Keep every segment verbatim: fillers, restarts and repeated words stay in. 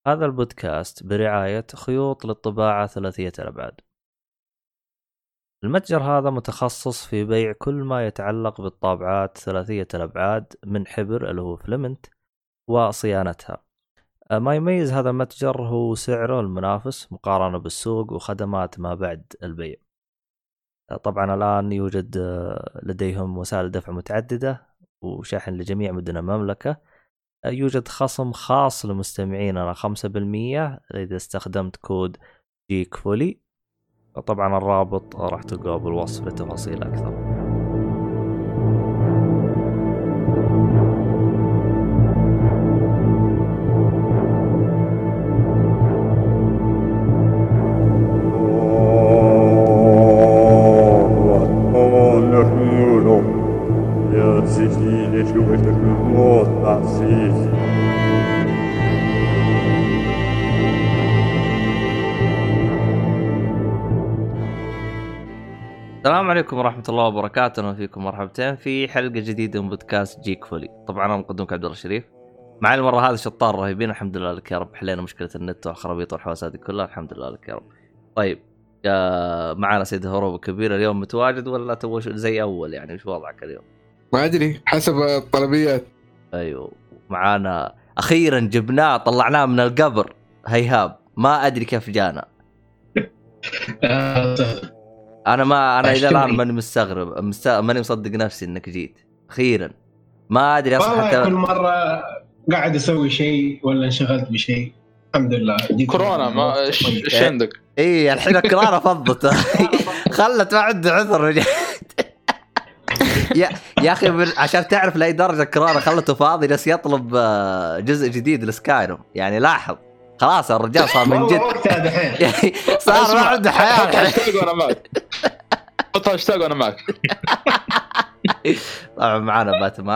هذا البودكاست برعاية خيوط للطباعة ثلاثية الأبعاد. المتجر هذا متخصص في بيع كل ما يتعلق بالطابعات ثلاثية الأبعاد من حبر اللي هو فلمنت وصيانتها. ما يميز هذا المتجر هو سعره المنافس مقارنة بالسوق وخدمات ما بعد البيع. طبعا الآن يوجد لديهم وسائل دفع متعددة وشحن لجميع مدن المملكة. يوجد خصم خاص لمستمعيننا خمسة بالمية إذا استخدمت كود جيك فولي. طبعا الرابط راح تلقاه بالوصف لتفاصيل أكثر. السلام عليكم ورحمة الله وبركاته، وفيكم مرحبتين في حلقة جديدة من بودكاست جيك فولي. طبعا أنا مقدمك عبد الله الشريف. معي المرة هذه شطار رهيبين، الحمد لله لك يا رب. حلينا مشكلة النت والخرابيط والحواسات هذه كلها، الحمد لله لك يا رب. طيب معنا سيد هروب كبير اليوم متواجد ولا توش زي أول؟ يعني مش وضعك اليوم؟ ما أدري حسب الطلبيات. أيوه معانا أخيرا جبناه طلعناه من القبر هيهاب، ما أدري كيف جانا. انا ما انا الى الان ماني مستغرب مست... ماني مصدق نفسي انك جيت اخيرا. ما ادري اصلا حتى كل مره قاعد اسوي شيء ولا انشغلت بشيء. الحمد لله كورونا ما ايش عندك؟ ايه الحين الكورونا فضت خلت ما عندي عذر. يا يا اخي من... عشان تعرف لاي درجه الكورونا خلته فاضي بس يطلب جزء جديد لسكايرو. يعني لاحظ خلاص الرجال صار من جد صار ما عنده حياة. هاشتاج وانا معك، حط هاشتاج وانا معك. طبعا معانا باتمان.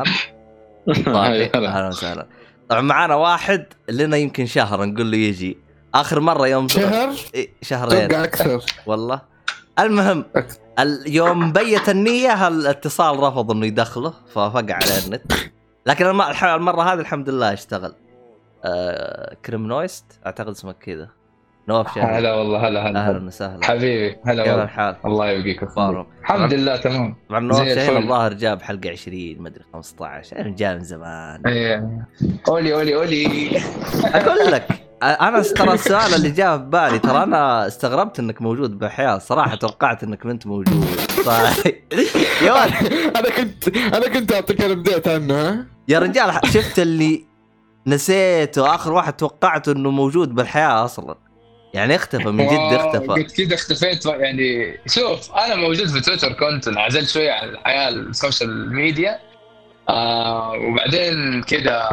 اهلا وسهلا. طبعا معانا واحد لنا يمكن شهر نقول له يجي، اخر مرة يوم شهر شهرين اكثر والله. المهم اليوم بيت النية الاتصال رفض انه يدخله ففقع على النت، لكن المرة هذه الحمد لله اشتغل. آه كريمنويست اعتقد اسمك كذا. نواف شهر. هلا والله. هلا هلا اهلا وسهلا حبيبي. هلا كيف والله. الحال؟ الله يبقيك اخبارك. الحمد لله تمام. طبعا نواف شهر الظاهر جاب حلقه عشرين ما ادري خمسة عشر يعني جاء من زمان. ايه اولي اولي اولي اقول لك انا ترى السؤال اللي جاء في بالي، ترى انا استغربت انك موجود بحياة صراحه، توقعت انك ما انت موجود. صحيح يا ولد انا كنت انا كنت اعطيك الابديت عنه. يا رجال شفت اللي نسيته اخر واحد توقعت انه موجود بالحياة اصلا، يعني اختفى من جد اختفى. قلت كده اختفيت يعني. شوف انا موجود في تويتر، كنت انعزلت شويه عن الحياه السوشيال ميديا. آه وبعدين كده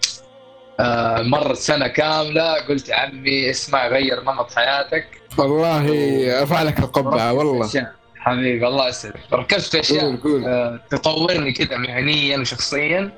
آه مرت سنه كامله، قلت يا عمي اسمع غير نمط حياتك. والله ارفع لك القبعه والله حبيبي الله يسعدك. ركزت في اشياء آه تطورني كده مهنيا وشخصيا.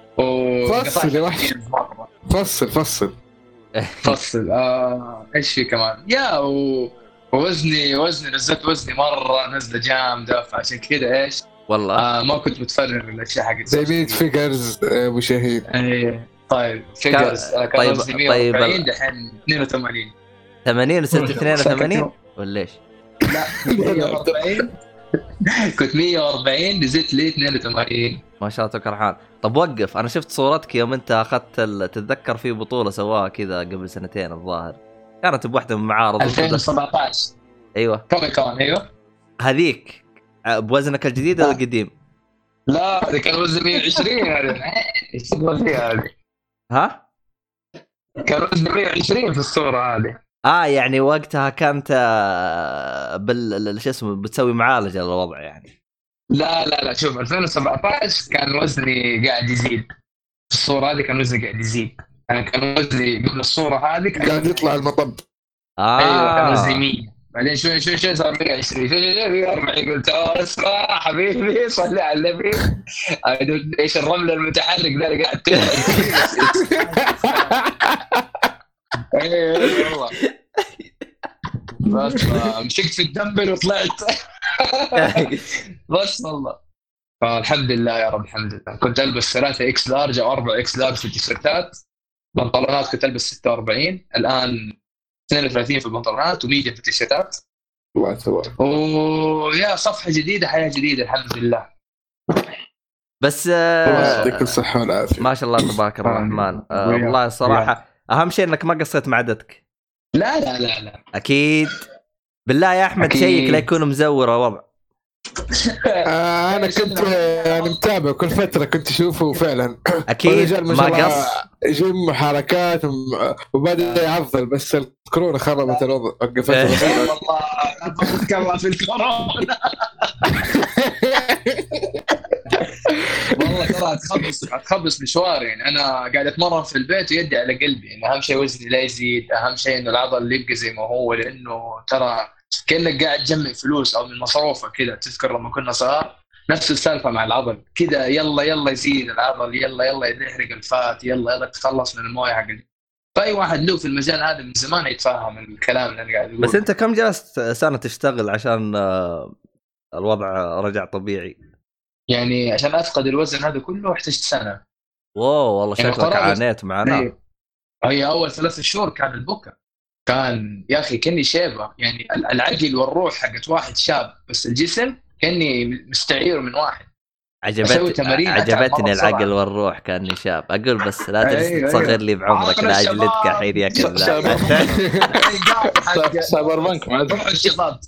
فصل يا وحش، فصل فصل فصل. آه ايش في كمان يا و... ووزني وزني نزلت وزني مره نزله جامده، فعشان كذا ايش والله آه ما كنت متفرغ للاشياء حقت زي ميت فيجرز ابو شهيد. ايه طيب فيجرز كان طيب وزني مية وأربعين دحين اثنين وثمانين. ثمانين وصرت اثنين وثمانين ولا ايش؟ لا مية وأربعين كنت مية وأربعين نزلت لي اثنين وثمانين. ما شاء الله تكرهان. طب وقف، انا شفت صورتك يوم انت اخذت تتذكر في بطوله سواها كذا قبل سنتين الظاهر، كانت بواحده من معارض ألفين وسبعة عشر. ايوه كوميك كون. ايوه هذيك بوزنك الجديد ولا القديم؟ لا كان وزني مية وعشرين. ايش تقول هذه؟ ها كان وزني مية وعشرين في الصوره هذه. اه يعني وقتها كانت بال شو اسمه بتسوي معالجه للوضع يعني. لا لا لا شوف ألفين وسبعة عشر كان وزني قاعد يزيد. في الصورة هذه كان وزني قاعد يزيد. أنا كان وزني قبل الصورة هذه كان قاعد يطلع المطب. آه. أيوة كان وزني مية، بعدين شوي شوي شوي صار مية وعشرين، شوي شوي شوي أربعين. قلت أوه اسمع حبيبي صلي على النبي. إيش الرمل المتحرك ده اللي قاعد تلعب. أيوة والله. بس مسكت في الدمبل وطلعت. بس والله فالحمد لله يا رب الحمد لله. كنت ألبس ثلاثة إكس لارج أو أربعة إكس لارج في التيشيرتات، بنطلونات كنت البس ستة وأربعين، الان اثنين وثلاثين في البنطلونات وميديم في التيشيرتات. الله تبارك. ويا صفحه جديده، حياه جديده الحمد لله. بس الله آه يعطيك الصحة والعافية. ما شاء الله تبارك الرحمن. آه والله الصراحه اهم شيء انك ما قصيت مع عددك. لا لا لا لا اكيد بالله يا احمد أكيد. شيك لا يكون مزور وضع. آه انا كنت يعني متابع كل فترة، كنت اشوفه فعلا اكيد ما قص. جيم حركات وبدأ يعضل، بس الكورونا خربت الوضع، وقفته. والله اتكلم في الكورونا. والله ترى تخبص تخبص مشوار. يعني انا قاعد اتمرن في البيت ويدي على قلبي، يعني اهم شيء وزني لا يزيد، اهم شيء انه العضل اللي يبقى زي ما هو، لانه ترى كأنك قاعد تجمع فلوس او من مصروفه كذا. تذكر لما كنا صغار نفس السالفه مع العضل كذا، يلا يلا يزيد العضل، يلا يلا يحرق الفات، يلا يلا تخلص من المويه حق. فاي واحد له في المجال هذا من زمان يتفهم الكلام اللي انا قاعد اقوله. بس انت كم جلست سنه تشتغل عشان الوضع رجع طبيعي؟ يعني عشان افقد الوزن هذا كله احتجت سنه. واو والله يعني شكلك عانيت معنا. هي, هي اول ثلاث شهور كان البكا، كان يا اخي كني شيبه، يعني العقل والروح حقت واحد شاب، بس الجسم كني مستعير من واحد. عجبت عجبتني العقل والروح كاني شاب. اقول بس لا تجلس تصغر لي بعمرك لا اجلدك الحين يا كذاب. سايبر بانك مع الشباب.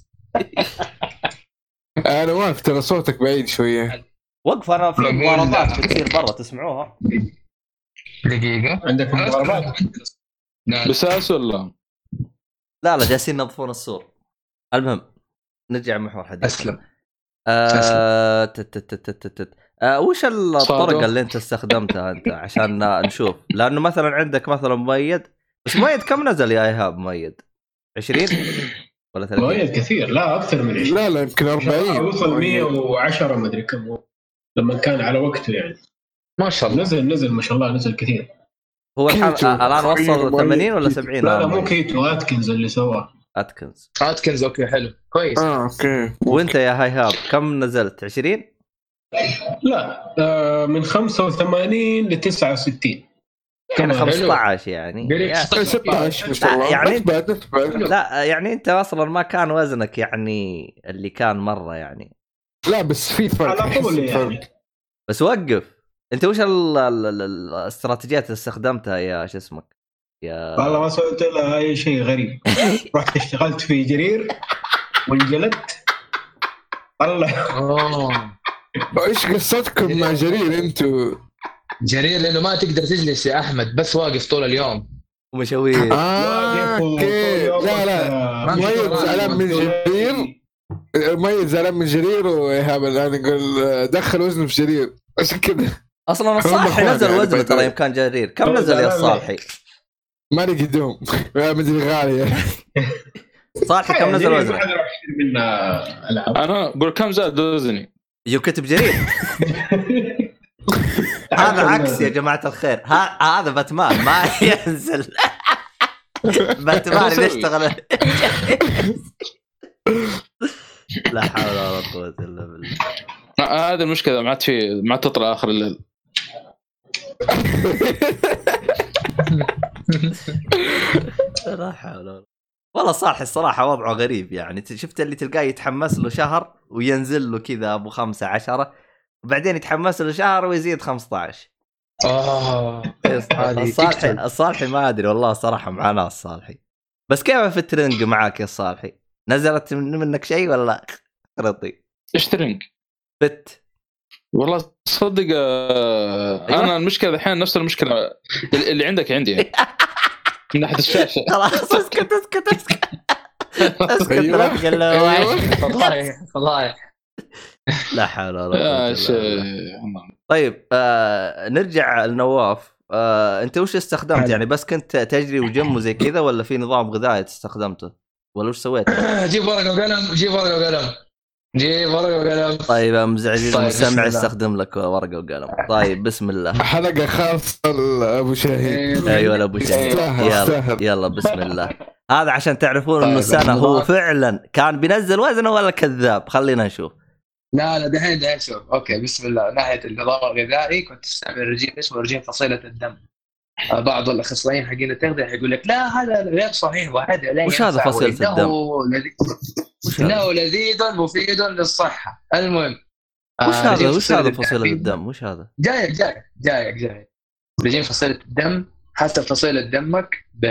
انا واقف ترى صوتك بعيد شويه. وقف انا في مباراه بتصير برا تسمعوها. دقيقه عندك مباراه بساس ولا لا لا جالسين ينظفون السور. المهم نرجع محور حديث. اسلم. آه تت تت تت تت. آه وش الطرق اللي انت استخدمتها انت عشان نشوف؟ لانه مثلا عندك مثلا مؤيد، بس مؤيد كم نزل يا ايهاب؟ مؤيد عشرين ولا ثلاثين؟ مؤيد كثير، لا اكثر من عشرين. لا لا يمكن أربعين، وصل مية وعشرة ما ادري كم لما كان على وقته يعني. ما شاء الله نزل نزل ما شاء الله نزل كثير. هو الان وصل ثمانين ولا سبعين؟ لا لا مو كيتو، اتكنز اللي سواه. اتكنز اتكنز اوكي حلو كويس. اه اوكي. وانت يا هيهاب كم نزلت؟ عشرين؟ لا آه من خمسة وثمانين ل تسعة وستين، كان خمسة عشر يعني ستة عشر ما شاء الله. يعني بعد لا يعني انت اصلا ما كان وزنك يعني اللي كان مره يعني. لا بس في فرق على طول يعني. بس وقف انت وش الاستراتيجيات اللي استخدمتها يا شو اسمك يا؟ والله ما سويت لها اي شيء غريب. رحت اشتغلت في جرير وانجلدت. الله اوه ايش قصتكم مع جرير انتو؟ جرير لانه ما تقدر تجلس يا احمد، بس واقف طول اليوم ومشاوير. اه اوكي. لا لا مؤيد زعلان من جرير، مؤيد زعلان من جرير وإيهاب الان يقول دخل وزنه في جرير عشان كذا. اصلا الصالحي نزل وزنه ترى يمكن جرير. كم نزل يا الصالحي؟ ما لي قدوم ما مدري غالية. صالحي كم نزل وزنه؟ انا اقول كم زاد وزني يو كتب جرير. هذا عكس يا جماعة الخير. هذا باتمان ما ينزل. باتمان يشتغل. لا حول ولا قوة إلا بالله. هذا المشكلة، ما عاد في ما تطلع آخر الليل. لا حول ولا. والله صالح الصراحة وضعه غريب يعني. شفت اللي تلقاه يتحمس له شهر وينزل له كذا أبو خمسة عشرة، وبعدين يتحمس له شهر ويزيد خمسة عشر. آه الصالحي الصالحي ما أدري والله صراحة معنا الصالحي. بس كيف في الترنج معاك يا الصالحي؟ نزلت منك شيء ولا لا؟ رضي إيش ترنج؟ بت والله تصدق آه أيوة؟ أنا المشكلة الحين نفس المشكلة اللي عندك عندي يعني. من ناحية الشاشة. خلاص اسكت اسكت اسكت اسكت. أيوة. والله والله لا حول ولا قوة. طيب آه نرجع لنواف. آه انت وش استخدمت يعني؟ بس كنت تجري وجم وزي كذا ولا في نظام غذائي استخدمته ولا وش سويت؟ جيب ورقة وقلم، جيب ورقة وقلم، جيب ورقة وقلم. طيب مزعجين المستمع يستخدم لك ورقة وقلم. طيب بسم الله. حلقة خاصة لأبو شاهين. ايوه لأبو شاهين. يلا يلا بسم الله. هذا عشان تعرفون انه السنة هو فعلا كان بينزل وزنه ولا كذاب. خلينا نشوف. لا لا دحين دحين شوف. اوكي بسم الله. ناحيه النظام الغذائي كنت استعمل رجيم اسمه رجيم فصيله الدم. بعض الاخصائيين حقين التغذيه حيقول لك لا هذا غير صحيح وهذا لا وش هذا فصيله الدم؟ انه لذيذ مفيد للصحه. المهم وش هذا وش هذا فصيله الدم؟ وش هذا؟ جايك جايك جايك جايك بيجين فصيله الدم. حتى فصيله دمك ب...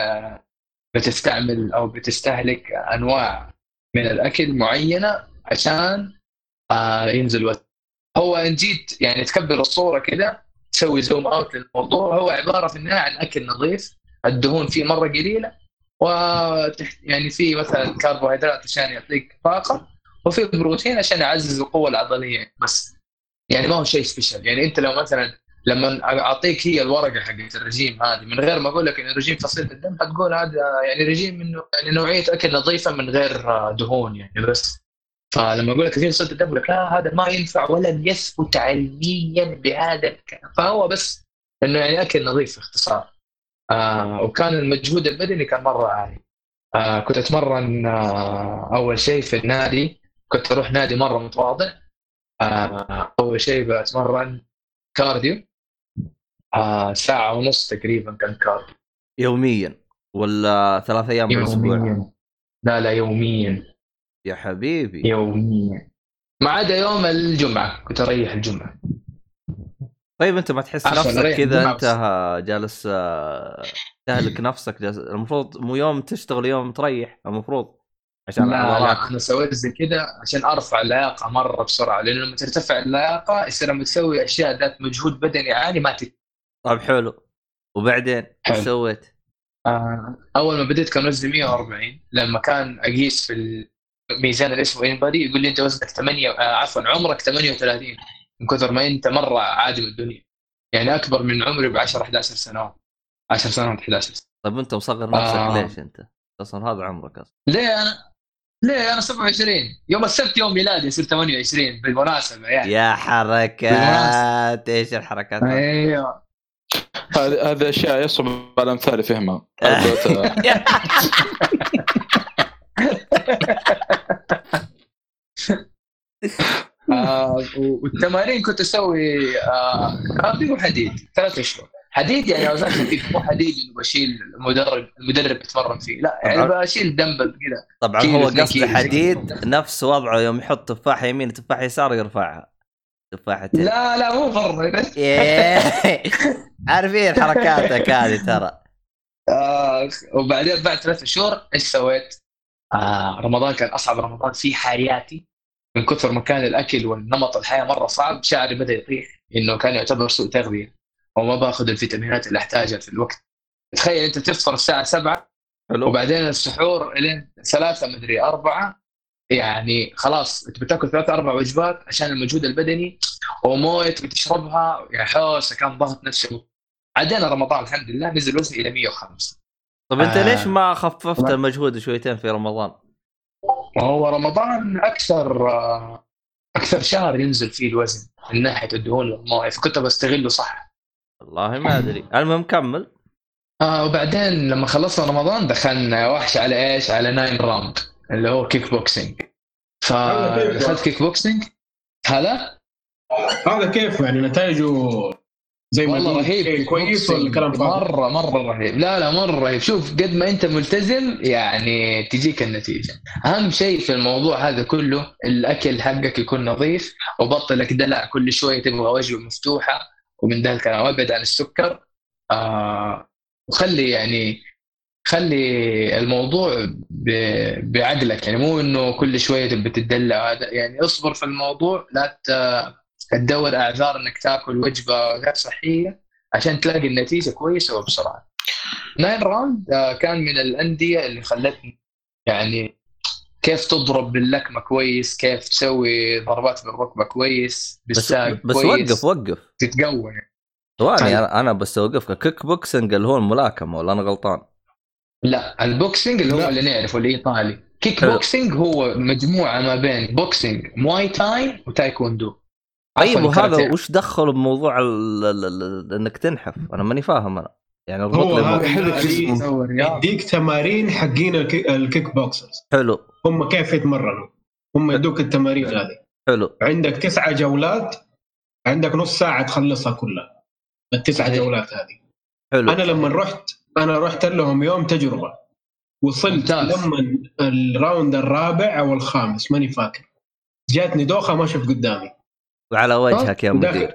بتستعمل او بتستهلك انواع من الاكل معينه عشان آه ينزل وزن. هو ان جيت يعني تكبر الصوره كده تسوي زوم اوت للموضوع، هو عباره في النهايه عن اكل نظيف الدهون فيه مره قليله، وتحت يعني في مثلا كربوهيدرات عشان يعطيك طاقه، وفي بروتين عشان يعزز القوه العضليه بس. يعني ما هو شيء سبيشال. يعني انت لو مثلا لما اعطيك هي الورقه حقت الرجيم هذه من غير ما اقول لك ان الرجيم فصيله الدم، هتقول هذا يعني رجيم منه يعني نوعيه اكل نظيفه من غير دهون يعني بس. فلما اقول لك رجيم فصيله الدم اقول لك لا هذا ما ينفع ولن يثبت علميا بهذا الكلام، فهو بس انه يعني اكل نظيف باختصار. آه وكان المجهود البدني كان مره عالي. آه كنت اتمرن آه اول شيء في النادي، كنت اروح نادي مره متواضع. آه اول شيء بتمرن كارديو آه ساعه ونص تقريبا كان كارديو. يوميا ولا ثلاث ايام بالاسبوع؟ لا لا يوميا يا حبيبي يوميا، ما عدا يوم الجمعه كنت اريح الجمعه. طيب انت ما تحس نفسك كذا انت جالس تهلك نفسك؟ جالس المفروض مو يوم تشتغل يوم تريح المفروض عشان لا, لا انا سويت زي كذا عشان ارفع اللياقه مره بسرعه، لانه لما ترتفع اللياقه يصير لما تسوي اشياء ذات مجهود بدني عالي ما تك. طيب حلو. وبعدين ايش سويت؟ آه اول ما بديت كان وزني مية وأربعين، لما كان اقيس في الميزان اللي اسمه انبادي يقول لي انت وزنك ثمانية آه عفوا عمرك ثمانية وثلاثين، من كثر ما انت مره عادي من الدنيا، يعني اكبر من عمري ب عشرة إحدى عشر سنوات. عشر سنوات إحدى عشر. طيب انت مصغر نفسك آه. ليش انت اصلا هذا عمرك اصلا؟ ليه انا ليه انا سبعة وعشرين يوم السبت يوم ميلادي يصير ثمانية وعشرين بالمناسبه يعني. يا حركات ايش الحركات؟ ايوه هذه هذه اشياء يصعب على الامثال فهمها. آه والتمارين كنت اسوي آه كارديو وحديد ثلاثة شهور. حديد يعني اوزان خفيفه، مو حديد انه بشيل المدرب المدرب يتمرن فيه، لا يعني بشيل دمبل كذا. طبعا هو قصد حديد نفس وضعه يوم يحط تفاحه يمين تفاحه يسار يرفعها تفاحتين. لا لا مو مره عارفين حركاتك هذه ترى. آه وبعدين بعد ثلاثة شهور ايش سويت؟ آه رمضان كان اصعب رمضان في حياتي، من كثر ما كان الاكل والنمط الحياه مره صعب. شعري بدا يطيح انه كان يعتبر سوء تغذيه وما باخذ الفيتامينات اللي احتاجها في الوقت. تخيل انت تفطر الساعه سبعة حلو. وبعدين السحور الين ثلاثة مدري أربعة، يعني خلاص انت بتاكل ثلاثة أربع وجبات عشان المجهود البدني ومويه بتشربها، يا حوسه كان ضغط نفسي. عدينا رمضان الحمد لله نزل وزني الى مية وخمسة. طب انت آه ليش ما خففت المجهود شويتين في رمضان؟ هو رمضان اكثر اكثر شهر ينزل فيه الوزن من ناحيه الدهون والمويه، فكنت بستغله صح. والله ما ادري. المهم كمل. آه وبعدين لما خلصنا رمضان دخلنا وحش على ايش؟ على ناين راوند اللي هو كيك بوكسينج. فدخلت كيك بوكسينج. هذا هذا كيف يعني نتائجه زي ما والله رهيب كويس ولا كلام فاضي؟ مره مره رهيب. لا لا مره رهيب. شوف قد ما انت ملتزم يعني تجيك النتيجه. اهم شيء في الموضوع هذا كله الاكل حقك يكون نظيف، وبطلك دلع كل شويه تبغى وجبه مفتوحه ومن ذا الكلام، وابعد عن السكر. آه وخلي يعني خلي الموضوع بعقلك، يعني مو انه كل شويه تبي تدلع. هذا يعني اصبر في الموضوع، لا تدور اعذار انك تاكل وجبه غير صحيه عشان تلاقي النتيجه كويسه وبسرعه. ناين راوند كان من الانديه اللي خلتني يعني كيف تضرب باللكمه كويس، كيف تسوي ضربات بالركبه كويس، بالساق بس, بس كويس. وقف وقف تتقوى يعني. ثواني انا بس اوقفك. كيك بوكسنج اللي هو الملاكمه ولا انا غلطان؟ لا البوكسينج اللي هو لا. اللي نعرفه الايطالي. كيك حلو. بوكسينج هو مجموعه ما بين بوكسينج مواي تاي وتايكوندو. طيب وهذا وش دخله بموضوع انك تنحف؟ انا ماني فاهم انا يعني الركض يديك تمارين حقين الكيك بوكسرز. حلو. هم كيف يتمرنوا؟ هم يدوك التمارين هذه. حلو. عندك تسعة جولات، عندك نص ساعه تخلصها كلها التسعة جولات هذه. حلو. انا لما رحت انا رحت لهم يوم تجربه، وصلت ممتاز. لما الراوند الرابع او الخامس ماني فاكر، جاتني دوخه ما شفت قدامي وعلى وجهك يا مدير.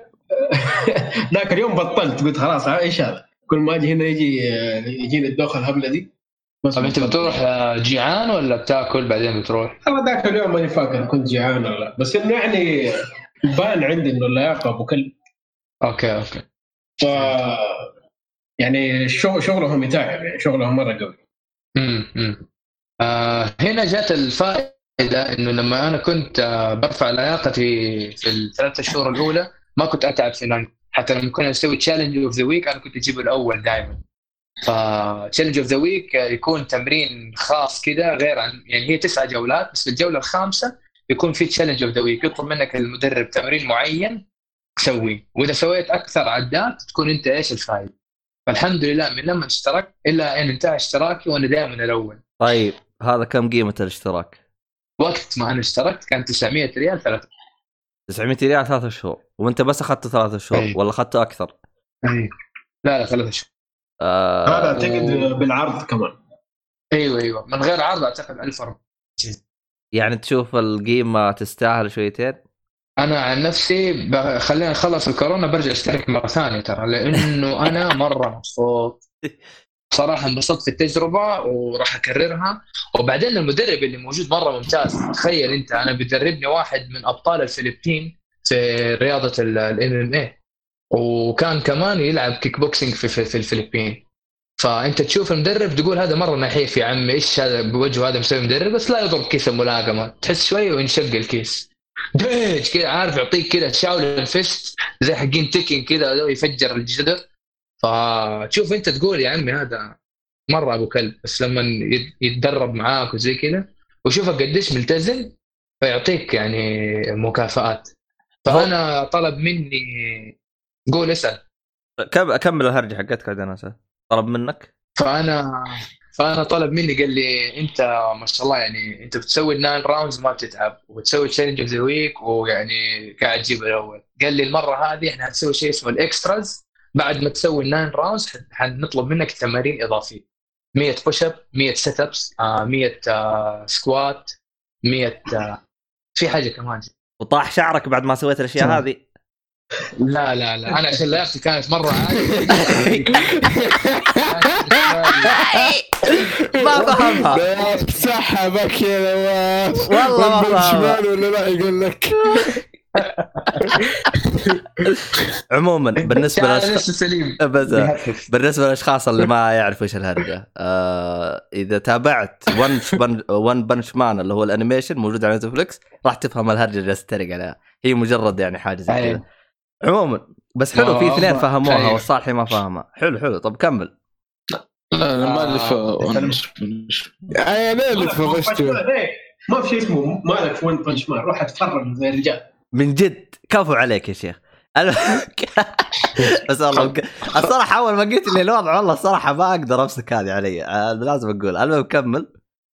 ذاك اليوم بطلت، قلت خلاص ايش هذا، كل ما اجي هنا يجي يجيني الدوخه الهبله دي. بس طب انت بتروح جيعان ولا بتاكل بعدين بتروح؟ انا ذاك اليوم ماني فاكر كنت جيعان ولا لا، بس انه يعني بان عندي انه اللياقه ابو كلب. اوكي اوكي. ف يعني شغل شغلهم يتعب، يعني شغلهم مره قوي. امم آه هنا جات الفائده انه لما انا كنت آه برفع لياقتي في الثلاث شهور الاولى ما كنت اتعب في نانج. حتى لما كنا نسوي تشالنج اوف ذا ويك انا كنت اجيب الاول دائما. فتشالنج اوف ذا ويك يكون تمرين خاص كده غير عن يعني هي تسعة جولات، بس في الجوله الخامسه يكون في تشالنج اوف ذا ويك، يطلب منك المدرب تمرين معين تسويه، واذا سويت اكثر عدات تكون انت ايش الفايده. فالحمد لله من لما اشتركت الى ان انتهى اشتراكي وانا دائما الاول. طيب هذا كم قيمه الاشتراك؟ وقت ما انا اشتركت كان تسعمية ريال ثلاثة تسعمية ريال ثلاثة شهور، وانت بس اخذت ثلاثة شهور أي. ولا اخذت اكثر؟ أي. لا لا ثلاثة شهور. آه هذا اعتقد و... بالعرض كمان. ايوه ايوه من غير عرض اعتقد ألف وأربعمية. يعني تشوف القيمه تستاهل شويتين؟ انا عن نفسي خلينا نخلص الكورونا برجع اشترك مره ثانيه ترى، لانه انا مره مبسوط صراحه، انبسطت في التجربه وراح اكررها. وبعدين المدرب اللي موجود مره ممتاز. تخيل انت انا بيدربني واحد من ابطال الفلبين في رياضه الام ام اي، وكان كمان يلعب كيك بوكسينج في في, في الفلبين. فانت تشوف المدرب تقول هذا مره نحيف يا عمي، ايش هذا بوجهه هذا مسوي مدرب، بس لا يضرب كيس الملاكمه، تحس شويه وينشق الكيس ديج كذا، عارف يعطيك كذا تشاول الفيست زي حقين تيكين كذا يفجر الجدر. فتشوف انت تقول يا عمي هذا مره ابو كلب، بس لما يتدرب معاك وزي كذا وشوفك قديش ملتزم فيعطيك يعني مكافآت. فانا طلب مني قول اسال كم اكمل الهرجه حقتك عاد انا اسال طلب منك. فانا فانا طلب مني قال لي انت ما شاء الله يعني انت بتسوي الناين راوندز ما بتتعب وبتسوي تشالنج اوف ذا ويك ويعني قاعد تجيب الاول. قال لي المره هذه احنا هنسوي شيء اسمه الاكستراز، بعد ما تسوي الناين راوندز حنطلب منك تمارين اضافيه، مية بوش اب، مية سيت ابس، مية سكوات، مية في حاجه كمان. وطاح شعرك بعد ما سويت الاشياء صح. هذه؟ لا لا لا انا عشان لياقتي كانت مره عاليه ما فهمها. سحبك يا نواف والله ما فهمها شمال ولا لا يقول لك. عموما بالنسبه للاشخاص بالنسبه للاشخاص اللي ما يعرفوا ايش الهرجه، آه اذا تابعت ون بن... ون بنش مان اللي هو الانيميشن موجود على نتفليكس راح تفهم الهرجه اللي استرق عليها. هي مجرد يعني حاجه زي كذا. عموما بس حلو في اثنين فهموها والصالحي ما فهمها. حلو حلو طب كمل. لا انا ما الف انا اللي تفرجت ما في شيء اسمه مالك في ون بنش مان، روح اتفرج زي الرجال من جد. كفو عليك يا شيخ. بس والله الصراحه اول ما قلت لي الوضع والله الصراحه ما اقدر امسك هذه علي، لازم اقول. المهم كمل.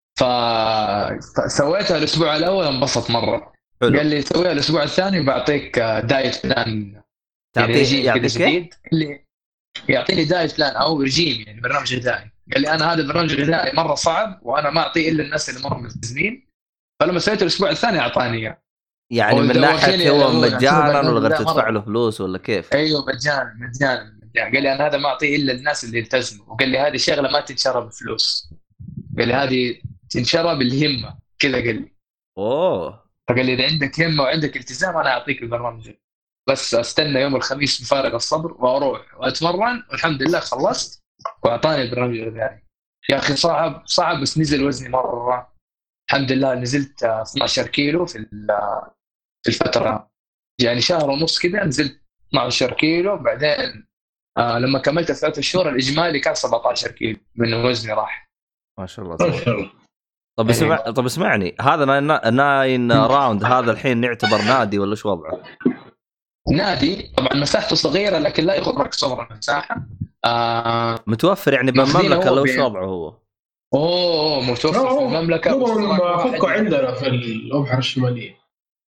فسويتها الاسبوع الاول انبسط مره. حلو. قال لي سويها الاسبوع الثاني بعطيك دايت بلان يعني رجيم كذا جديد. اللي يعطيني دايت بلان او رجيم يعني برنامج غذائي. قال لي انا هذا البرنامج الغذائي مره صعب وانا ما اعطيه الا الناس اللي مره ملتزمين. فلما سويته الاسبوع الثاني اعطاني اياه. يعني من ناحيه هو مجانا ولا غير تدفع له فلوس ولا كيف؟ ايوه مجانا مجانا. قال لي انا هذا ما اعطيه الا الناس اللي يلتزموا، وقال لي هذه شغله ما تنشرى بفلوس، قال لي هذه تنشرى بالهمه كذا. قال لي اوه. فقال لي اذا عندك همه وعندك التزام انا اعطيك البرنامج، بس استنى يوم الخميس بفارغ الصبر واروح واتمرن. والحمد لله خلصت واعطاني البرنامج الغذائي. يا اخي صعب صعب بس نزل وزني مره الحمد لله. نزلت اثنا عشر كيلو في في الفتره يعني شهر ونص كذا، نزلت اثنا عشر كيلو. بعدين آه لما كملت ثلاثة شهور الاجمالي كان سبعة عشر كيلو من وزني راح. ما شاء الله ما شاء الله. طب اسمع طب اسمعني هذا ناين راوند هذا الحين نعتبر نادي ولا شو وضعه؟ نادي طبعا مساحته صغيره لكن لا يغرك صغر المساحه. آه متوفر يعني بالمملكه لو شو وضعه هو؟ اوه متوفر في المملكه. هو فكوا عندنا في الابحر الشماليه.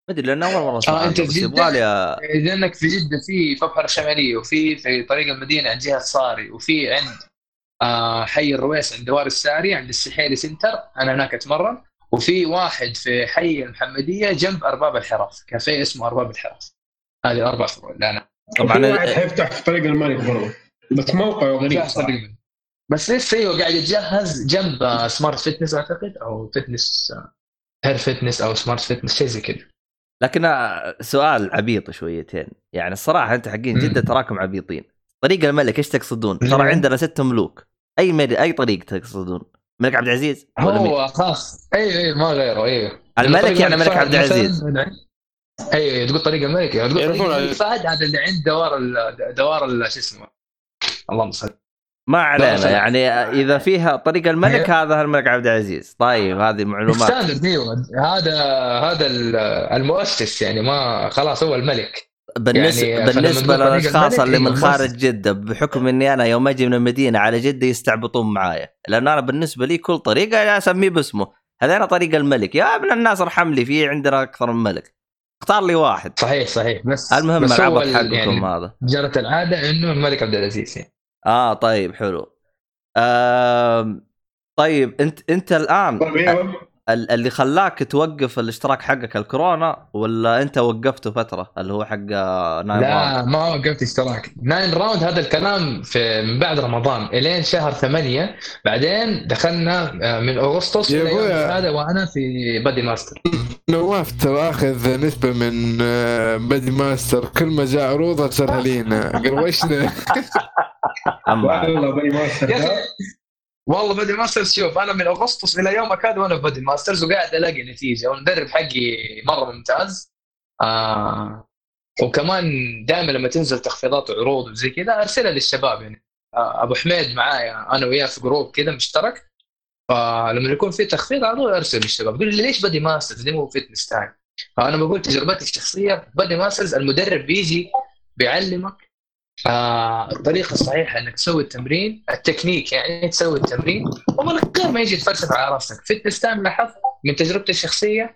ادري لان اول مره اسمع آه انت عنه، في بس يبغى لي جده، لانك في جده في فبحر الشماليه، وفي في طريق المدينه عند جهه صاري، وفي عند آه حي الرويس عند دوار الساري عند السحيلي سنتر، انا هناك اتمرن. وفي واحد في حي المحمديه جنب ارباب الحرف، كافيه اسمه ارباب الحرف. هذه اربع فروع. لا انا طبعا واحد حيفتح في طريق الملك برضه، بس موقعه غريب صراحه. بس لسه ايوه قاعد يتجهز جنب سمارت فيتنس اعتقد، او فيتنس هير فيتنس او سمارت فيتنس شيء زي كذا. لكن سؤال عبيط شويتين يعني الصراحه، انت حقين جده تراكم عبيطين. طريق الملك ايش تقصدون؟ ترى عندنا ست ملوك. اي مد... اي طريق تقصدون؟ ملك عبد العزيز هو خاص. اي اي ما غيره. ايوه الملك يعني ملك عبد العزيز. اي تقول طريق الملك، تقول طريق فهد، هذا اللي عند دوار ال... دوار شو اسمه، اللهم صل. ما علينا يعني اذا فيها طريق الملك هذا الملك عبد العزيز. طيب هذه معلومات هذا هذا المؤسس يعني، ما خلاص هو الملك. بالنسبه يعني بالنسبه للاشخاص اللي من خارج جده، بحكم اني انا يوم اجي من المدينه على جده يستعبطون معايا، لان انا بالنسبه لي كل طريقه اسميه باسمه. هذا انا طريق الملك يا ابن الناس، ارحم لي، في عندنا اكثر من ملك، اختار لي واحد. صحيح صحيح. بس المهم بس العبط حقكم يعني هذا جرت العاده انه الملك عبد العزيز يعني. اه طيب حلو. آه طيب انت انت الان اللي خلاك توقف الاشتراك حقك الكورونا، ولا انت وقفته فتره اللي هو حق ناين راوند؟ لا ما وقفت اشتراك ناين راوند. هذا الكلام في من بعد رمضان الين شهر ثمانية، بعدين دخلنا من اغسطس هذا وانا في بادي ماستر. نواف ترى اخذ نسبه من بادي ماستر، كل ما جاء عروضه تصير لينا قروشنا. والله بادي ماستر والله بادي ماسترز. شوف انا من اغسطس الى يومك هذا وانا في بادي ماسترز، وقاعد الاقي نتيجه، والمدرب حقي مره ممتاز. آه وكمان دائما لما تنزل تخفيضات وعروض وزي كذا ارسلها للشباب يعني. آه ابو حميد معايا انا وياه في جروب كذا مشترك، فلما يكون في تخفيض على طول ارسل للشباب، يقول لي ليش بادي ماسترز دي مو فيتنس تايم. فانا بقول تجربتي الشخصيه، بادي ماسترز المدرب بيجي بيعلمك آه الطريقة الصحيحة انك تسوي التمرين، التكنيك يعني تسوي التمرين، ومن غير ما يجي تفلسف على راسك. فيتنس تايم لاحظت من تجربتي الشخصية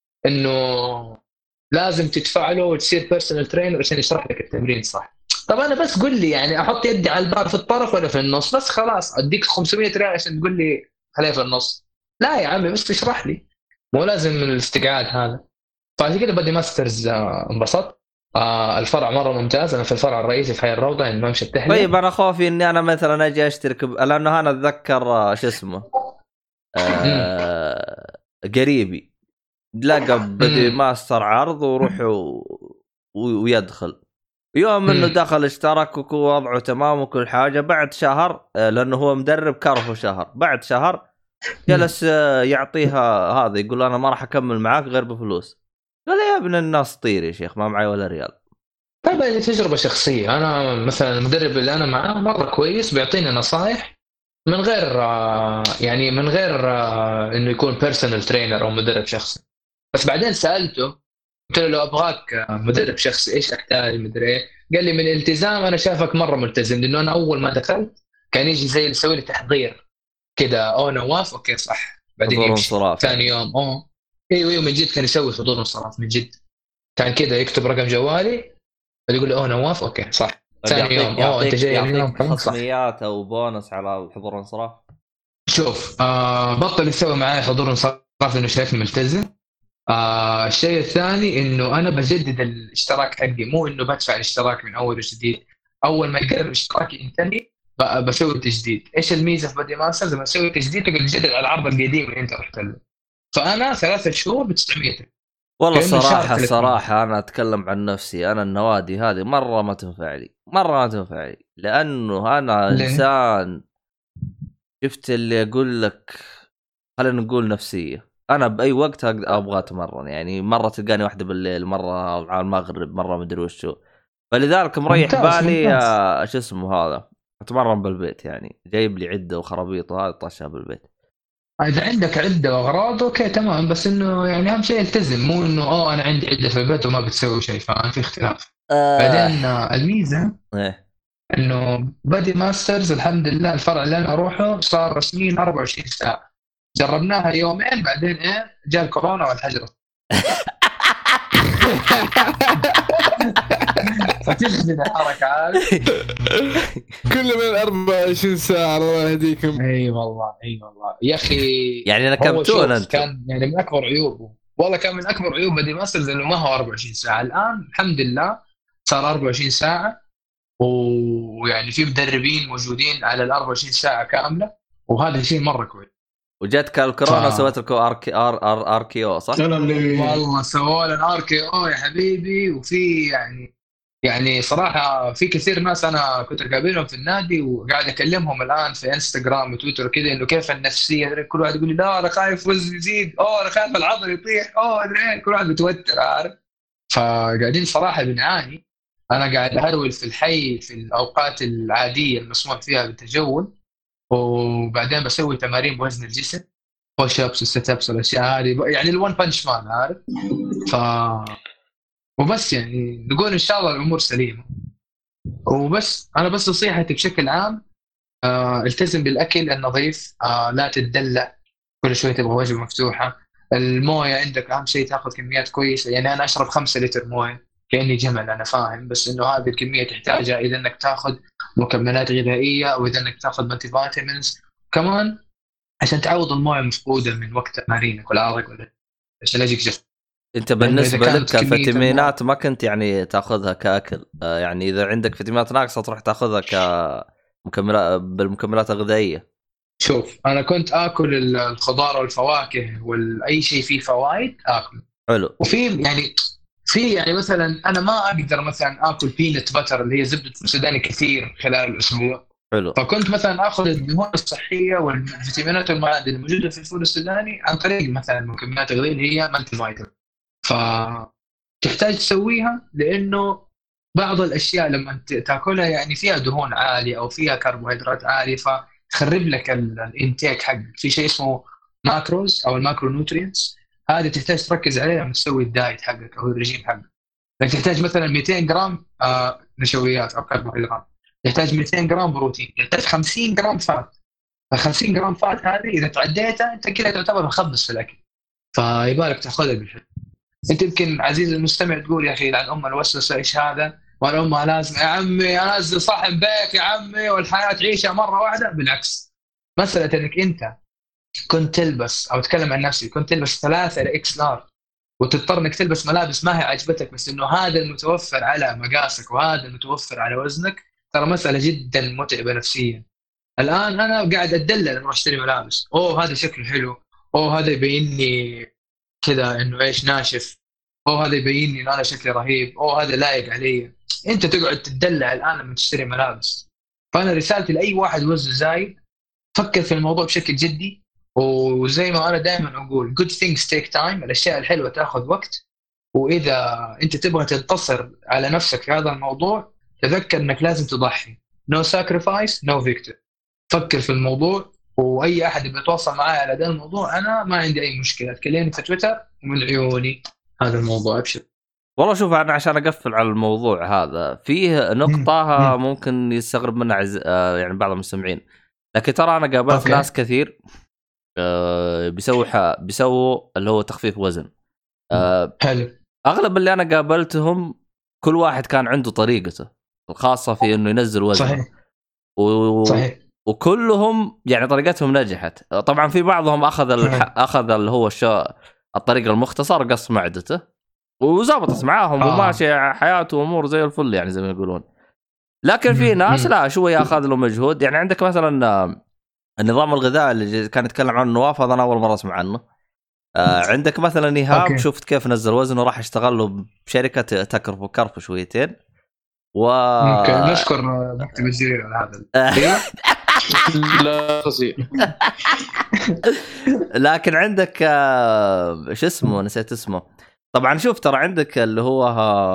انه لازم تدفع له وتصير بيرسونال ترينر عشان يشرح لك التمرين صح. طب انا بس قل لي يعني احط يدي على البار في الطرف ولا في النص، بس خلاص اديك خمسمية ريال عشان تقول لي خليها في النص. لا يا عمي بس تشرح لي، مو لازم الاستقعاد هذا. فعشان كده بدي ماسترز انبسطت. آه الفرع مره ممتاز، انا في الفرع الرئيسي في حي الروضه عند ممشى التحليه. طيب انا خوفي اني انا مثلا اجي اشترك ب... لانه انا اتذكر شو اسمه آه... قريبي لقى بدي ماستر عرض وروح و... ويدخل يوم انه دخل اشترك ووضعه تمام وكل حاجه. بعد شهر لانه هو مدرب كرفه شهر، بعد شهر جلس يعطيها هذا، يقول انا ما راح اكمل معاك غير بفلوس. قال يا ابن الناس طير يا شيخ، ما معي ولا ريال. طيب هذه تجربة شخصية. أنا مثلا المدرب اللي أنا معاه مرة كويس، بيعطيني نصائح من غير يعني من غير إنه يكون بيرسونال ترينر أو مدرب شخصي. بس بعدين سألته قلت له لو أبغاك مدرب شخصي إيش أحتاج مدري إيه؟ قال لي من الالتزام أنا شافك مرة ملتزم، لأنه أنا أول ما دخلت كان يجي زي يسوي لي تحضير كده، أو نواف أوكي صح، بعدين يمشي ثاني يوم أوه ايوه ايوه من جد كان يسوي حضور انصراف من جد. كان كده يكتب رقم جوالي يقول لي اوه نواف اوكي صح، ثاني يوم اوه انت جاي اليوم خصميات او بونص على الحضور انصراف. شوف آه بطل يسوي معي حضور انصراف لانه شايفني ملتزم. آه الشيء الثاني انه انا بجدد الاشتراك حقي، مو انه بدفع الاشتراك من اول وجديد. اول ما يقرب اشتراكي ينتهي بسوي تجديد. ايش الميزه في بدي ماسترز؟ لما اسوي تجديد تقدر تجدد على العرض القديم اللي انت رحت له. فانا ثلاثة شهور بتسعمية. والله صراحه الصراحه انا اتكلم عن نفسي، انا النوادي هذه مره ما تنفع لي، مره ما تنفع لي، لانه انا ليه؟ انسان شفت اللي اقول لك خلينا نقول نفسيه. انا باي وقت ابغى اتمرن، يعني مره تلقاني واحده بالليل، مره على المغرب، مره مدري وشو. فلذلك مريح بالي شو اسمه هذا اتمرن بالبيت، يعني جايب لي عده وخرابيط وهذا طاشها بالبيت. إذا عندك عدة وأغراض أوكي تمام، بس إنه يعني أهم شيء التزم، مو إنه أوه أنا عندي عدة في البيت وما بتسوي شيء، فأنا في اختلاف. آه. بعدين الميزة إيه؟ إنه بدي ماسترز الحمد لله الفرع اللي أنا أروحه صار رسميا أربعة وعشرين ساعة. جربناها يومين بعدين إيه جاء الكورونا والحجر. فتجد الحركة عارف كل من أربعة وعشرين ساعة الله يهديكم. اي والله اي والله يا اخي يعني ركبتون انت. كان يعني من اكبر عيوبه والله كان من اكبر عيوب دي ماسترز انه ما هو أربعة وعشرين ساعة. الان الحمد لله صار أربعة وعشرين ساعة، ويعني في مدربين موجودين على ال أربعة وعشرين ساعة كاملة، وهذا شيء مرة كويس. وجاتك الكورونا ف... سويت لكم اركي ار ار اركيو صح؟ انا اللي والله سووا لنا اركي او يا حبيبي. وفي يعني يعني صراحه في كثير ناس انا كنت اقابلهم في النادي وقاعد اكلمهم الان في انستغرام وتويتر وكذا انه كيف النفسيه. كل واحد يقول لي لا انا خايف وزني يزيد، اوه انا خايف العضل يطيح، اوه ادري. كل واحد متوتر عارف. فقاعدين صراحه بنعاني. انا قاعد اهرول في الحي في الاوقات العاديه المسموح فيها بالتجول، وبعدين بسوي تمارين بوزن الجسم، بوش ابس وست ابس والاشياء هذه، يعني الون بانش مان عارف. ف وبس يعني نقول ان شاء الله الامور سليمه وبس. انا بس نصيحتي بشكل عام آه التزم بالاكل النظيف، آه لا تتدلع كل شويه تبغى وجبه مفتوحه. المويه عندك اهم شيء تاخذ كميات كويسه. يعني انا اشرب خمسة لتر مويه كاني جمل، انا فاهم، بس انه هذه الكميه تحتاجها اذا انك تاخذ مكملات غذائيه او اذا انك تاخذ مالتي فيتامينز كمان عشان تعوض المويه المفقوده من وقت تمارينك والعرق ولا عشان يجيك جسم. انت بالنسبه لك الفيتامينات ما كنت يعني تاخذها كاكل، يعني اذا عندك فيتامينات ناقصه تروح تاخذها كمكملات بالمكملات الغذائيه. شوف انا كنت اكل الخضار والفواكه واي شيء فيه فوائد اكل حلو. وفي يعني في يعني مثلا انا ما اقدر مثلا اكل بينت باتر اللي هي زبده السوداني كثير خلال الاسبوع. حلو. فكنت مثلا اخذ الدهون الصحيه والفيتامينات والمعادن الموجوده في الفول السوداني عن طريق مثلا المكملات الغذائيه اللي هي مالتي فيتامين. فتحتاج تسويها لانه بعض الاشياء لما تاكلها يعني فيها دهون عاليه او فيها كربوهيدرات عاليه فتخرب لك الانتاك حقك. في شيء اسمه ماكروز او الماكرو نوترينتس، هذه تحتاج تركز عليها لما تسوي الدايت حقك او الرجيم حقك. لك تحتاج مثلا مئتين جرام آه نشويات او كربوهيدرات، تحتاج مئتين جرام بروتين، تحتاج خمسين جرام فات. ال خمسين جرام فات هذه اذا تعديتها انت كذا تعتبر مخبص في الاكل، فيبالك تاخذها بالحب. انت يمكن عزيز المستمع تقول يا اخي لعن ام الوسوسه ايش هذا، وانا امها لازم يا عمي انزل صحن بيك يا عمي والحياه تعيشها مره واحده. بالعكس، مساله انك انت كنت تلبس او تكلم عن نفسي كنت تلبس ثلاثة اكس لارج وتضطر انك تلبس ملابس ما هي عجبتك بس انه هذا المتوفر على مقاسك وهذا المتوفر على وزنك، ترى مساله جدا متعبه نفسيا. الان انا قاعد اتدلل لما اشتري ملابس، اوه هذا شكله حلو، اوه هذا يبيني كذا انه ايش ناشف، اوه هذا يبيني انه انا شكلي رهيب، اوه هذا لايق علي. انت تقعد تدلع الان لما تشتري ملابس. فانا رسالتي لاي واحد وزنه زايد فكر في الموضوع بشكل جدي، وزي ما انا دائما اقول good things take time، الاشياء الحلوه تاخذ وقت. واذا انت تبغى تنتصر على نفسك في هذا الموضوع تذكر انك لازم تضحي. no sacrifice no victory. فكر في الموضوع، واي احد بيتواصل معي على هذا الموضوع انا ما عندي اي مشكله، تكلمني في تويتر ومن عيوني هذا الموضوع. ابشر. والله شوف انا عشان اقفل على الموضوع هذا فيه نقطه ممكن يستغرب منها عز... يعني بعض المستمعين، لكن ترى انا قابلت أوكي. ناس كثير بيسووا ح... بيسووا اللي هو تخفيف وزن. حلو. اغلب اللي انا قابلتهم كل واحد كان عنده طريقته الخاصه في انه ينزل وزن. صحيح. و... صحيح. وكلهم يعني طريقتهم نجحت. طبعا في بعضهم اخذ الح... اخذ اللي هو الشو... الطريقه المختصر قص معدته وزبطت معاهم آه. وماشي حياته وامور زي الفل يعني زي ما يقولون. لكن في ناس لا شويه اخذ له مجهود. يعني عندك مثلا النظام الغذائي اللي كان يتكلم عنه نواف، هذا انا اول مره اسمع عنه. آه عندك مثلا ايهاب أوكي. شفت كيف نزل وزنه وراح اشتغل له بشركه تكرف وكرف شويتين و ممكن نشكر مكتب الجرير على هذا. لا قصير. لكن عندك ايش اسمه نسيت اسمه. طبعا شوف ترى عندك اللي هو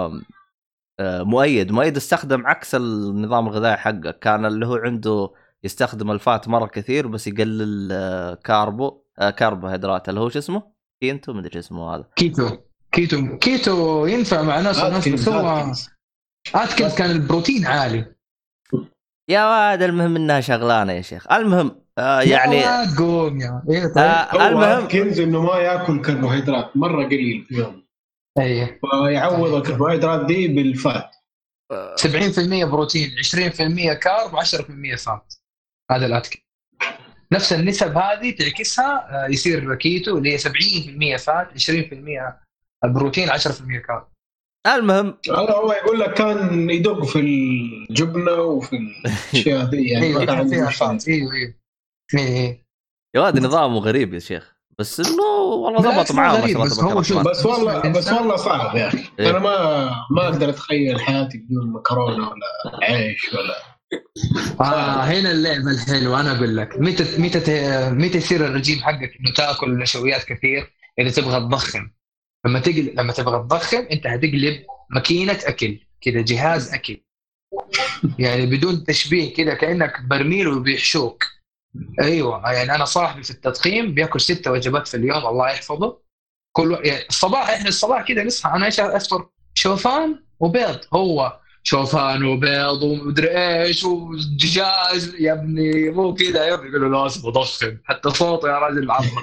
مؤيد مؤيد استخدم عكس النظام الغذائي حقه. كان اللي هو عنده يستخدم الفات مره كثير بس يقلل كاربو كربوهيدرات اللي هو شو اسمه كينتو ما ادري اسمه هذا كيتو كيتو كيتو ينفع مع ناس وناس. بس هو اتكنز كان البروتين عالي يا واد. المهم انها شغلانه يا شيخ. المهم آه يعني يا قوم يا إيه طيب. آه المهم اتكنز انه ما ياكل كربوهيدرات مره قليل في يوم. ايوه ويعوض الكربوهيدرات دي بالفات. سبعين بالمية بروتين، عشرين بالمية كارب، عشرة بالمية فات. هذا الاكل نفس النسب هذه تعكسها يصير كيتو اللي هي سبعين بالمية فات، عشرين بالمية البروتين، عشرة بالمية كارب. المهم هذا هو يقول لك كان يدق في الجبنه وفي الاشياء دي يعني ايوه ما كان عنده فيها مشكلة. فات. ايوه ايوه ايه يا واد نظامه غريب يا شيخ، بس انه والله ضبط معاه ما شاء الله بس هو تبارك شوف الله. بس والله بس والله صعب يا اخي. إيه؟ انا ما ما اقدر اتخيل حياتي بدون مكرونه ولا عيش ولا. آه هنا اللعبة الحلوة. أنا أقول لك متى متى ت- متى يصير الرجيم حقك إنه تأكل نشويات كثير إذا تبغى تضخم. لما تقل لما تبغى تضخم أنت هتقلب ماكينة أكل كذا، جهاز أكل يعني بدون تشبيه كذا، كأنك برميل وبيحشوك. أيوة يعني أنا صاحبي في التضخيم بيأكل ستة وجبات في اليوم الله يحفظه. كل يعني الصباح إحنا الصباح كذا نصحى أنا إيش أفطر؟ شوفان وبيض. هو شوفان وبيض ومدري ايش ودجاج. يا ابني مو كذا يا ابني، يقولوا لا اسمه ضخم حتى صوته يا راجل معظم.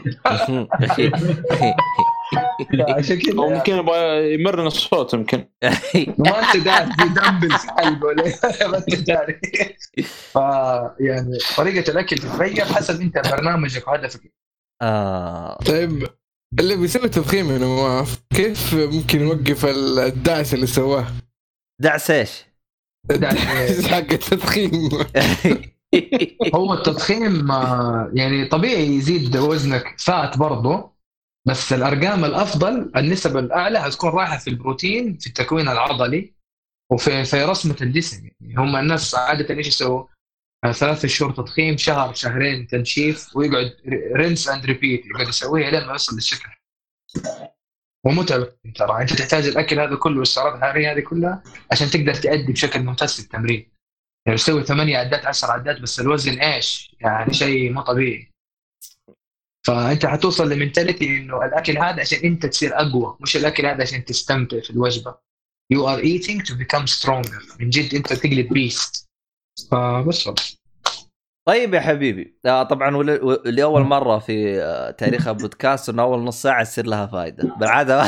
عشان كذا ممكن يبغى يمرن الصوت يمكن. ما انت داري في دمبل في قلبه ما انت داري. ف يعني طريقه الاكل تتغير حسب انت برنامجك وهدفك. آه. طيب اللي بيسوي تضخيم هنا نواف كيف ممكن يوقف الدعس اللي سواه؟ دعس ايش؟ الدعس حق التضخيم. هو التضخيم يعني طبيعي يزيد وزنك فات برضه، بس الأرقام الأفضل النسب الأعلى هتكون رايحة في البروتين في التكوين العضلي وفي في رسمة الجسم. يعني هم الناس عادة إيش يسووا؟ ثلاثة شهور تضخيم، شهر شهرين تنشيف، ويقعد رينس أند ريبيت يقعد يسويها لين ما يوصل للشكل. ومتعب ترى، أنت تحتاج الأكل هذا كله والسعرات الحرارية هذه كلها عشان تقدر تأدي بشكل ممتاز في التمرين. يعني تسوي ثمانية عدات عشر عدات بس الوزن إيش يعني شيء مو طبيعي. فأنت حتوصل لمنتاليتي إنه الأكل هذا عشان أنت تصير أقوى، مش الأكل هذا عشان تستمتع في الوجبة. You are eating to become stronger. من جد أنت تقلب بيست. فبس. طيب يا حبيبي آه طبعا لأول مرة في آه تاريخ البودكاست إنه أول نص ساعة يصير لها فائدة بالعادة.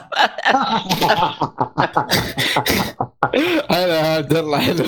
هلا هذا الله حلو.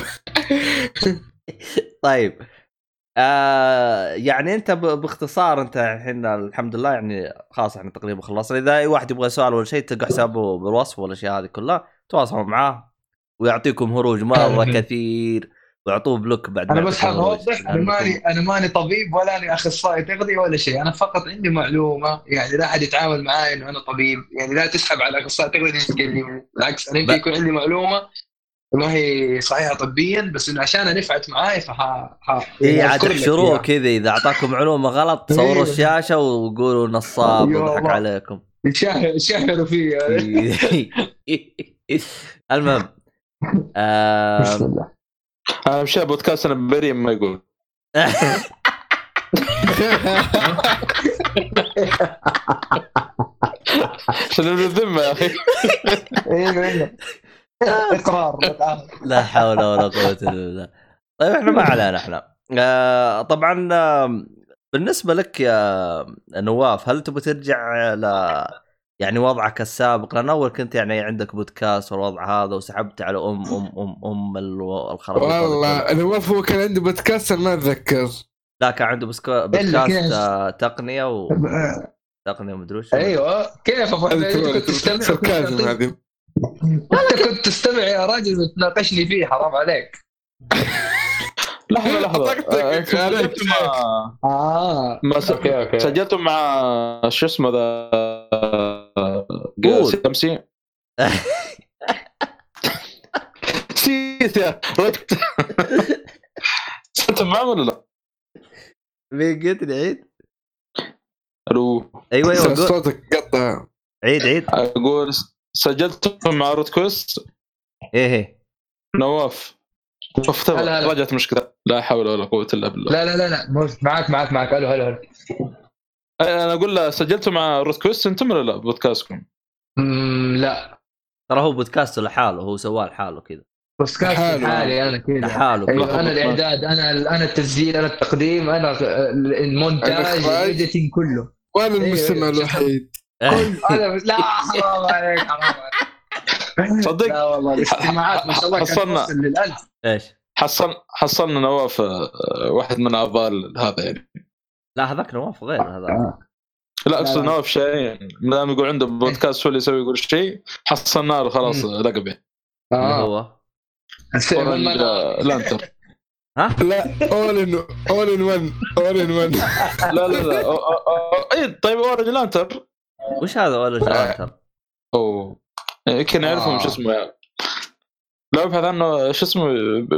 طيب آه يعني انت باختصار انت الحين الحمد لله يعني خلاص احنا تقريبا خلصنا. اذا اي واحد يبغى سؤال ولا شيء تلقى حسابه بالوصف والاشياء هذه كلها تواصلوا معاه ويعطيكم هروج مره كثير ويعطوه بلوك بعد. انا بس حاب اوضح انا ماني انا ماني طبيب ولا اني اخصائي تغذيه ولا شيء. انا فقط عندي معلومه يعني لا احد يتعامل معاي انه انا طبيب. يعني لا تسحب على اخصائي تغذيه تكلمني، بالعكس انا يمكن ب... يكون عندي معلومه ما هي صحيحه طبيا بس انه عشان نفعت معاي فح ح اي عاد احشروه كذا. اذا اعطاكم معلومه غلط صوروا الشاشه وقولوا نصاب وضحك عليكم. شهروا فيه. المهم آه... انا مشى بودكاست انا بريء ما يقول. شنو الذمه يا اخي؟ ايوه اقرار. لا حول ولا قوه الا بالله. طيب احنا ما علينا احنا آه طبعا آه بالنسبه لك يا نواف هل تبغى ترجع ل يعني وضعك السابق؟ لان اول كنت يعني عندك بودكاست والوضع هذا وسحبت على ام ام ام ام الخرابيط. والله نواف هو كان عنده بودكاست ما اتذكر. لا كان عنده بسكو... بودكاست آه تقنيه و تقنيه ومدري وش. ايوه كيف ابو حميد كنت تستمع هذه انت كنت تستمع يا راجل وتناقشني فيه حرام عليك. لحظه لحظه سجلتوا مع اه ما سجلتوا مع شو اسمه ذا سمسي سيسا ركت سجلتوا معه ولا لا؟ مين قلت عيد؟ الو ايوه ايوه صوتك قطع. عيد عيد اقول سجلت مع روتكوست. ايه نواف افترض رجعت مشكله لا حول ولا قوه الا بالله. لا لا لا لا معك معك معك الو هلا هلا. انا اقول له سجلتوا مع روتكوست انتم ولا لا بودكاستكم؟ امم لا ترى هو بودكاست لحاله هو سواه لحاله كذا. بودكاست حالي انا كذا لحاله. أيوة انا الاعداد انا انا التسجيل انا التقديم انا المونتاج الايديتنج كله. وانا المستمع الوحيد. هذا لا حرام عليك حرام عليك صدق لا والله الاجتماعات ما شاء الله حصلنا للألف. ايش حصل حصلنا نواف واحد من اعضاء هذا يعني. لا هذاك نواف غير هذا. لا اقصد نواف شيء ما دام يقول عنده بودكاست هو اللي يسوي يقول شيء حصلنا له خلاص لقبه. اه هو لانتر. ها لا اول ان اول ان ون اول ان ون لا لا لا اي طيب اورنج لانتر وش هذا اورنج لانتر؟ اوه يمكن يعرفهم شو اسمه يعني. لو ابحث عنه شو اسمه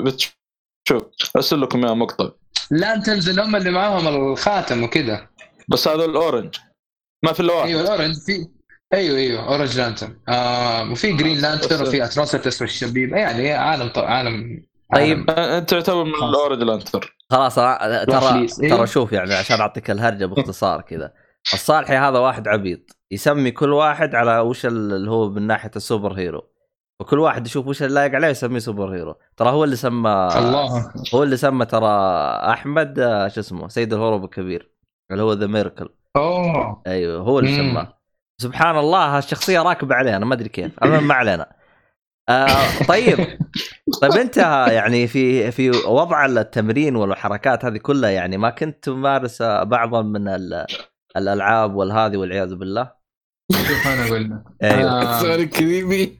بتشوف ارسل لكم يا مقطع. لانترز اللي هم اللي معاهم الخاتم وكذا بس هذا الاورنج ما في الا واحد. ايوه الاورنج في ايوه ايوه اورنج لانترن آه وفي جرين لانترن وفي اتروسيتس والشبيب يعني عالم طو... عالم طيب انت تعتبر من الاورنج لانترن خلاص. ترى ترى شوف يعني عشان اعطيك الهرجه باختصار كذا. الصالحي هذا واحد عبيط يسمي كل واحد على وش اللي هو من ناحيه السوبر هيرو وكل واحد يشوف وش اللي لايق عليه يسميه سوبر هيرو. ترى هو اللي سمى الله هو اللي سمى ترى احمد شو اسمه سيد الهروب الكبير اللي هو ذا ميركل. اوه ايوه هو اللي سماه. سبحان الله هالشخصيه راكبه عليه انا ما ادري كيف. اما ما علينا. آه طيب طيب انت يعني في في وضع التمرين والحركات هذه كلها يعني ما كنت تمارس بعضا من الالعاب والهذه والعياذ بالله؟ شوف انا اقول لك ايوه صار كريمي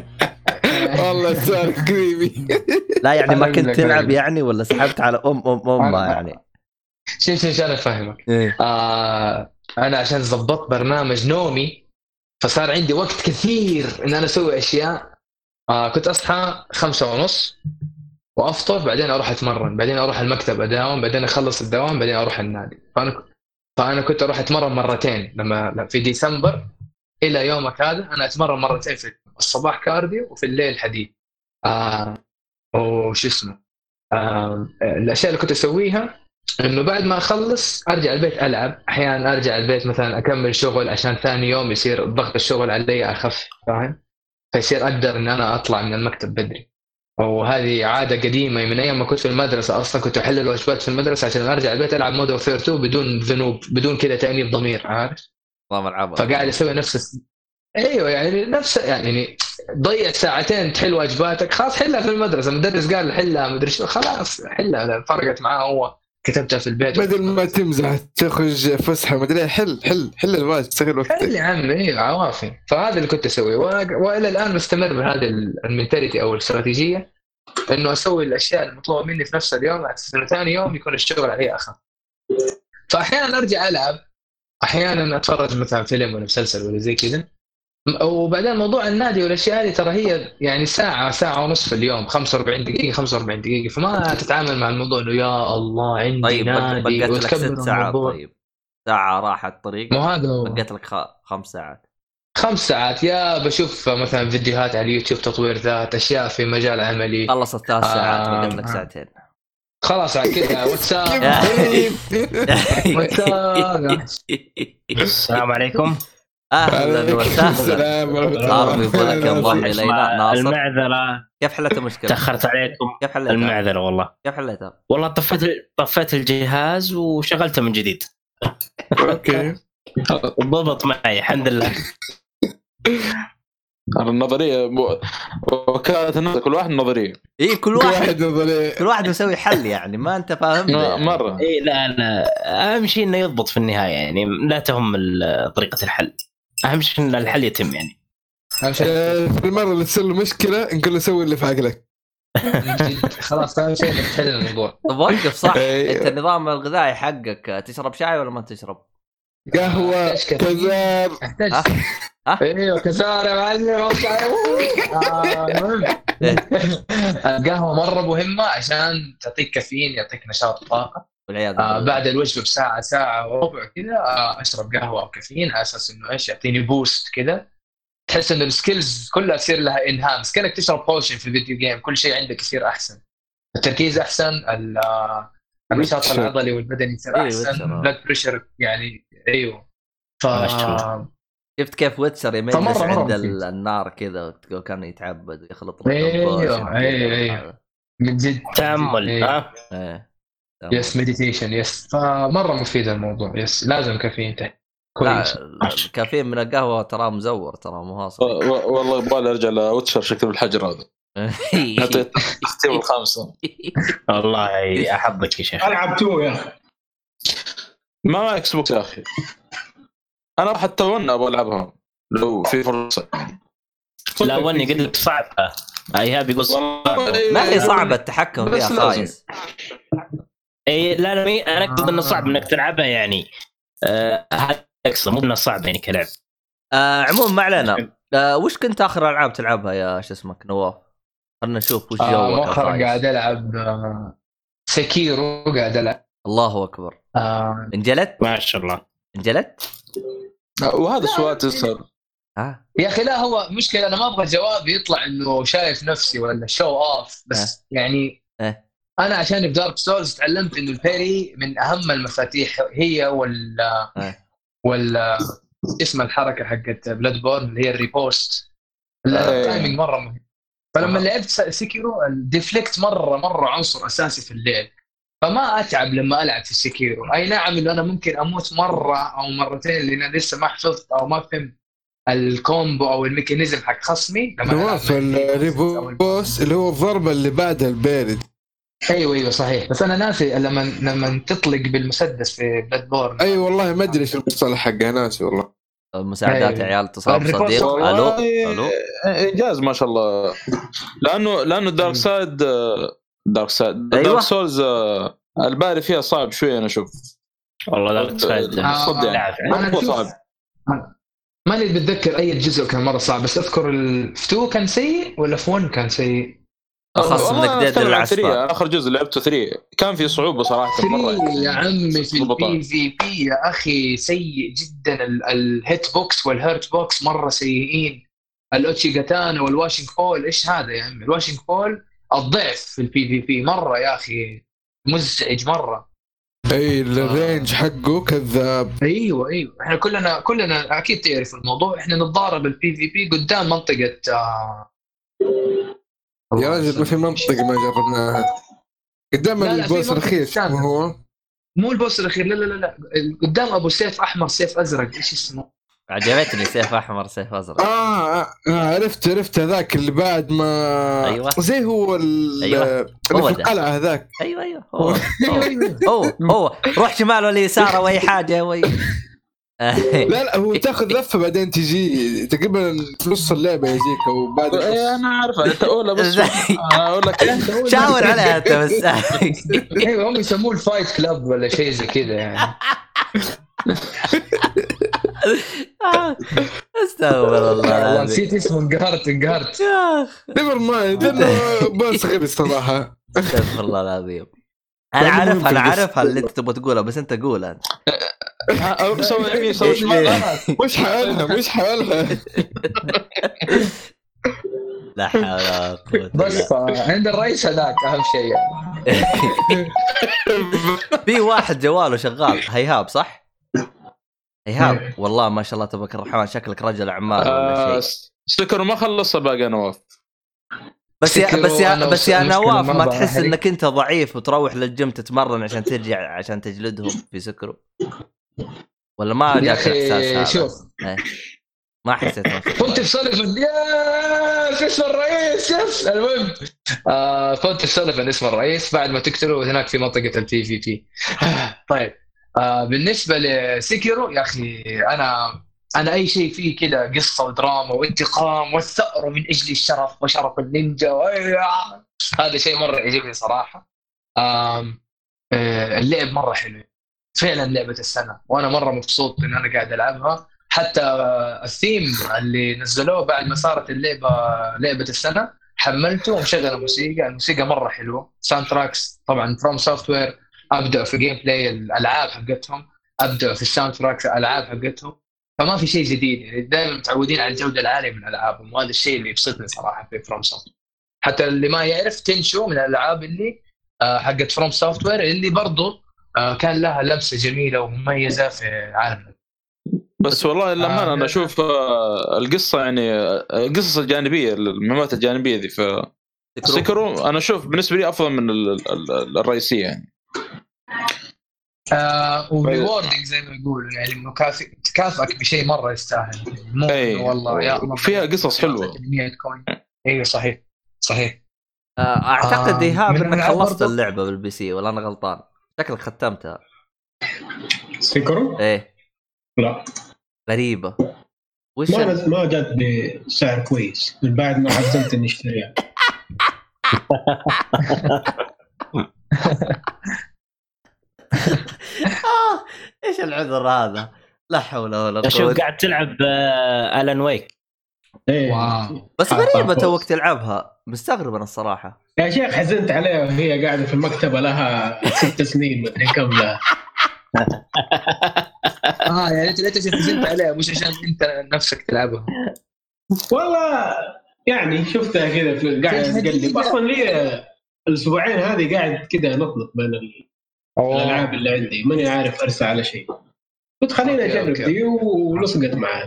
والله صار كريمي. لا يعني ما كنت تلعب يعني ولا سحبت على ام ام ام يعني؟ شوف شوف انا افهمك. آه انا عشان ضبطت برنامج نومي فصار عندي وقت كثير ان انا اسوي اشياء. آه كنت اصحى خمسة ونص وافطر بعدين اروح اتمرن بعدين اروح المكتب اداوم بعدين اخلص الدوام بعدين اروح النادي. فانا فانا كنت اروح اتمرن مرتين لما في ديسمبر الى يومك هذا انا اتمرن مرتين في الصباح كارديو وفي الليل حديد. آه وش اسمه آه الاشياء اللي كنت اسويها انه بعد ما اخلص ارجع البيت العب. احيانا ارجع البيت مثلا اكمل شغل عشان ثاني يوم يصير ضغط الشغل علي اخف فاهم فيصير اقدر ان انا اطلع من المكتب بدري. وهذه عاده قديمه من ايام ما كنت في المدرسه اصلا كنت احل الواجبات في المدرسه عشان ارجع البيت العب مود وفير تو بدون ذنوب بدون كذا تأنيب ضمير عارف. نظام العاب فقاعد اسوي نفس الس... ايوه يعني نفس يعني ضيع ساعتين تحل واجباتك خلاص حلها في المدرسه المدرس قال حلها مدري شو خلاص حلها فرقت معاه هو كتبتها في البيت بدل ما تمزح تخرج فسحه مدري حل حل حل الواجب تستغل وقتك حل يا عمي ايوه عوافي. فهذا اللي كنت اسويه والى الان مستمر بهذه المنتاليتي او الاستراتيجيه انه اسوي الاشياء المطلوبه مني في نفس اليوم على اساس انه ثاني يوم يكون الشغل عليه اخف. فاحيانا ارجع العب احيانا اتفرج مثلا فيلم ولا مسلسل ولا زي كذا. وبعدين موضوع النادي والاشياء هذه ترى هي يعني ساعه ساعه ونص في اليوم خمسة وأربعين دقيقه خمسة وأربعين دقيقه فما تتعامل مع الموضوع انه يا الله عندي طيب نادي بقت لك ست ساعات. طيب ساعه راحت طريق بقت لك خ... خمس ساعات خمس ساعات يا بشوف مثلا فيديوهات على اليوتيوب تطوير ذات اشياء في مجال عملي خلصت ثلاث ساعات آه بقت لك ساعتين خلاص على كذا واتساب واتساب. السلام عليكم. اهلا وسهلا. عربي فلك انضم الينا ناصر. المعذره كيف حلت المشكله؟ تاخرت عليكم. كيف حلتها؟ المعذره والله. كيف حلتها؟ والله طفيت طفيت الجهاز وشغلته من جديد. اوكي ضبط معي الحمد لله. النظريه وكاله كل واحد نظريه. اي كل واحد نظريه كل واحد يسوي حل يعني ما انت فاهم يعني. مره اي لا لا اهم شيء انه يضبط في النهايه يعني لا تهم طريقه الحل اهم شيء ان الحل يتم يعني. في المره اللي تصير له مشكله نقول له سوي اللي في عقلك خلاص اهم شيء تحل الموضوع. طب وقف صح. انت النظام الغذائي حقك تشرب شاي ولا ما تشرب قهوه كزار؟ ايوه كزار يا معلم. القهوه مره مهمه عشان تعطيك كافيين يعطيك نشاط طاقه. آه بعد الوجبه بساعه ساعه وربع كذا آه اشرب قهوه او كافيين على اساس انه ايش يعطيني بوست كذا تحس انه السكيلز كلها تصير لها انهانس كانك تشرب بوشن في الفيديو جيم كل شيء عندك يصير احسن التركيز احسن النشاط العضلي والبدني يصير احسن بلاد بريشر يعني ايوه. ف شفت كيف ويتشر يمجلس عند النار كذا وكان يتعبد ويخلط ايوه ايوه من جد تأمل ها ايه يس مديتيشن يس فمره مفيد الموضوع يس لازم كافيين تحت كويس. كافيين من القهوه ترى مزور ترى مو هاصل. والله يبغى ارجع لوتشر شكل الحجر هذا. حتى تختيم الخامسه. والله احبك يا شيخ. العب تو يا اخي. ما اكس بوكس يا اخي. انا حتى وانا ابغى العبها لو في فرصه. لا وني قلت لك صعب. ايهاب يقول ما هي صعبه التحكم فيها خايس. اي لا لا انا اقصد انه صعب انك تلعبها يعني. هذا آه اقصد مو انه صعب يعني كلعب. آه عموما ما علينا. آه وش كنت اخر العاب تلعبها يا شو اسمك نواف؟ خلنا نشوف وش جوك. آه مؤخرا قاعد العب آه سكيرو قاعد العب. الله اكبر. آه انجلت ما شاء الله انجلت. وهذا سؤال تسأل. ها يا اخي لا هو مشكله انا ما ابغى جواب يطلع انه شايف نفسي ولا شو اوف بس أه. يعني أه. انا عشان في دارك سولز تعلمت انه البيري من اهم المفاتيح هي ولا أه. ولا اسم الحركه حقت بلاد بورن اللي هي الريبوست. التايمينج مره مهم. فلما لعبت سيكيرو الديفليكت مره مره عنصر اساسي في اللعب فما اتعب لما العب في سيكيرو. اي نعم انه انا ممكن اموت مره او مرتين لان انا لسه ما حفظت او ما فهمت الكومبو او الميكانيزم حق خصمي. نواف الريبوس اللي هو الضربه اللي بعد البارد. ايوه ايوه صحيح بس انا ناسي لما لما تطلق بالمسدس في بلاد بورن. اي أيوة والله ما ادري ايش المصطلح حقها ناسي والله. مساعدات يا عيال تصاب صديق. الو الو انجاز ما شاء الله. لانه لانه دارك سايد دارك سايد أيوة. دارك سولز الباري فيها صعب شويه انا اشوف. والله دارك سايد صد يعني انا صعب. ماني بتذكر اي جزء كان مره صعب بس اذكر الفتو كان سيء ولا فون كان سيء. اخص من قديد العسفة. اخر جزء لعبته ثلاثة كان في صعوبه صراحه مره يا عمي في البي في بي يا اخي سيء جدا. الهيت بوكس والهيرت بوكس مره سيئين. الاوتشي جاتانا والواشنج بول ايش هذا يا عمي. الواشنج بول الضعف في البي في بي مره يا اخي مزعج مره. اي الرينج حقه كذاب. ايوه ايوه احنا كلنا كلنا اكيد تعرف الموضوع. احنا نتضارب البي في بي قدام منطقه آه يا رجل ما في منطقه ما جربناها قدام البوس الرخيص. هو مو البوس الاخير لا لا لا لا قدام ابو سيف احمر سيف ازرق ايش اسمه. عجبتني سيف احمر سيف ازرق. اه, آه عرفت عرفت هذاك اللي بعد ما أيوة. زي هو أيوة. اللي في القلعه هذاك. ايوه ايوه هو هو, هو, هو. روح شمال ولا يسار او اي حاجه وي. لا لا هو تاخذ لفه بعدين تجي تقريبا في نص اللعبه يجيك وبعد انا عارفه انت اولى بس اقول لك شاور عليها انت بس. ايوه هم يسموه الفايت كلاب ولا شيء زي كذا يعني. استغفر الله نسيت اسمه انقهرت انقهرت. نيفر مايند بس غير الصراحه. استغفر الله العظيم. انا عارف انا عارف اللي انت تبغى تقوله بس انت قول انت. سوي سوي مش حالها مش حالها. لا حول ولا قوه بس عند الرئيس هذاك اهم شيء يعني. في واحد جواله شغال هيهاب صح؟ هيهاب والله ما شاء الله تبارك الرحمن شكلك رجل اعمال ولا شيء. سكر ما خلص باقي نواف. بس يا بس يا بس يا نواف ما تحس انك انت ضعيف وتروح للجيم تتمرن عشان ترجع عشان تجلدهم في سكرو ولا ما جاك الاحساس هذا؟ شوف ايه. ما حسيت كنت في سوليفن يا في اسم الرئيس يس. المهم آه كنت في سوليفن اسم الرئيس بعد ما تقتلوا هناك في منطقه البي في بي. طيب آه بالنسبه لسيكيرو يا اخي انا انا اي شيء فيه كده قصه ودراما وانتقام والثأر من اجل الشرف وشرف النينجا هذا شيء مره يعجبني صراحه. آه اللعب مره حلو فعلا لعبه السنه وانا مره مبسوط ان انا قاعد العبها. حتى الثيم اللي نزلوه بعد ما صارت اللعبه لعبه السنه حملته ومشغل الموسيقى. الموسيقى مره حلوه. ساوند تراكس طبعا فروم سوفت وير. ابدا في جيم بلاي الالعاب حقتهم ابدا في الساوند تراكس الالعاب حقتهم فما في شيء جديد يعني دائما متعودين على الجوده العاليه من الالعابهم وهذا الشيء اللي يبسطني صراحه في فروم سوفت. حتى اللي ما يعرف تنشو من الالعاب اللي حقت فروم سوفت وير اللي برضو كان لها لمسه جميله ومميزه في عالمنا. بس والله لما آه انا اشوف القصه يعني القصص الجانبيه المهمات الجانبيه ذي في سكرو انا اشوف بالنسبه لي افضل من الرئيسيه يعني. آه وريوردنج زي ما يقولوا، يعني مكافئ تكافئك بشيء مره يستاهل، مو أي. والله يا فيها قصص حلوه. مية كوين. ايوه صحيح صحيح. اعتقد آه، ايهاب من انك الألعاب خلصت برضو؟ اللعبه بالبي سي ولا انا غلطان؟ شكلك ختمتها. سيكرو؟ ايه لا غريبه. وش ما ال- نز- ما جات بسعر كويس من بعد ما عزمت اني اشتريها. آه، ايش العذر هذا؟ لا حول ولا اشوف قوه. قاعد تلعب آه، الان ويك. إيه. واو. بس حاطها غريبه فوق. توك تلعبها، مستغرب انا الصراحه. يا شيخ حزنت عليها وهي قاعده في المكتبه لها ست سنين مدري كم لها. اه يعني انت ليش حزنت عليها مش عشان انت نفسك تلعبها؟ والله يعني شفتها كذا في- قاعد اقلب اصلا لي الاسبوعين هذه قاعد كذا نطلق بين الالعاب اللي عندي ماني عارف ارسى على شيء. قلت خليني أوكي، اجرب أوكي. دي ولصقت معاه.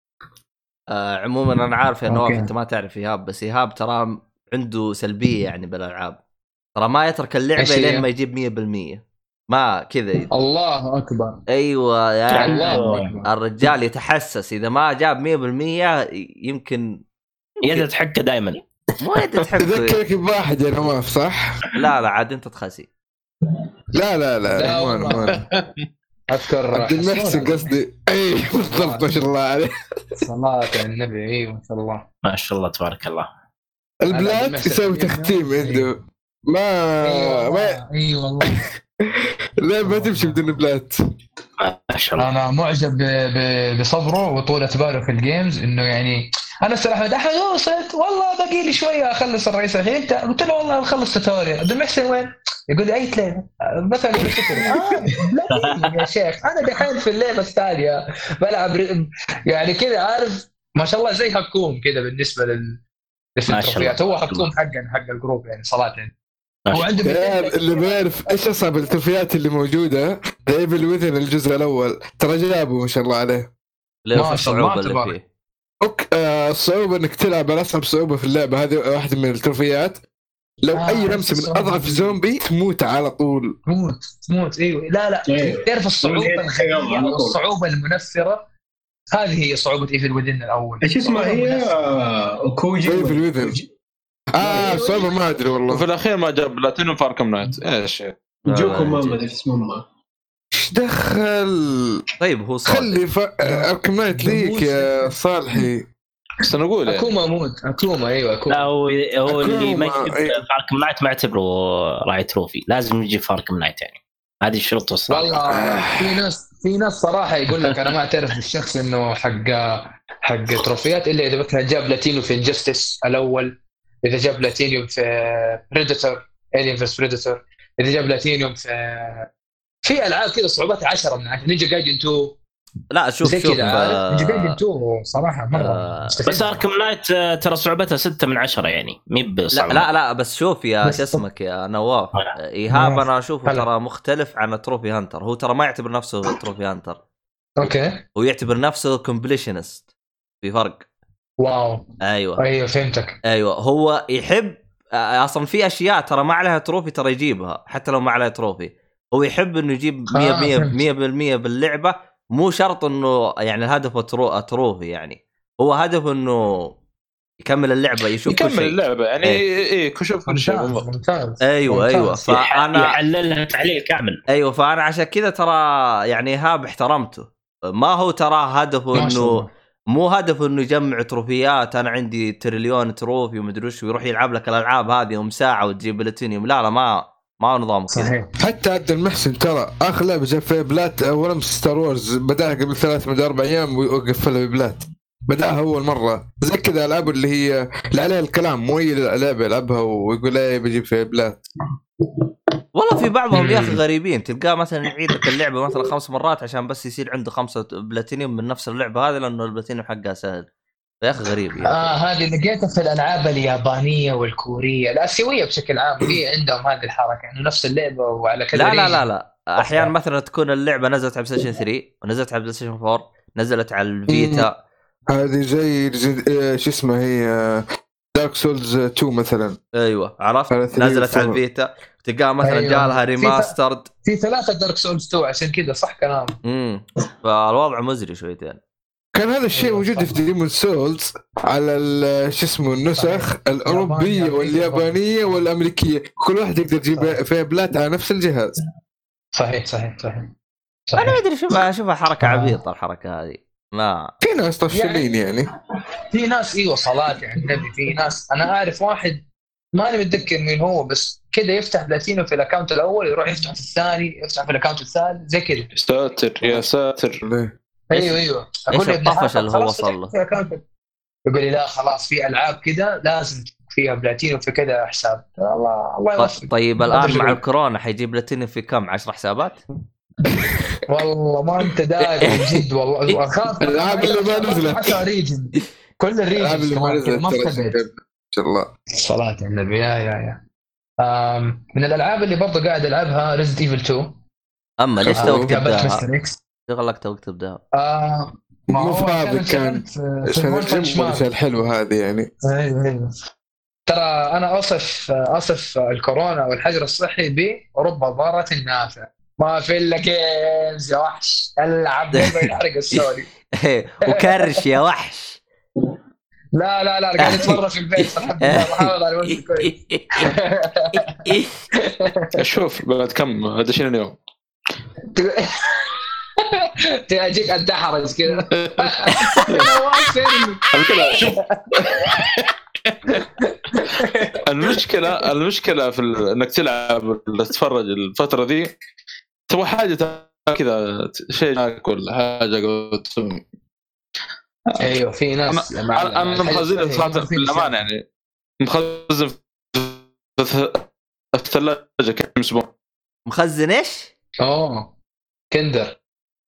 آه عموما انا عارف يا نواف أوكي. انت ما تعرف ايهاب، بس ايهاب ترى عنده سلبيه يعني بالالعاب، ترى ما يترك اللعبه إيش هي؟ لين ما يجيب مية بالمية. ما كذا. الله اكبر. ايوه يعني الله اكبر. الرجال يتحسس اذا ما جاب مية بالمية يمكن يده تحكه دائما. مو يد تحب. تذكرك بواحد يا نواف صح؟ لا لا عاد انت تخسي. لا لا لا, لا لا والله. ما ما اذكر عبد المحسن قصدي. اي بالضبط ما شاء الله عليه. صلاة على النبي. ايوه ما شاء الله. ما شاء الله تبارك الله. البلاد يسوي تختيم عنده ما ما اي والله. لا ما تمشي بدون بلاد. ما شاء الله. انا معجب ب- ب- بصبره وطولة باله في الجيمز، انه يعني انا الصراحه دحين وصلت والله باقي لي شويه اخلص الرئيس الاخير. انت قلت له والله اخلص توتوريال. عبد المحسن وين؟ يقول لي اي لعبه مثلا بشكل آه لا يا شيخ انا دحين في اللعبه الثانيه بلعب ر- يعني كذا عارف ما شاء الله زي حكوم كذا بالنسبه لل ما شاء الله. للتروفيات. هو حكوم حقا حق الجروب يعني صراحه. ما هو شاء عنده يا ميتين اللي بيعرف ايش اصعب التروفيات اللي موجوده ايفل ويذن الجزء الاول ترى جابه ما شاء الله عليه. ليه ما في شاء الله الصعوبه اللي تبارك. فيه. اوك آه الصعوبه انك تلعب على اصعب صعوبه في اللعبه هذه واحده من التروفيات. لو آه، اي نفس لمسه من الصعوبة. اضعف زومبي تموت على طول. تموت تموت ايوه. لا لا إيه. تعرف الصعوبه والهيد الخفيه يلا على طول. والصعوبه المنفره، هذه هي صعوبه ايفل ويدن الاول. ايش اسمها هي؟ آه، اوكوجي ايفل ويذن. اه الصعوبه ما ادري وفي والله. الاخير ما جاب بلاتينوم فاركم نايت. ايش جوكو ما ادري اسمه. ايش دخل؟ طيب هو صار خلي ف... اركم نايت ليك يا صالحي. بس انا اقول يعني. اكوما موت اكوما ايوه لا اكوما. هو هو اللي ما أكوما، يجيب أي. فاركم نايت ما اعتبره راعي تروفي، لازم يجي فاركم نايت يعني هذه الشروط الصراحه. والله في ناس في ناس صراحه يقول لك انا ما اعترف بالشخص انه حق حق تروفيات الا اذا مثلا جاب بلاتينيوم في انجستس الاول، اذا جاب بلاتينيوم في بريدتور الين فيرس بريدتور، اذا جاب بلاتينيوم في في العاب كذا صعوبات عشرة من عشرة. نينجا جايدن اثنين لا شوف زي شوف كذا عارف. آه، نينجا جايدن اثنين صراحه مره آه، مستفيد. بس اركم نايت آه، ترى صعوبتها ستة من عشرة يعني مي لا بصعبة. لا لا بس شوف يا بس- شو اسمك يا نواف، هلا. ايهاب نواف. انا اشوفه هلا. ترى مختلف عن تروفي هانتر. هو ترى ما يعتبر نفسه تروفي هانتر، اوكي هو يعتبر نفسه كومبليشنست. في فرق. واو ايوه ايوه فهمتك. ايوه هو يحب آه، اصلا في اشياء ترى ما عليها تروفي ترى يجيبها حتى لو ما عليها تروفي. هو يحب انه يجيب مية آه، مية فهمت. مية بالمية باللعبه، مو شرط انه يعني الهدف ترو تروفي يعني. هو هدف انه يكمل اللعبه يشوف كل يكمل شيء. اللعبه يعني إيه. ايه ايه كشوف كل شيء ممتاز بالضبط. ممتاز ايوه ممتاز. ايوه فانا يحللها تحليل كامل. ايوه فانا عشان كذا ترى يعني ايهاب احترمته. ما هو ترى هدفه ما شاء انه الله. مو هدفه انه يجمع تروفيات. انا عندي تريليون تروفي ومدري وش، ويروح يلعب لك الالعاب هذه ام ساعه وتجيب بلاتينيوم. لا لا ما ما هو نظام كذا. صحيح. حتى عبد المحسن ترى اخر لعبه جاب فيها بلات اول ستار وورز بداها قبل ثلاث من اربع ايام وقفلها ببلات. بداها اول مره زي كذا العاب اللي هي اللي عليها الكلام مو هي لعبه يلعبها ويقول ايه بجيب فيها بلات. والله في بعضهم يا اخي غريبين، تلقاه مثلا يعيد لك اللعبه مثلا خمس مرات عشان بس يصير عنده خمسه بلاتينيوم من نفس اللعبه هذه، لانه البلاتينيوم حقها سهل. يا اخي غريب يا آه هذه لقيتها في الالعاب اليابانيه والكوريه الاسيويه بشكل عام. هي عندهم هذه الحركه انه نفس اللعبه وعلى كذا. لا لا لا لا احيانا مثلا تكون اللعبه نزلت على بلاي ستيشن ثلاثة ونزلت على بلاي ستيشن أربعة، نزلت على الفيتا. هذه زي شو اسمها هي دارك سولز تو مثلا. ايوه عرفت نزلت على الفيتا تلقاها مثلا أيوة. جالها ريماسترد في ثلاثه دارك سولز تو عشان كذا صح كلام. امم فالوضع مزري شويتين. كان هذا الشيء موجود في ديمون سولز على شو اسمه النسخ الأوروبية واليابانية والأمريكية، كل واحد يقدر يجيب فيها بلات على نفس الجهاز. صحيح صحيح صحيح, صحيح. أنا ما أدري شو أشوفها حركة عبيطة الحركة هذه. ما في ناس طفشلين يعني, يعني في ناس إيوه صلاة يعني النبي. في ناس أنا أعرف واحد ما أنا متذكر مين هو بس كده يفتح بلاتينو في الأكاونت الأول يروح يفتح في الثاني يفتح في الأكاونت الثالث زي كده. ساتر يا ساتر. ايوه ايوه ايش الطفش اللي هو وصل له؟ يقول لي لا خلاص في العاب كده لازم فيها بلاتينو في كده حساب. الله الله يوفقك. طيب الان مع الكورونا حيجيب بلاتينو في كم عشر حسابات؟ والله ما انت داري جد والله اخاف الالعاب اللي ما نزلت كل الريجن اللي ما نزلت ما ان شاء الله. صلاة على النبي. يا يا يا من الالعاب اللي برضه قاعد العبها ريزيدنت ايفل تو. اما ليش توك تبداها؟ شغلك توك تبداها؟ آه مو فاضي كان عشان الحلوة هذه يعني. ايوه ايوه ترى انا اصف اصف الكورونا والحجر الصحي برب ضارة نافع. ما في الا جيمز يا وحش العب يحرق السوري وكرش يا وحش. لا لا لا قاعد اتفرج في البيت الحمد لله بحاول على وجهي كويس. اشوف بعد كم دشين اليوم تجيك الدحرج كذا. المشكلة المشكلة في انك تلعب تتفرج الفترة دي تبغى حاجة كذا شيء تاكل حاجة تسوي. ايوه في ناس انا انا مخزن صراحة في الأمانة يعني مخزن في الثلاجة كم اسبوع. مخزن ايش؟ اوه كندر.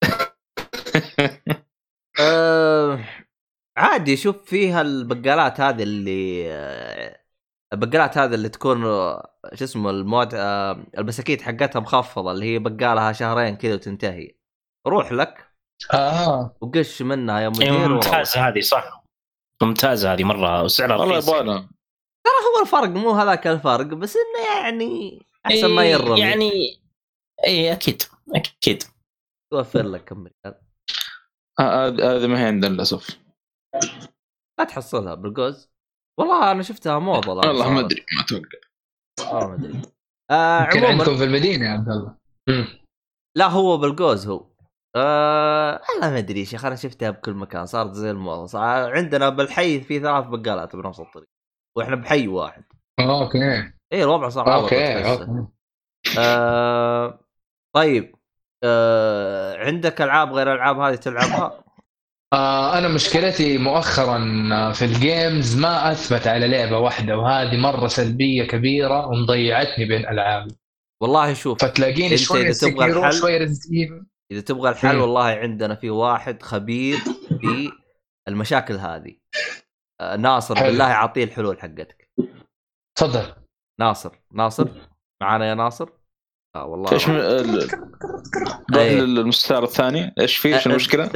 أه عادي شوف فيها البقالات هذه اللي البقالات هذه اللي تكون شو اسمه المواد البساكيت حقتها مخفضة اللي هي بقالها شهرين كذا وتنتهي. روح لك اه وقش منها يا مدير. ممتازة هذه صح ممتازة هذه مرة وسعرها رخيص. والله ترى هو الفرق مو هذاك الفرق بس انه يعني احسن ما يرمي يعني اي اكيد اكيد توفر لك كم ريال. هذا ما هي عندنا للاسف. لا تحصلها بالجوز. والله انا شفتها موضه. والله ما ادري ما اتوقع. اه ما ادري. آه عموما عندكم في المدينه يا عبد الله. لا هو بالجوز هو آه انا ما ادري شيخ انا شفتها بكل مكان صارت زي الموضه. صار عندنا بالحي في ثلاث بقالات بنفس الطريق واحنا بحي واحد. اوكي ايه الوضع صار اوكي اوكي آه طيب آه عندك العاب غير الالعاب هذه تلعبها؟ آه انا مشكلتي مؤخرا في الجيمز ما اثبت على لعبه واحده وهذه مره سلبيه كبيره ومضيعتني بين العاب. والله شوف فتلاقيني شويه سكيرو شويه ريزيدنت. اذا تبغى الحل م. والله عندنا في واحد خبير في المشاكل هذه. آه ناصر حل. بالله اعطيه الحلول حقتك. تفضل ناصر. ناصر معانا يا ناصر؟ اه والله ايش روح للمستعار الثاني ايش فيه ايش المشكله؟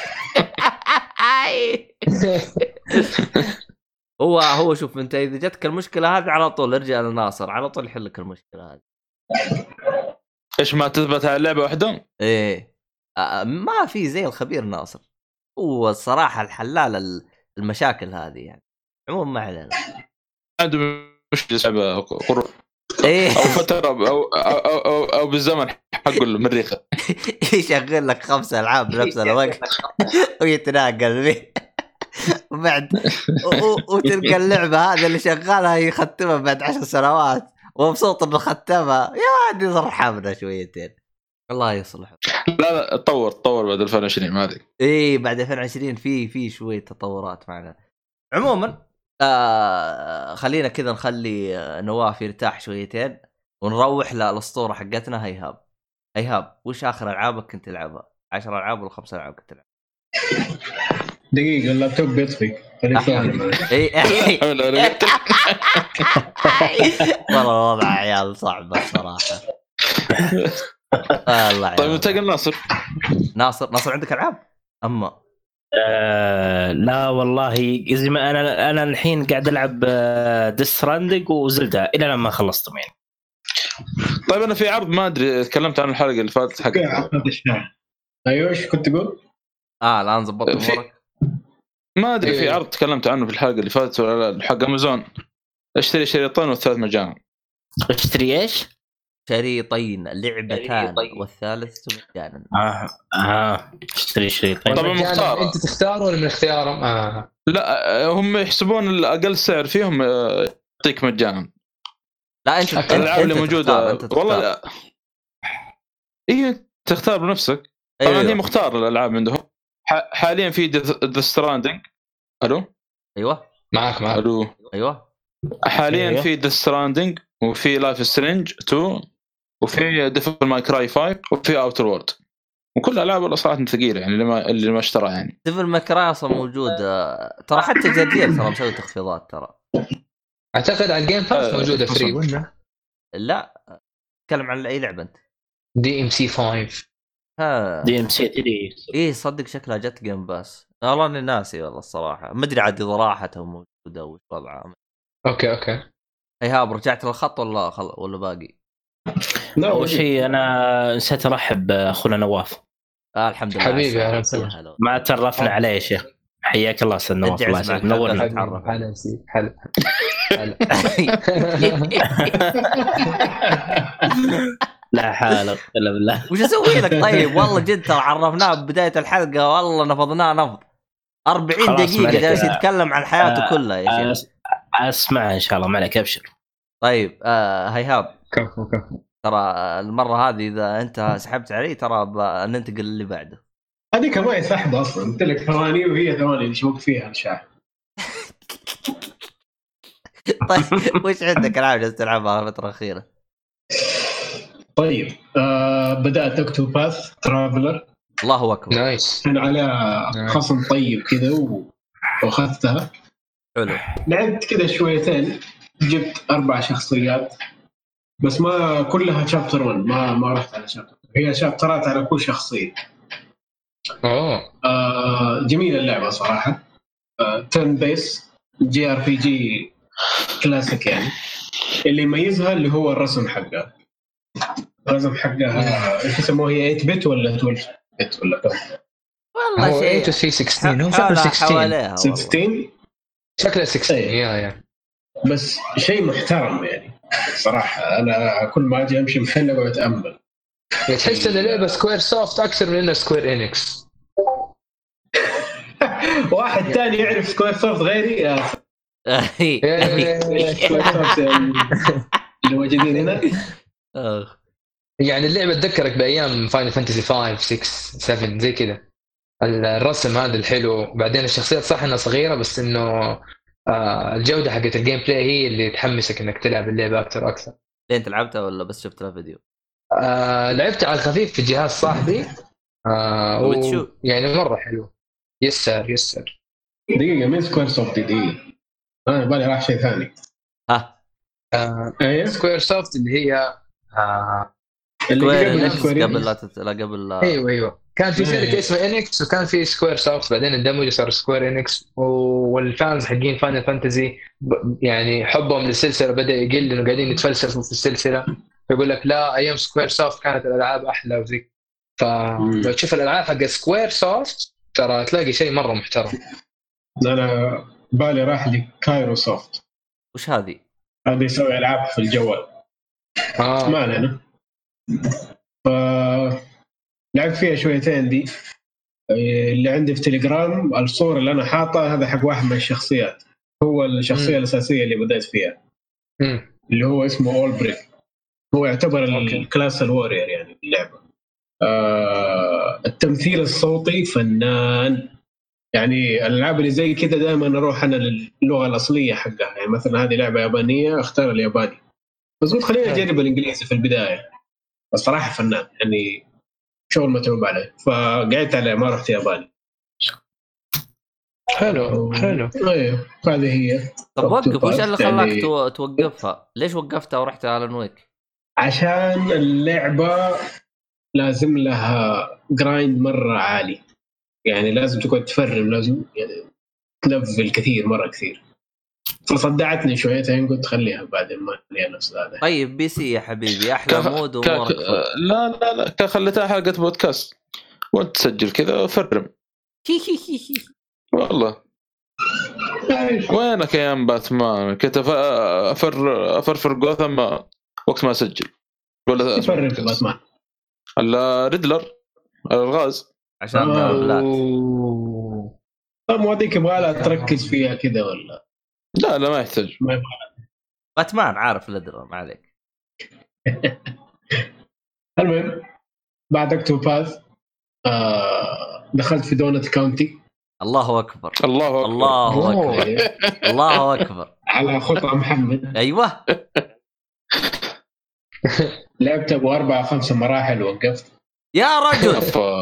هو هو شوف انت اذا جتك المشكله هذه على طول ارجع لناصر على طول يحل لك المشكله هذه. ايش ما تثبت على لعبه واحده؟ ايه آه ما في زي الخبير ناصر. هو الصراحه الحلال المشاكل هذه يعني. عموما ما علينا. عنده مشكله لعبه قروح ايه او فتره او او او, أو, أو بالزمن حقه المريخه يشغل لك خمسة العاب بنفس الوقت ويتناقل به وبعد وتلقى اللعبه هذه اللي شغالها يختمها بعد عشر سنوات ومبسوط انه ختمها. يا وادي صرحمنا شويتين الله يصلح. لا لا تطور تطور بعد ألفين وعشرين ما ادري. ايه بعد ألفين وعشرين في في شويه تطورات معنا. عموما آه خلينا كذا نخلي نواف يرتاح شويتين ونروح للأسطورة حقتنا هيهاب. هيهاب وش آخر ألعابك كنت تلعبها؟ عشر ألعاب ولا خمسة ألعاب كنت تلعب؟ دقيقة اللابتوب بيطفي. اي والله وضع عيال صعب الصراحة. طيب تقل ناصر. ناصر ناصر عندك ألعاب؟ أما آه لا والله زي ما انا انا الحين قاعد العب ديستراندنج وزلدا الى الان ما خلصتهم يعني. طيب انا في عرض ما ادري تكلمت عن الحلقه اللي فاتت حق ايوه ايش كنت تقول؟ اه الان ضبطت امورك. ما ادري في عرض تكلمت عنه في الحلقه اللي فاتت ولا لا، حق امازون اشتري شريطين والثالث مجانا. اشتري ايش؟ شريطين لعبتان والثالث مجانا. اه اه اشتري شريطين طبعا مختار انت تختار ولا من اختيارهم؟ اه لا هم يحسبون الاقل سعر فيهم يعطيك مجانا. لا انت الالعاب اللي موجوده والله لا ايه تختار بنفسك. طبعا أيوة. هي مختار الالعاب عندهم حاليا في ذا ستراندنج. الو ايوه معك معك الو ايوه حاليا أيوة. في ذا ستراندنج وفي لايف سترينج تو وفي ديفل ماي كراي فايف وفي اوتر وورد، وكل العاب الاصوات ثقيله يعني اللي ما اللي ما اشترى يعني. ديفل ماي كراي اصلا موجود ترى، حتى جدير ترى مسوي تخفيضات ترى. اعتقد على الجيم باس موجوده فري ولا لا؟ اتكلم عن اي لعبه انت؟ دي ام سي خمسة. ها دي ام سي تدري ايه صدق شكلها جت جيم باس. والله اني ناسي والله الصراحه، ما ادري عاد اذا راحتها موجوده وش وضعها. اوكي اوكي ايهاب رجعت للخط ولا خل... ولا باقي؟ اول شيء انا نسيت ارحب باخونا نواف. آه الحمد لله حبيبي اهلا وسهلا. ما تعرفنا عليه يا شيخ. حياك الله استاذ نواف. الله يسعدك نورنا. نتعرف على نفسي. هلا لا حالة الا بالله. وش اسوي لك طيب؟ والله جد عرفناه بدايه الحلقه والله نفضناه نفض أربعين دقيقه جالس يتكلم عن حياته آه كلها يا شيخ. اسمع ان شاء الله ما عليك ابشر. طيب آه هيهاب كفو كفو. ترى المره هذه اذا انت سحبت علي ترى ننتقل اللي بعده. هذيك ما هي سحبه اصلا، قلت لك ثواني وهي ثواني اللي شوك فيها الشاحن. طيب وش عندك العاب جالس تلعبها الفتره الاخيره؟ طيب آه بدات اوكتوباث ترافلر. الله اكبر نايس. كان على خصم طيب كذا واخذتها. حلو. لعبت كذا شويتين، جبت اربع شخصيات بس ما كلها شابتر واحد، ما ما رحت على شابتر، هي شابترات على كل شخصيه. اوه آه جميله اللعبه صراحه. آه تيرن بيس جي ار بي جي كلاسيك يعني. اللي يميزها اللي هو الرسم حقها. الرسم حقها ايش يسموه، هي ثمانية بت ولا اثنا عشر بت ولا كم؟ والله هو شيء ستة وستين ستاشر هو شكله ستاشر ستاشر شكله ستاشر يا يا بس شيء محترم يعني صراحه. انا كل ما اجي امشي محل واتامل. تحس ان اللعبه سكوير سوفت اكثر من انها سكوير انكس. واحد تاني يعرف سكوير سوفت غيري يا سكوير سوفت اللي موجودين هنا. يعني اللعبه تذكرك بايام فاينل فانتسي خمسة ستة سبعة زي كذا. الرسم هذا الحلو، بعدين الشخصيات صح انها صغيره بس انه آه الجوده حقت الجيم بلاي هي اللي تحمسك انك تلعب اللعبه اكثر اكثر. انت لعبتها ولا بس شفت لها فيديو؟ آه لعبت على الخفيف في جهاز صاحبي. آه و... يعني مره حلو. يسر يسر دقيقه من سكوير سوفت دي انا بالي راح شيء ثاني. ها آه أيه؟ سكوير سوفت اللي هي آه اللي قبل قبل لا تتلا قبل لا... ايوه ايوه كان في شركه اسمها انكس وكان في سكوير سوفت، بعدين اندمجوا صار سكوير انكس. والفانز حقين فاينل فانتزي يعني حبهم للسلسله بدا يقل لانه قاعدين يتفلسفوا في السلسله، فيقول لك لا ايام سكوير سوفت كانت الالعاب احلى وزي. فلو تشوف الالعاب حق سكوير سوفت ترى تلاقي شيء مره محترم. انا بالي راح لي كايرو سوفت. وش هذه؟ هذه يسوي العاب في الجوال. اه ما علينا. ف لعبت فيها شويتين دي. اللي عندي في تليجرام الصورة اللي أنا حاطة هذا حق واحد من الشخصيات، هو الشخصية م. الأساسية اللي بدأت فيها م. اللي هو اسمه أولبريك. هو يعتبر الكلاس الوارير يعني اللعبة. آه التمثيل الصوتي فنان يعني. الألعاب اللي زي كده دائما أروح أنا للغة الأصلية حقها، يعني مثلا هذه لعبة يابانية أختار الياباني، بس قلت خليني أجرب الإنجليزي في البداية. الصراحة فنان يعني شغل متعوب عليه، فقعدت عليه ما رحت ياباني. حلو حلو. ايوه هذه هي. طب وقف، وش اللي خلاك يعني توقفها؟ ليش وقفتها ورحت على نويك؟ عشان اللعبة لازم لها جرايند مرة عالي يعني لازم تقعد تفرم، لازم يعني تلفل كثير مرة كثير، فصدعتني شويتين قلت خليها بعدين ما لي نفس هذا. طيب بي سي يا حبيبي احلى كخ... مود كخ... وامورك فل. لا لا لا كان خليتها حلقة بودكاست وانت تسجل كذا فرم. والله وينك يا باتمان؟ كنت افر افرفر جوثم وقت ما اسجل ولا فرم باتمان الريدلر الغاز عشان آه. بلات. طب موديك يبغى لها تركز فيها كذا ولا لا لا ما يحتاج. ما يبغى. باتمان عارف الادرة ما عليك. المهم بعد اكتوباث آه دخلت في دونت كاونتي. الله اكبر الله أكبر. الله اكبر الله اكبر على خطى محمد. ايوه لعبت ابو أربعة خمسة مراحل ووقفت. يا رجل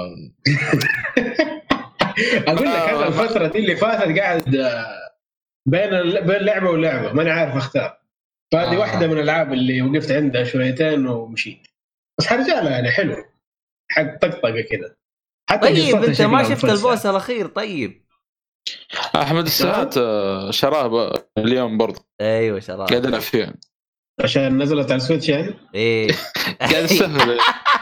اقول لك انا الفتره دي اللي فاتت قاعد بين بين لعبه ولعبه ماني عارف اختار، فهذه آه. واحده من الالعاب اللي وقفت عندها شويتين ومشيت، بس حرجع لها يعني حلو حق طقطقه كذا. حتى طيب انت ما شفت البوس الاخير؟ طيب احمد الساعات شراب اليوم برضه. ايوه شراب قاعد العب فيها عشان نزلت على السويتش يعني. ايه قاعد اسهل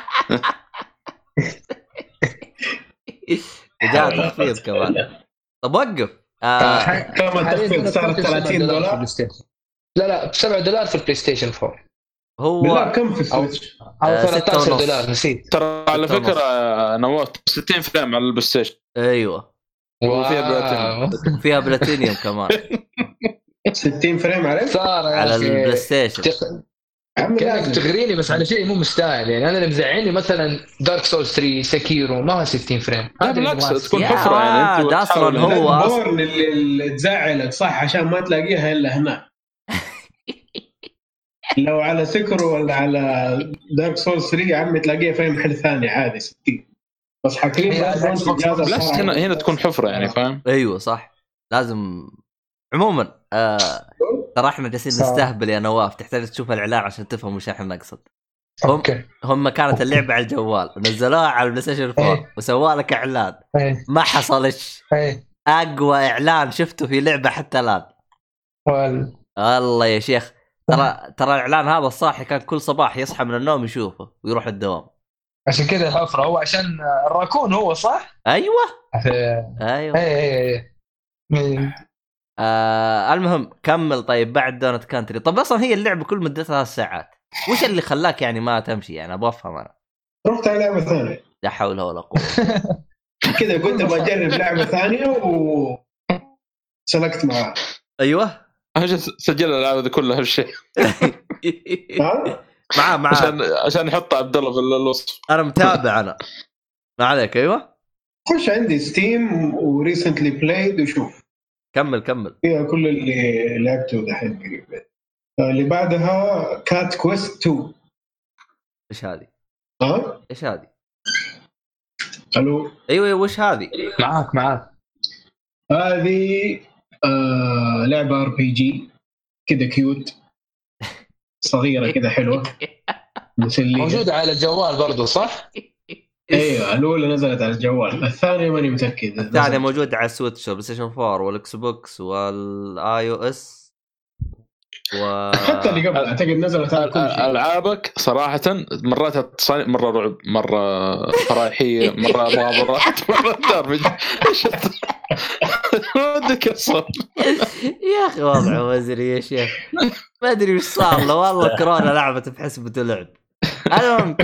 جاء تخفيض كمان. طب وقف آه. كم التخفيض؟ صارت ثلاثين دولار. لا لا سبعة دولار في البلاي ستيشن فور. هو كم في السويتش؟ أو, أو ثلاثة عشر دولار نسيت. ترى على فكرة نواف ستين فريم على البلاي ستيشن. ايوه وفيها بلاتينيوم. فيها بلاتينيوم كمان. ستين فريم على صار على البلاي ستيشن. كانك تغريني بس على شيء مو مستاهل يعني. انا اللي مزعلني مثلا دارك سولز ثري سكيرو ما هو ستين فريم. هذا بالعكس تكون حفرة يعني. انت اصلا هو بورن اللي تزعلك صح عشان ما تلاقيها الا هنا. لو على سكرو ولا على دارك سولز ثري يا عمي تلاقيها في محل ثاني عادي ستين، بس حكيم بس هنا هنا تكون حفرة يعني فاهم. ايوه صح لازم. عموما آه ترى احنا جالسين نستهبل يا نواف، تحتاج تشوف الاعلان عشان تفهم وش احنا نقصد. هم أوكي. هم كانت اللعبه على الجوال ونزلوها على البلاي ستيشن فور وسووا لك اعلان ما حصلش. اقوى اعلان شفته في لعبه حتى الان. والله يا شيخ ترى ترى الاعلان هذا الصاحي كان كل صباح يصحى من النوم يشوفه ويروح الدوام. عشان كذا الحفره هو عشان الراكون هو صح. ايوه ايوه اي آه المهم كمل. طيب بعد دونت كانتري، طب اصلا هي اللعبه كل مدتها ثلاث ساعات، وش اللي خلاك يعني ما تمشي يعني؟ ابغى افهم انا. رحت على لعبه ثانيه. لا حول ولا قوه. كذا كنت بجرب لعبه ثانيه و سلكت معها. ايوه عشان سجل الالعاب هذه كلها هالشيء. معاه معاه عشان عشان يحط عبد الله في الوصف. انا متابع انا ما عليك. ايوه خش عندي ستيم وريسنتلي بلايد وشوف. كمل كمل فيها كل اللي لعبته دحين قريب. اللي بعدها كات كويست تو. ايش هذه؟ ها ايش هذه؟ الو ايوه وش هذه؟ معاك معاك. هذه آه لعبه ار بي جي كذا كيوت صغيره كذا حلوه مسليه. موجوده على الجوال برضو صح؟ ايوه الاولى نزلت على الجوال، الثانيه ماني متاكد. الثانيه موجوده على السويتش والبلاي ستيشن فور والاكس بوكس والاي او اس و حتى اللي قبل اعتقد نزلت على كل شيء. العابك صراحه مرات تصاني مره رعب مره فرايحيه مره مغامرات مره دار. ايش ودك الصوت يا اخي وضعه وزري يا شيخ ما ادري وش صار له والله. كورونا لعبت بحسبة لعب. المهم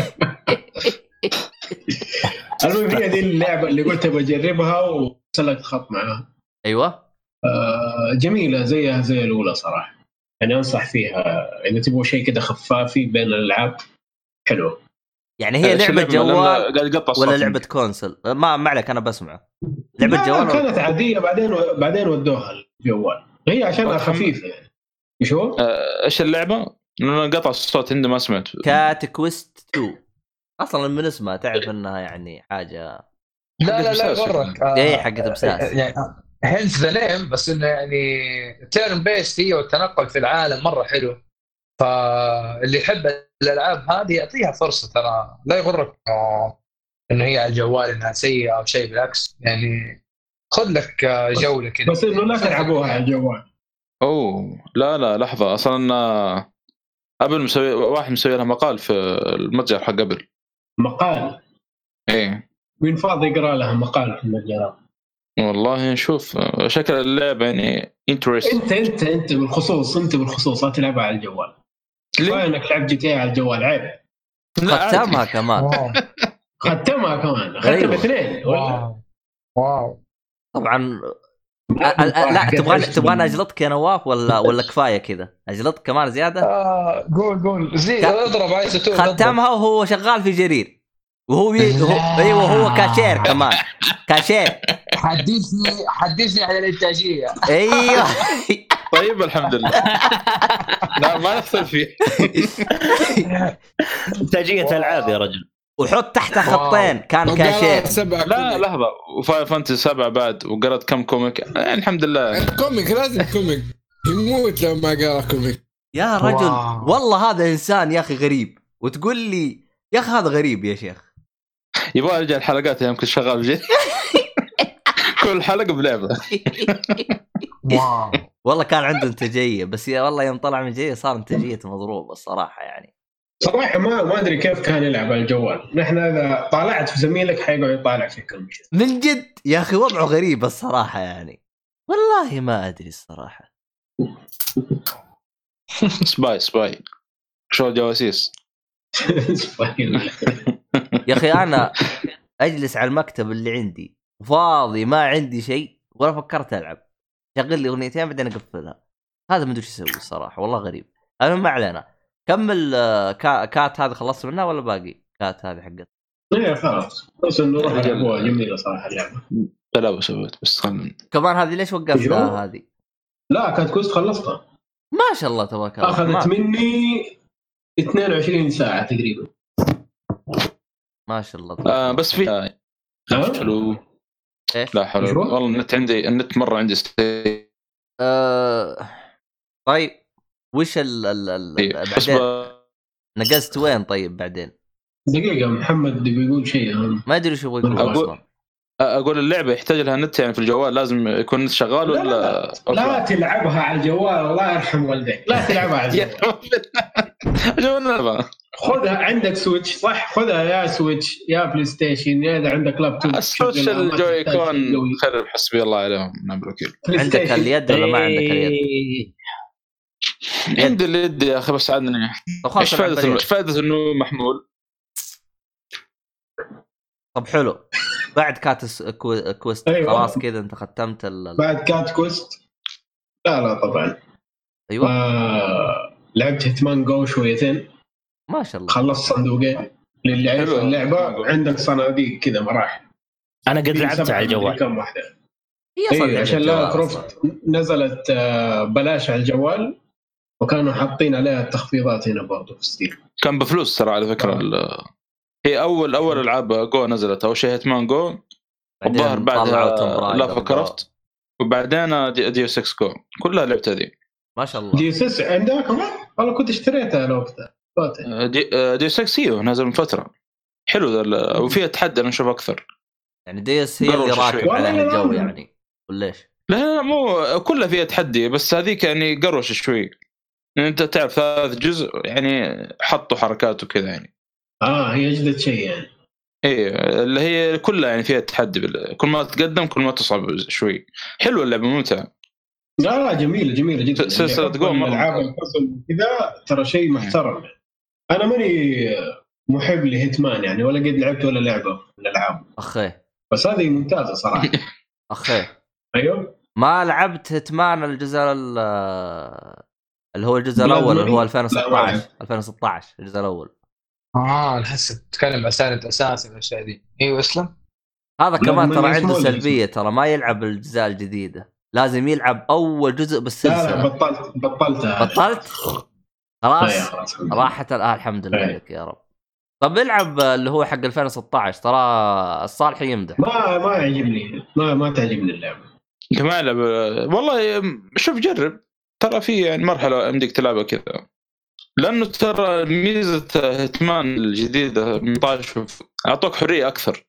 المهم هي دي اللعبة اللي قلت بجربها وسلكت خط معها. أيوة آه جميلة زيها زي الأولى صراحة يعني أنصح فيها إذا تبغوا شيء كده خفافي بين الألعاب حلو. يعني هي لعبة جوال ولا لعبة كونسل؟ ما ما عليك أنا بسمعه. لعبة جوال كانت عادية بعدين و... بعدين ودوها الجوال هي عشانها خفيفة يعني. إيش هو؟ آه إيش اللعبة؟ أنا قطع الصوت عندي ما سمعت. كات كويست تو اصلا من اسمها تعرف انها يعني حاجه. لا لا لا يغرك. ايه حقت بساس يعني هنس ذا نيم، بس انه يعني تيرن بيست هي والتنقل في العالم مره حلو. فاللي يحب الالعاب هذه يعطيها فرصه ترى لا يغرك انه هي على الجوال انها سيئه او شيء، بالعكس يعني خذ لك جوله كذا، بس انه لا تلعبوها على الجوال. اوه لا لا لحظه، اصلا ابل مسوي واحد مسوي لها مقال في المتجر حق قبل. مقال؟ ايه مين فاضي يقرا لها مقال في المتجر؟ والله نشوف شكل اللعبه يعني انترست. انت انت انت بالخصوص انت بالخصوص لا تلعبها على الجوال. ليه انك لعبت جي تي على الجوال؟ عيب. ختمها كمان. ختمها كمان ختم اثنين. واو واو. طبعا لا تبغى تبغى اجلطك يا نواف ولا ولا كفايه كذا اجلطك كمان زياده؟ آه قول قول زي اضرب عايز تقول. ختمها وهو شغال في جرير وهو ايوه وهو كاشير كمان كاشير. حدثني حدثني على الانتاجيه. ايوه طيب الحمد لله. لا ما نختلف فيه. انتاجيه العاب يا رجل. وحط تحته خطين كان كاشير. لا لحظه وفاينل فانتسي سبعة بعد وقرأت كم كوميك يعني الحمد لله. الكوميك لازم كوميك يموت لو ما قرأ كوميك يا رجل. واو. والله هذا انسان يا اخي غريب وتقول لي يا اخي هذا غريب يا شيخ. يبغى يرجع الحلقات يمكن شغال بجد. كل حلقه بلعبه. واو والله كان عنده انتاجيه بس يا والله يوم طلع من جيه صار انتاجيه مضروبه الصراحه يعني. صراحه ما ما ادري كيف كان يلعب على الجوال. نحن اذا طالعت في زميلك حيقعد يطالع فيك كل شيء. من جد يا اخي وضعه غريب الصراحه يعني. والله ما ادري الصراحه. سباي سباي شو جواسيس. يا اخي انا اجلس على المكتب اللي عندي فاضي ما عندي شيء ولا فكرت العب شغل لي اغنيتين بعدين اقفلها. هذا ما ادري ايش اسوي الصراحه والله غريب. انا ما علينا. كمل كات هذا خلصت منها ولا باقي؟ كات هذه حقت ايه خلاص بس انه روح العبوها جميله صراحه اللعبه. لا لا سويت بس خلنا كمان هذه ليش وقفتها هذه؟ لا كانت كويست خلصتها ما شاء الله تبارك الله. اخذت مني اثنين وعشرين ساعه تقريبا. ما شاء الله آه بس في حلو. إيه؟ لا حلو والله النت عندي النت مره عندي ستي. آه... طيب وش ال ال ال بعدين ب... نقزت وين طيب بعدين؟ دقيقه محمد بيقول شيء ما ادري شو بيقول. اقول اقول اللعبه يحتاج لها نت يعني في الجوال لازم يكون نت شغال ولا لا, لا, لا تلعبها على الجوال الله يرحم والديك. لا تلعبها على الجوال. خذها عندك سويتش صح خذها يا سويتش يا بلاي ستيشن يا اذا عندك لابتوب. السويتش الجوي يكون خير حسبي الله عليهم نعم الوكيل. عندك اليد ولا ما عندك اليد؟ عندي اليد يا اخي بس عندنا ايش فائده ايش فائده انه محمول. طب حلو بعد كات كو... كويست أيوة. خلاص كذا انت ختمت ال... بعد كات كويست لا لا طبعا ايوه آه... لعبت هيتمان جو شويتين ما شاء الله. خلصت صندوقين للي عرف اللعبه. عندك صناديق كذا مراحل. انا قد لعبتها على الجوال كم واحده هي أيه عشان لا كروفت نزلت بلاش على الجوال وكانوا حاطين عليها التخفيضات هنا برضه في ستيم. كان بفلوس ترى على فكره. هي اول اول العاب جو نزلت اول شيء هيتمان جو الظاهر بعدها لافا كرافت وبعدين دي, دي ستة جو كلها لعبت هذه ما شاء الله. دي ستة عندك كمان والله كنت اشتريتها لوقتها. دي, دي ستة هي نزل من فتره حلو ذا وفيها تحدي انا اشوف اكثر يعني دي اس هي اللي راكب عليها الجو يعني ولا ايش؟ لا مو كلها فيها تحدي بس هذيك يعني قروش شوي يعني انت تعرف ثلاث جزء يعني حطوا حركات وكذا يعني. اه هي اجدد شيء يعني. ايه اللي هي كلها يعني فيها تحدي بال... كل ما تقدم كل ما تصعب شوي. حلوه اللعبه ممتعه. لا لا جميله جميله جدا. سلسله تقوم العاب البازل كذا ترى شيء محترم. انا ماني محب لهيتمان يعني ولا قد لعبت ولا لعبه من الالعاب اخي بس هذه ممتازه صراحه. اخي ايوه ما لعبت هيتمان الجزء اللي هو الجزء الاول اللي هو ألفين وستة عشر ألفين وستة عشر الجزء الاول. اه الحس تتكلم عن سنه اساسا الاشياء دي. ايوه اسلم هذا كمان ترى عنده سلبيه ترى ما يلعب الأجزاء الجديده لازم يلعب اول جزء بالسلسله. لا لا بطلت بطلتها بطلت خلاص راحت الان الحمد لله لك يا رب. طب العب اللي هو حق ألفين وستة عشر ترى الصالح يمدح. ما ما يعجبني ما ما تعجبني اللعبه. انت ما لعب والله شوف جرب ترى في يعني مرحله عندك تلعبها كذا لانه ترى ميزه هيتمان الجديده ثمانية عشر اعطوك حريه اكثر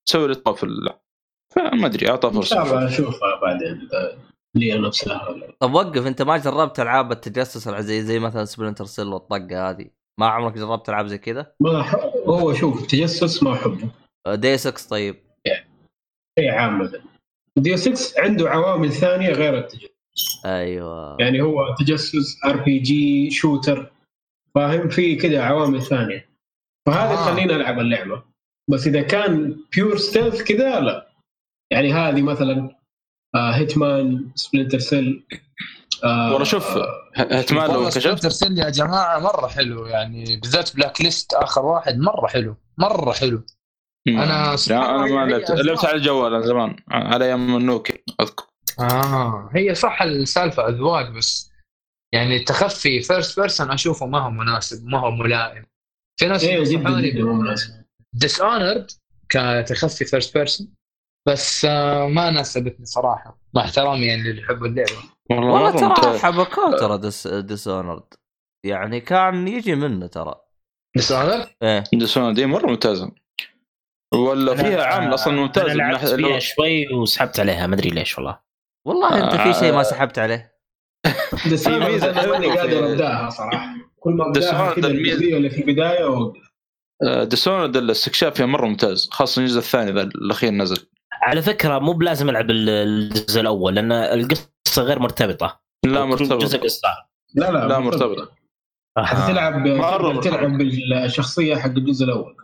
تسوي لي طاف اللعب، فما ادري اعطى فرصه. ان شاء الله اشوفها بعدين لي نفسها. طب وقف، انت ما جربت العاب التجسس زي زي مثلا سبلنتر سيل والطقه هذه؟ ما عمرك جربت العاب زي كذا؟ ما ح... هو شوف تجسس ما احبه. دي ستة طيب اي عامه دي ستة عنده عوامل ثانيه غير التجسس. ايوه يعني هو تجسس ار بي جي شوتر، فاهم؟ في كده عوامل ثانيه، فهذا آه. خلينا نلعب اللعبه. بس اذا كان بيور ستيلث كذا لا. يعني هذه مثلا آه هيتمان سبلنتر سيل. آه والله شوف هيتمان لو كشفت سبلنتر سيل يا جماعه مره حلو، يعني بالذات بلاك ليست اخر واحد مره حلو مره حلو. انا انا ما لعبت لعبت على الجوال زمان على ايام النوكيا اذكر. اه هي صح السالفه اذواق، بس يعني التخفي فيرست بيرسون اشوفه ما هو مناسب ما هو ملائم. في ناس إيه جدا ينصحوني جدا مو مناسب. ديسونرد كتخفي فيرست بيرسون، بس آه ما ناسبتني صراحه مع احترامي يعني اللي يحب اللعبه. والله ترى حبكوه ترى ديس ديسونرد يعني كان يجي منه ترى ديسونرد. ايه ديسونرد دي مره ممتازه، ولا فيها عامل اصلا ممتاز. انا لعبت فيها شوي وسحبت عليها ما ادري ليش والله. والله انت في شيء ما سحبت عليه. في ميزه انا قادر ابداها صراحه، كل ما ابداها كذا الميزه اللي في البدايه و... ديسونرد الاستكشاف فيها مره ممتاز، خاصه الجزء الثاني ذا الاخير نزل. على فكره مو بلازم العب الجزء الاول لان القصه غير مرتبطه. لا مرتبطه جزء قصه لا لا لا مرتبطه. آه. تلعب تلعب بالشخصيه حق الجزء الاول.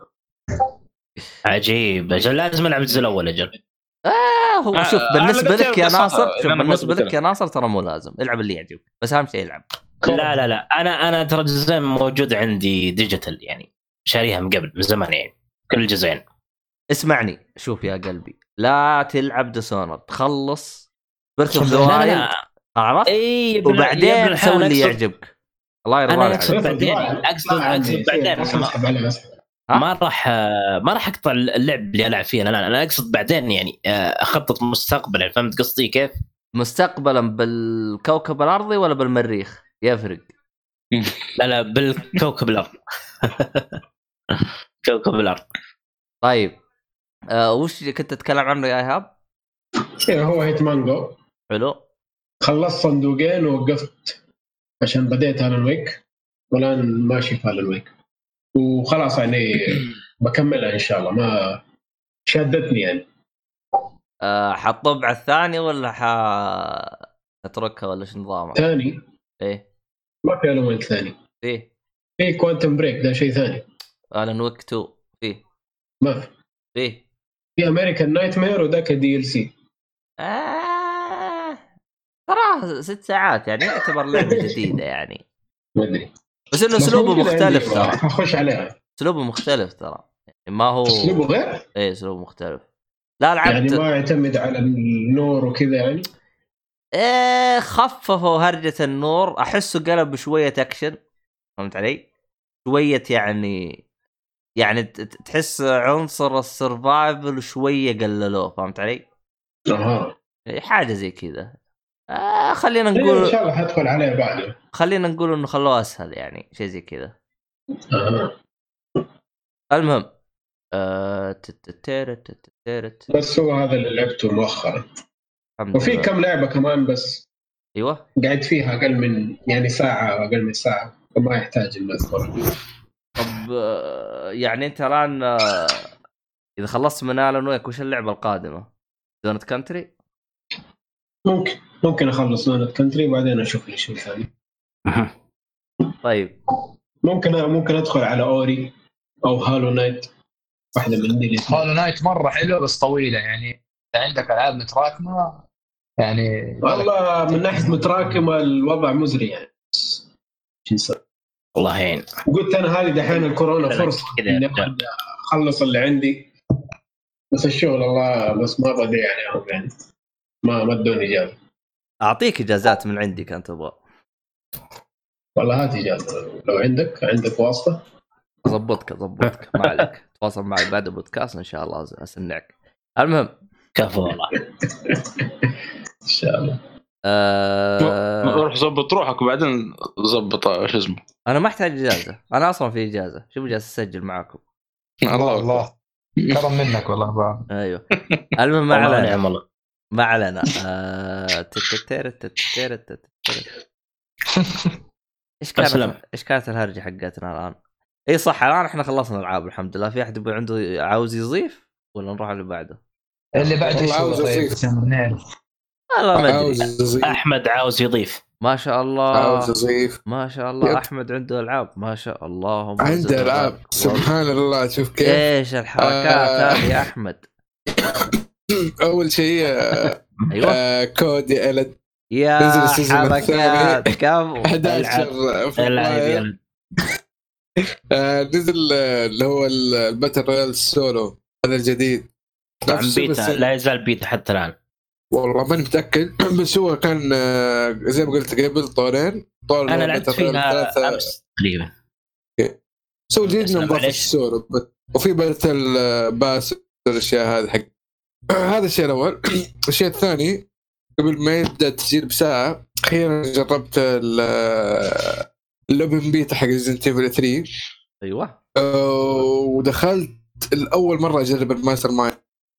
عجيب اجل لازم العب الجزء الاول اجل. اه هو آه شوف بالنسبه لك يا ناصر، شوف بالنسبه لك لك يا ناصر ترى مو لازم العب اللي يعجبك، بس اهم شيء العب. لا لا لا انا انا ترى الجزئين موجود عندي ديجيتال يعني شاريها من قبل من زمان يعني كل الجزئين. اسمعني شوف يا قلبي، لا تلعب ديسونر تخلص بيرث اوف ذا وايلد عرفت اي وبعدين سوي اللي يعجبك. الله يرضى عليك. اقصد بعدين اقصد اقصد بعدين ما راح ما راح اقطع اللعب اللي العب فيه انا انا اقصد بعدين يعني اخطط مستقبلا. فهمت قصدي كيف؟ مستقبلا بالكوكب الارضي ولا بالمريخ يفرق؟ لا لا بالكوكب الارض. كوكب الارض. طيب أه وش كنت تتكلم عنه يا ايهاب؟ هو هيتمان جو. حلو. خلصت صندوقين ووقفت عشان بديت هالن ويك والان ماشي في هالن ويك وخلاص يعني بكملها ان شاء الله. ما شدتني يعني. أه حطبع الثاني ولا حتركها ولا شو نظامه؟ ثاني. ايه ما في هالن ويك ثاني. ايه في كوانتم بريك ده شيء ثاني. هالن ويك اثنين فيه ما في. فيه في امريكان نايت مير وذاك دي ال سي. آه... ترى ست ساعات يعني يعتبر لعبة جديدة يعني ما ادري بس انه اسلوبه مختلف ترى. اخش عليها. اسلوبه مختلف ترى يعني ما هو اسلوبه غير. ايه اسلوبه مختلف. لا لعبت يعني ما يعتمد على النور وكذا يعني. ايه خففوا هرجة النور، احسه قلب شوية اكشن. فهمت علي؟ شوية يعني يعني تحس عنصر السرفايفل شوية قللوه. فهمت علي؟ اها حاجة زي كذا. آه خلينا نقول ان شاء الله حدخل عليه بعده. خلينا نقول انه خلوه اسهل يعني شيء زي كذا. اها المهم آه بس هو هذا اللي لعبته مؤخرا. وفي كم لعبة كمان بس ايوه قاعد فيها اقل من يعني ساعة او اقل من ساعة فما يحتاج اني اذكر. طب يعني انت الان اذا خلصت من آلان ويك وش اللعبة القادمة؟ دونت كانتري؟ ممكن ممكن اخلص دونت كانتري وبعدين اشوف لي شيء ثاني. طيب ممكن ممكن ادخل على اوري او هالو نايت واحدة من دي. هالو نايت مرة حلوة بس طويلة يعني عندك ألعاب متراكمة يعني. والله من ناحية متراكمة الوضع مزري يعني. والله يعين. قلت أنا هذه دحين الكورونا فرصة إني أخلص اللي عندي بس الشغل الله بس ما بدي يعني يعني ما ما ادوني إجازة. أعطيك إجازات من عندي كان تبغى. والله هات إجازة لو عندك عندك واسطة. أضبطك أضبطك ما عليك. تواصل معي بعد البودكاست إن شاء الله أسنعك. المهم كفو والله. إن شاء الله. أه... روح ضبط روحك وبعدين ضبط ايش اسمه. انا ما احتاج اجازه، انا اصلا في اجازه. شو جالس اسجل معاكم. الله الله كرم منك والله بقى. ايوه المهم ما علينا ما علينا آه... تتتر تتتر تتتر ايش كانت ايش كانت الهرجه حقتنا الان؟ اي صح الان احنا خلصنا العاب الحمد لله. في احد يبغى عنده عاوز يضيف ولا نروح اللي بعده؟ اللي بعده عاوز يضيف. والله ما ادري. احمد عاوز يضيف. ما شاء الله عاوز يضيف. ما شاء الله يب. احمد عنده العاب ما شاء الله. عنده العاب سبحان الله. شوف كيف ايش الحركات آه... هذه يا احمد. اول شيء ايوه آه كودي إلد يا حركات كم أحد عشر العاب آه نزل اللي هو الباتل رويال السولو هذا الجديد طبعا بيتا لا يزال بيتا حتى الان. والله ماني متاكد بس هو كان آه زي ما قلت قبل طورين طور انا لعبت فيها امس تقريبا. سووا جديد من ضاف السولو وفي باتل باس الاشياء هذه حق هذا الشيء الاول. الشيء الثاني قبل ما يبدا التسجيل بساعه اخيرا جربت اللوبن بيتا حق ريزنت ايفل ثلاثة. ايوه ودخلت الاول مره اجرب الماستر مايند.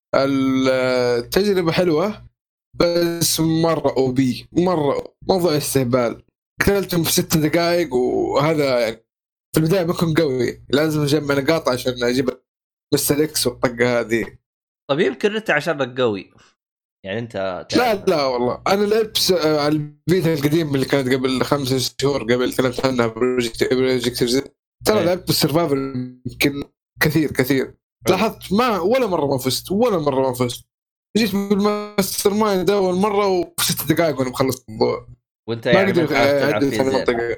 التجربه حلوه بس مره او بي مره موضوع استهبال. قتلتهم في ست دقائق وهذا يعني في البدايه بكون قوي لازم اجمع نقاط عشان اجيب مستر اكس والطقه هذه. طيب يمكن انت عشانك قوي يعني انت لا لا والله انا لعبت على البيتا القديم اللي كانت قبل خمس شهور قبل تكلمت عنها بروجكت بروجكت ترى لعبت بالسرفايفر يمكن كثير كثير. لاحظت ما ولا مره ما فزت ولا مره ما فزت. جيت بالماستر مايند اول مره وفي ست دقائق وانا مخلص الموضوع. وانت يعني ما قدرت في المنطقه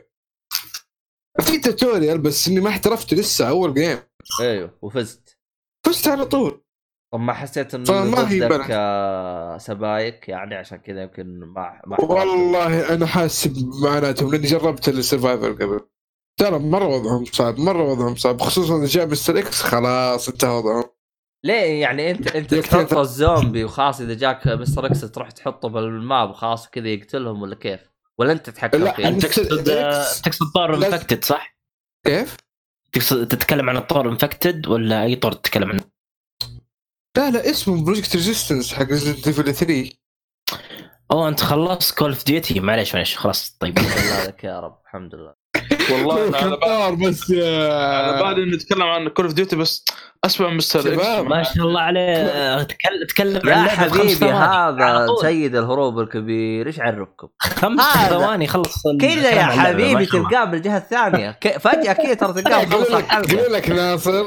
في توتوريال بس اني ما احترفته لسه اول جيم. ايوه وفزت فزت على طول. طب ما حسيت انه ضدك سبايك يعني عشان كذا يمكن ما ما والله انا حاسب معناتهم لاني جربت السرفايفر قبل ترى مره وضعهم صعب مره وضعهم صعب خصوصا اذا جاء مستر اكس خلاص انتهى وضعهم. ليه يعني انت انت تحط الزومبي وخلاص اذا جاك مستر اكس تروح تحطه بالماب وخلاص كذا يقتلهم ولا كيف ولا انت تتحكم فيه؟ انت تقصد تقصد طور انفكتد صح؟ كيف؟ تقصد تتكلم عن الطور انفكتد ولا اي طور تتكلم عنه؟ لا لا اسمه بروجكت ريزيستنس حق ريزنت ايفل ثلاثة. اوه انت خلصت كول اوف ديوتي معليش معليش خلاص طيب الله لك يا رب الحمد لله. والله انا بعد بس انا بعد نتكلم عن كول اوف ديوتي بس اسمع مستر ما شاء الله عليه تكلم تكلم يا حبيبي هذا سيد الهروب الكبير ايش عرفكم خمس ثواني خلص كذا يا حبيبي تلقاه بالجهه الثانيه فجاه كذا ترى تلقاه خلص الحلقه. قول لك ناصر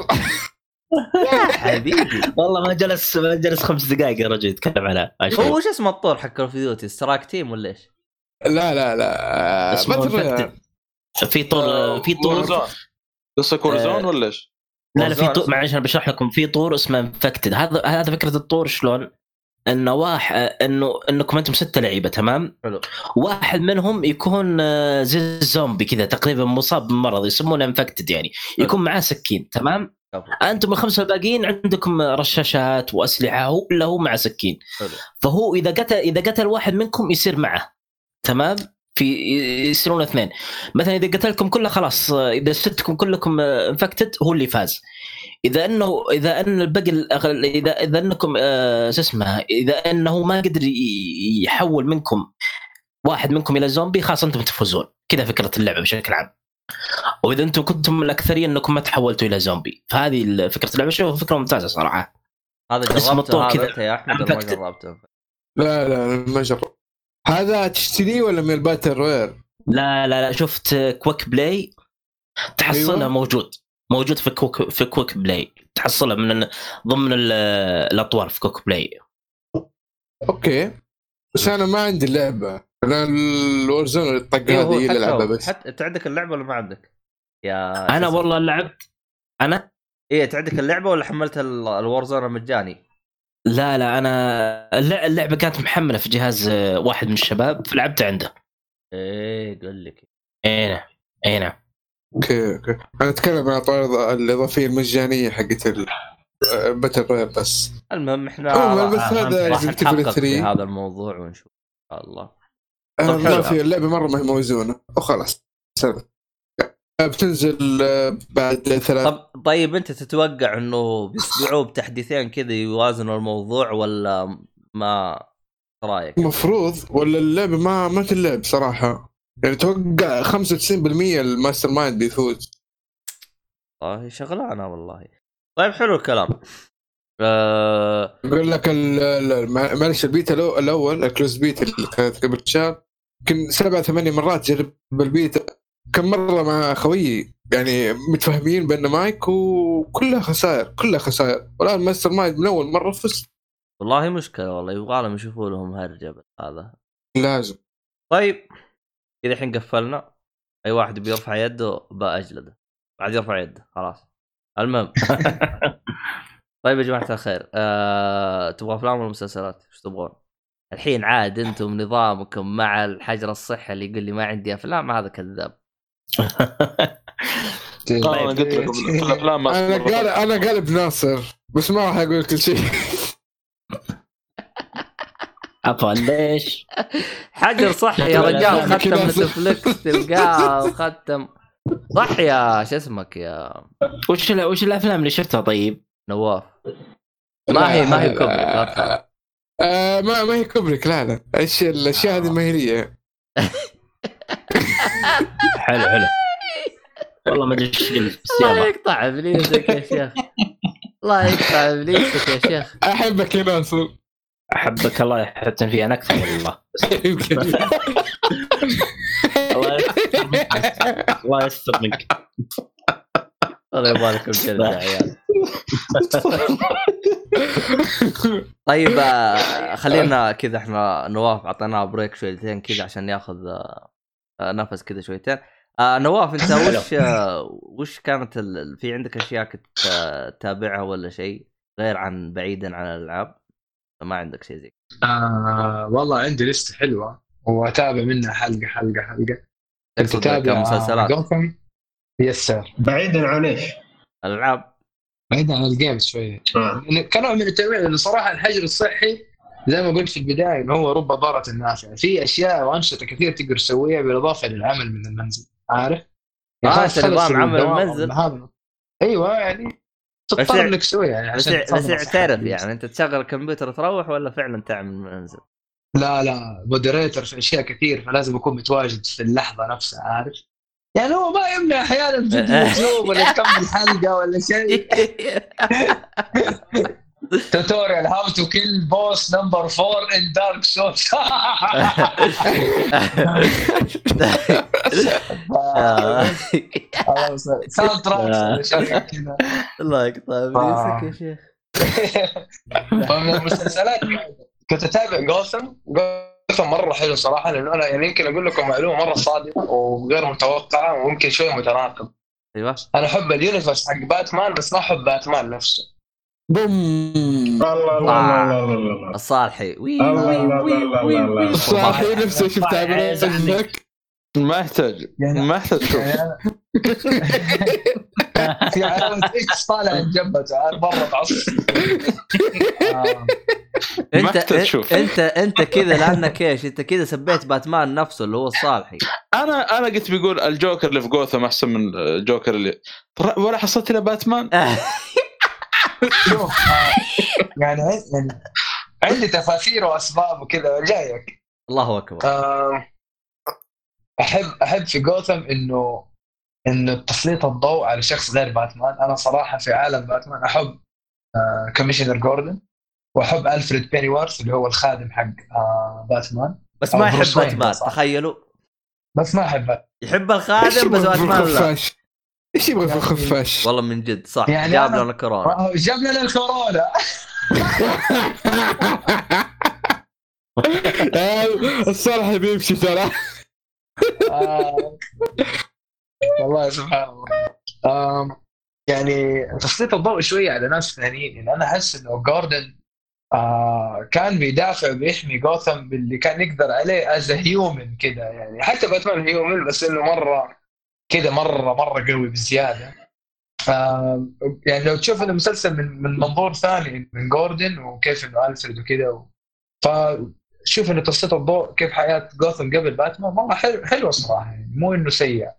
يا حبيبي والله ما جلس ما جلس خمس دقائق يا رجل يتكلم على هو وش اسمه الطور حق كول اوف ديوتي سترايك تيم ولا ايش؟ لا لا لا ما في طور في طور قصه كورزون ولا ايش؟ لا لا في طور معلش انا بشرح لكم في طور اسمه انفكتد. هذا هذا فكره الطور شلون انه واحد انه انكم انتم ستة لعيبه تمام حلو. واحد منهم يكون زي الزومبي كذا تقريبا مصاب بمرض يسمونه انفكتد يعني يكون معاه سكين تمام. انتم الخمسه الباقيين عندكم رشاشات واسلحه هو الا هو مع سكين. حلو. فهو اذا قتل اذا قتل واحد منكم يصير معه تمام في يصيرون اثنين مثلا اذا قتلكم كله خلاص اذا ستكم كلكم انفكتد هو اللي فاز. اذا انه اذا ان الباقي اذا اذا انكم آه اسمه اذا انه ما قدر يحول منكم واحد منكم الى زومبي خلاص انتم تفوزون. كذا فكره اللعبه بشكل عام. واذا انتم كنتم الاكثريه انكم ما تحولتوا الى زومبي فهذه فكره اللعبه. شوف فكره ممتازه صراحه. هذا جربته هذا يا احمد ما جربته؟ لا لا ما جربت. هذا تشتريه ولا من الباتل رويال؟ لا لا لا شفت كويك بلاي تحصلها. أيوة. موجود موجود في كوك في كويك بلاي تحصلها من ضمن الاطوار في كويك بلاي. اوكي بس انا ما عندي اللعبه انا الورزون الطقه هذه اللي العبها بس. حتى انت عندك اللعبه ولا ما عندك يا انا سيسي. والله لعبت انا ايه انت عندك اللعبه ولا حملت الورزون المجاني؟ لا لا انا اللعبه كانت محمله في جهاز واحد من الشباب فلعبت عنده. ايه قال لك ايه ايه نعم اوكي اوكي انا اتكلم عن الاطوار الاضافيه المجانيه حقت الباتل رويال بس. المهم احنا راح نحقق في هذا الموضوع ونشوف ان شاء الله. ما في اللعبه مره ما هي موزونه وخلاص سلام. بتنزل بعد ثلاث. طب طيب انت تتوقع انه بيسبوعوا بتحديثين كذا يوازنوا الموضوع ولا ما رايك؟ مفروض ولا اللعبه ما ما تلعب صراحه يعني. توقع خمسة وتسعين بالمية الماستر مايند بيفوز. اه شغلانه والله. طيب حلو الكلام. أه... يقول لك معلش البيتا الاول الكلوز بيتا اللي كانت قبل شهر يمكن سبعة ثمانية مرات جرب البيتا كم مره مع خويي يعني متفاهمين بين مايك وكلها خسائر كلها خسائر. والان ماستر مايند من اول مره فزت. والله مشكله والله يبغى لهم يشوفوا لهم هالجبل هذا لازم. طيب اذا الحين قفلنا اي واحد بيرفع يده باجلده بعد يرفع يده خلاص. المهم طيب يا جماعه الخير أه... تبغى افلام ولا مسلسلات؟ ايش تبغون الحين؟ عاد انتم نظامكم مع الحجر الصحي اللي يقول لي ما عندي افلام هذا كذاب. طيب قلت لكم في الافلام انا قال انا قلب ناصر بس ما راح اقول كل شيء. عفوا ليش حجر صحي يا رجال ختم نتفليكس تلقاه وختم صح يا شو اسمك يا وش وش الافلام اللي شفتها؟ طيب نواف ما هي ما هي كوبريك آه ما ما هي كوبريك لا لا ايش الاشياء هذه ما هي لي. حلو حلو والله ما ادري ايش قلت. الله يقطع ابليسك يا شيخ الله يقطع ابليسك يا شيخ. احبك يا ناصر. احبك الله يحتن فيها اكثر والله. الله يستر منك. الله يبارك فيكم يا عيال. طيب خلينا كذا احنا نواف عطيناه بريك شويتين كذا عشان ياخذ نفس كذا شويتين. نواف انت وش وش كانت ال... في عندك اشياء كنت تتابعها ولا شيء غير عن بعيدا عن الالعاب؟ ما عندك شيء زي آه والله عندي لسته حلوه واتابع منها حلقه حلقه حلقه. كنت تتابع مسلسلات جوثم يسر بعيدا عن ايش الالعاب بعيدا عن الجيمز شويه آه. كنوع من التنويع لانه صراحه الحجر الصحي زي ما قلت في البدايه انه هو رب ضاره نافعه في اشياء وانشطه كثير تقدر تسويها بالاضافه للعمل من المنزل عارف اه نظام عمل المنزل ايوه يعني تضطر انك تسويها يعني عشان بس اعترف يعني انت تشغل الكمبيوتر تروح ولا فعلا تعمل المنزل؟ لا لا مودريتر في اشياء كثير فلازم اكون متواجد في اللحظه نفسها عارف يعني هو ما يمنع احيانا فيديو يوتيوب ولا تكمل حلقه ولا شيء. توتوريال هاو تو كيل بوس نمبر فور ان دارك سولز. ساوند تراك كذا الله يقطع بيسك يا شيخ. فمن المسلسلات كنت اتابع جوثم. جوثم مره حلو صراحه لانه انا يعني يمكن اقول لكم معلومه مره صادقه وغير متوقعه وممكن شويه متناقض. ايوه انا احب اليونيفرس حق باتمان بس ما احب باتمان نفسه. بوم الله الله الله الله الصالحي وي وي الصالحي نفسه شفتها منك ما يحتاج ما يحتاج شوف في علامة إكس طالع الجنبة تعال برا تعص. انت انت انت كذا لانك ايش انت كذا سبيت باتمان نفسه اللي هو الصالحي. انا انا قلت بيقول الجوكر اللي في جوثم احسن من الجوكر اللي ولا حصلت له باتمان. شوف يعني يعني عندي تفاسير واسباب وكذا جايك. الله اكبر. احب احب في جوثم انه انه تسليط الضوء على شخص غير باتمان. انا صراحه في عالم باتمان احب آه كوميشنر جوردن واحب ألفريد بينيوارث اللي هو الخادم حق آه باتمان بس ما يحب باتمان تخيلوا بس ما احب يحب الخادم بس باتمان لا. ايش يبغى في الخفاش والله من جد صح يعني جاب لنا كورونا جاب لنا الكورونا. الصراحه بيمشي ترى. والله سبحان الله. يعني تسليط الضوء شويه على ناس ثانيين يعني انا احس انه جوردن آه كان بيدافع وبيحمي جوثم باللي كان يقدر عليه از هيومن كده يعني حتى باتمان هيومن بس انه مره كده مره مره قوي بزياده. ف يعني لو تشوف المسلسل من من منظور ثاني من جوردن وكيف انه ألفريد وكده و... فشوف انه تسليط الضوء كيف حياه جوثم قبل باتمان مره حلو حلو صراحه يعني مو انه سيء.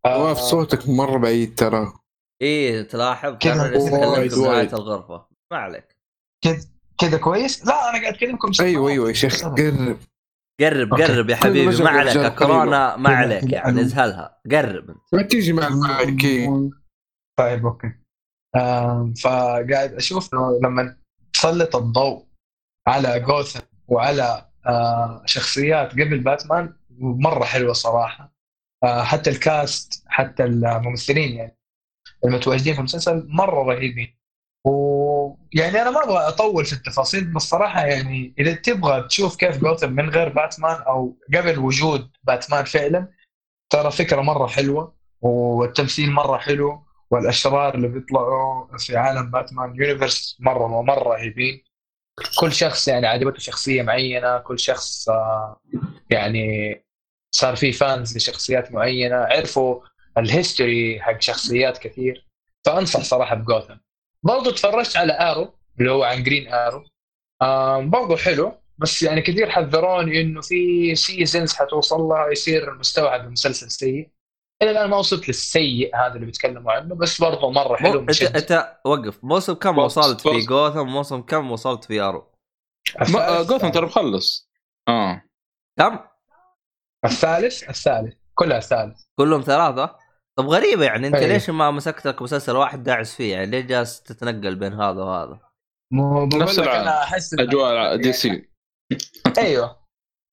نواف صوتك مره بعيد ترى. ايه تلاحظ كذا كان يتكلم وايد في نهايه وايد. الغرفه. ما عليك كذا كذا كويس. لا انا قاعد اكلمكم ايوه ايوه يا شيخ قرب قرب أوكي. قرب يا كل حبيبي. رجل ما عليك رجال الكورونا ما كذا- عليك كذا يعني أنا- ازهلها. قرب انت. ما تيجي مع المايك. طيب اوكي. آم، فقاعد اشوف انه لما تسلط الضوء على جوثم وعلى آه، شخصيات قبل باتمان مره حلوه صراحه. آه، حتى الكاست حتى الممثلين يعني المتواجدين في المسلسل مره رهيبين. ويعني انا ما ابغى اطول في التفاصيل بس صراحه يعني اذا تبغى تشوف كيف جوثم من غير باتمان او قبل وجود باتمان فعلا ترى فكره مره حلوه والتمثيل مره حلو والاشرار اللي بيطلعوا في عالم باتمان يونيفرس مره مره رهيبين. كل شخص يعني عجبته شخصيه معينه. كل شخص آه، يعني صار في فانز لشخصيات معينه. عرفوا الهيستوري حق شخصيات كثير. فانصح صراحه بجوثم. برضو تفرجت على آرو اللي هو عن جرين آرو. آم برضو حلو بس يعني كثير حذروني انه في سيزنز حتوصل لها يصير المستوى حق المسلسل سيء. الى الان ما وصلت للسيء هذا اللي بيتكلموا عنه بس برضو مره حلو. مو... انت انت وقف. موسم كم بوست- وصلت في بوست. جوثم؟ موسم كم وصلت في ارو؟ ما جوثم ترى مخلص. اه كم؟ الثالث الثالث كلها الثالث. كلهم ثلاثة. طب غريبة يعني انت أيه. ليش ما مسكتك مسلسل واحد داعس فيه؟ يعني ليه جالس تتنقل بين هذا وهذا؟ مو بقول نفس لك العالم. انا احس إن- اجواء دي سي. ايوه.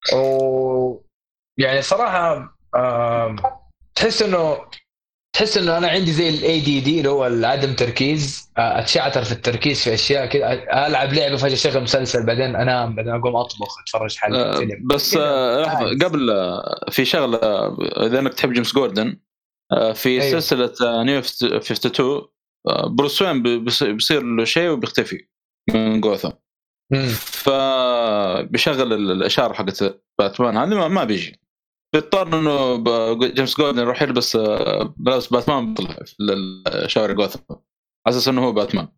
و يعني صراحه آم، تحس انه تحس انه انا عندي زي الاي دي دي اللي هو عدم تركيز. آه، اتشعتر في التركيز في اشياء كذا. العب لعبه فجاه اشغل مسلسل بعدين انام بعدين اقوم اطبخ اتفرج حلقه آه فيلم بس كذا. آه لحظه عادي. قبل آه في شغله آه، اذا انك تحب جيمس جوردن آه في أيوه. سلسله آه نيو اثنين وخمسين آه بروس وين بي- بيصير بيصير له شيء وبيختفي من جوثم. مم. فبيشغل الاشاره حقت باتمان هذه ما, ما بيجي. بيضطر انه ب- جيمس جوردن يروح يلبس آه، ملابس باتمان بيطلع في الشوارع جوثم على اساس انه هو باتمان.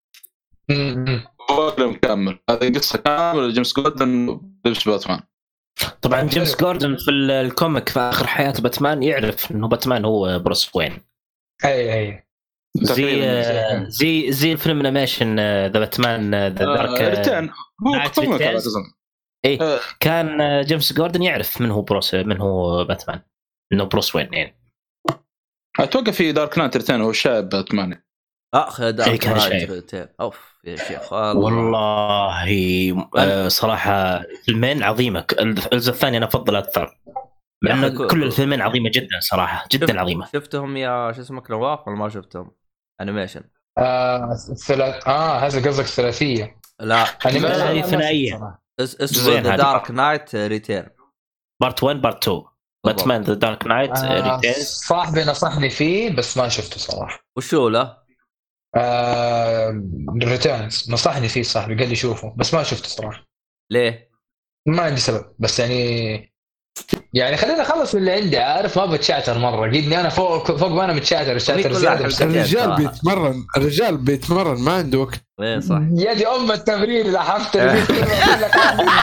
مم. بولم كامل هذه قصه كامله جيمس جوردن لبس باتمان. طبعا جيمس جوردن في ال- الكوميك في اخر حياه باتمان يعرف انه باتمان هو بروس وين. اي اي زي تقريباً. زي زي الفيلم انيميشن ذا باتمان ذا دارك آه، ريتيرن هو نايت كوميك على ريتيرنز. اساس ايه آه. كان آه، جيمس جوردن يعرف من هو بروس من هو باتمان انه بروس وين يعني. اتوقع في دارك نايت ريتيرن هو الشاب باتمان. اخ إيه دارك كان نايت شايف. اوف يا شيخ الله. والله آه، صراحه فيلمين عظيمه. الجزء الثاني انا افضل اكثر مع يا أخي انه كو- كل الفيلمين عظيمه جدا صراحه جدا شفت- عظيمه. شفتهم يا شو اسمك نواف ولا ما شفتهم؟ انيميشن. آه الثلاث اه هذا قصدك الثلاثيه. لا أنا لا، ما- هي ما شفت ثنائية. صراحة. اس- اسمه جزئين ذا هذه. دارك نايت ريتيرن. بارت واحد بارت تو باتمان ذا دارك نايت آه ريتيرنز. صاحبي نصحني فيه بس ما شفته صراحه. وشو له؟ آه ريتيرنز نصحني فيه صاحبي قال لي شوفه بس ما شفته صراحه. ليه؟ ما عندي سبب بس يعني يعني خلينا نخلص من اللي عندي. عارف ما بتشعتر مره قدني انا فوق فوق ما انا متشعتر الشعتر كلها زياده حلقة. بس الرجال صراحة. بيتمرن الرجال بيتمرن ما عنده وقت. ايه صح. يا دي ام التمرين اللي حفت البيت كله اقول لك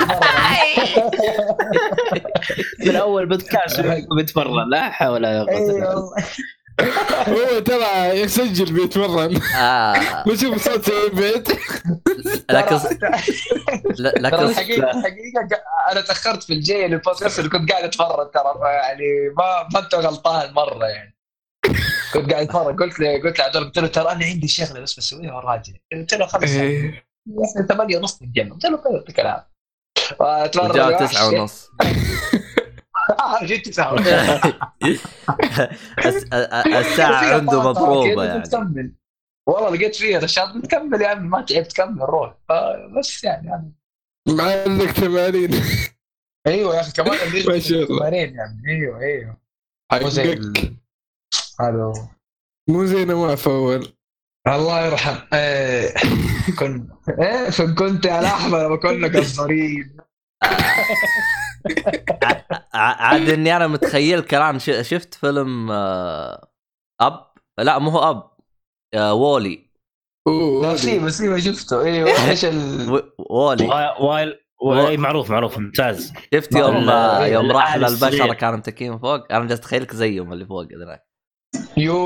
من اول بودكاست بيتمرن لا حول ولا قوه الا بالله. هو ترى يسجل بيتمرن آه. بشوف صوت البيت. لكن لا- ترى لكن الحقيقه حقيقه انا تاخرت في الجاي للبودكاست اللي كنت قاعد اتفرج ترى يعني ما ما انت غلطان مره يعني. كنت قاعد اتفرج قلت له قلت له عدول قلت له ترى انا عندي شغله بس بسويها وراجع. قلت له خلص إيه. احنا ثمانية ونص نتجمع. قلت له طيب الكلام جاء تسعة ونص. اه جيت تسعة الس- الساعة عنده مضروبة يعني. والله لقيت فيها نشاط بتكمل يا عمي ما تعبت كمل روح. بس يعني, يعني مع انك تمارين ايوه يا اخي كمان اللي ما شاء الله. تمارين يعني ايوه ايوه مو زي حقك ال- هذا هو. مو زي نواف اول. الله يرحم. ايه كنت ايه فكنت على احمد لما كنا قصرين. ع- عاد اني انا متخيل كلام ش- شفت فيلم آه، اب لا مو هو اب آه، وولي. اوه لا سيبه سيبه شفته ايوه ايش ال و- وولي وايل وايل معروف معروف ممتاز. شفت يوم والله. آه، يوم راح العالم للبشرة الصغير. كانوا متكين فوق. انا جالس اتخيلك زيهم اللي فوق هذاك. يو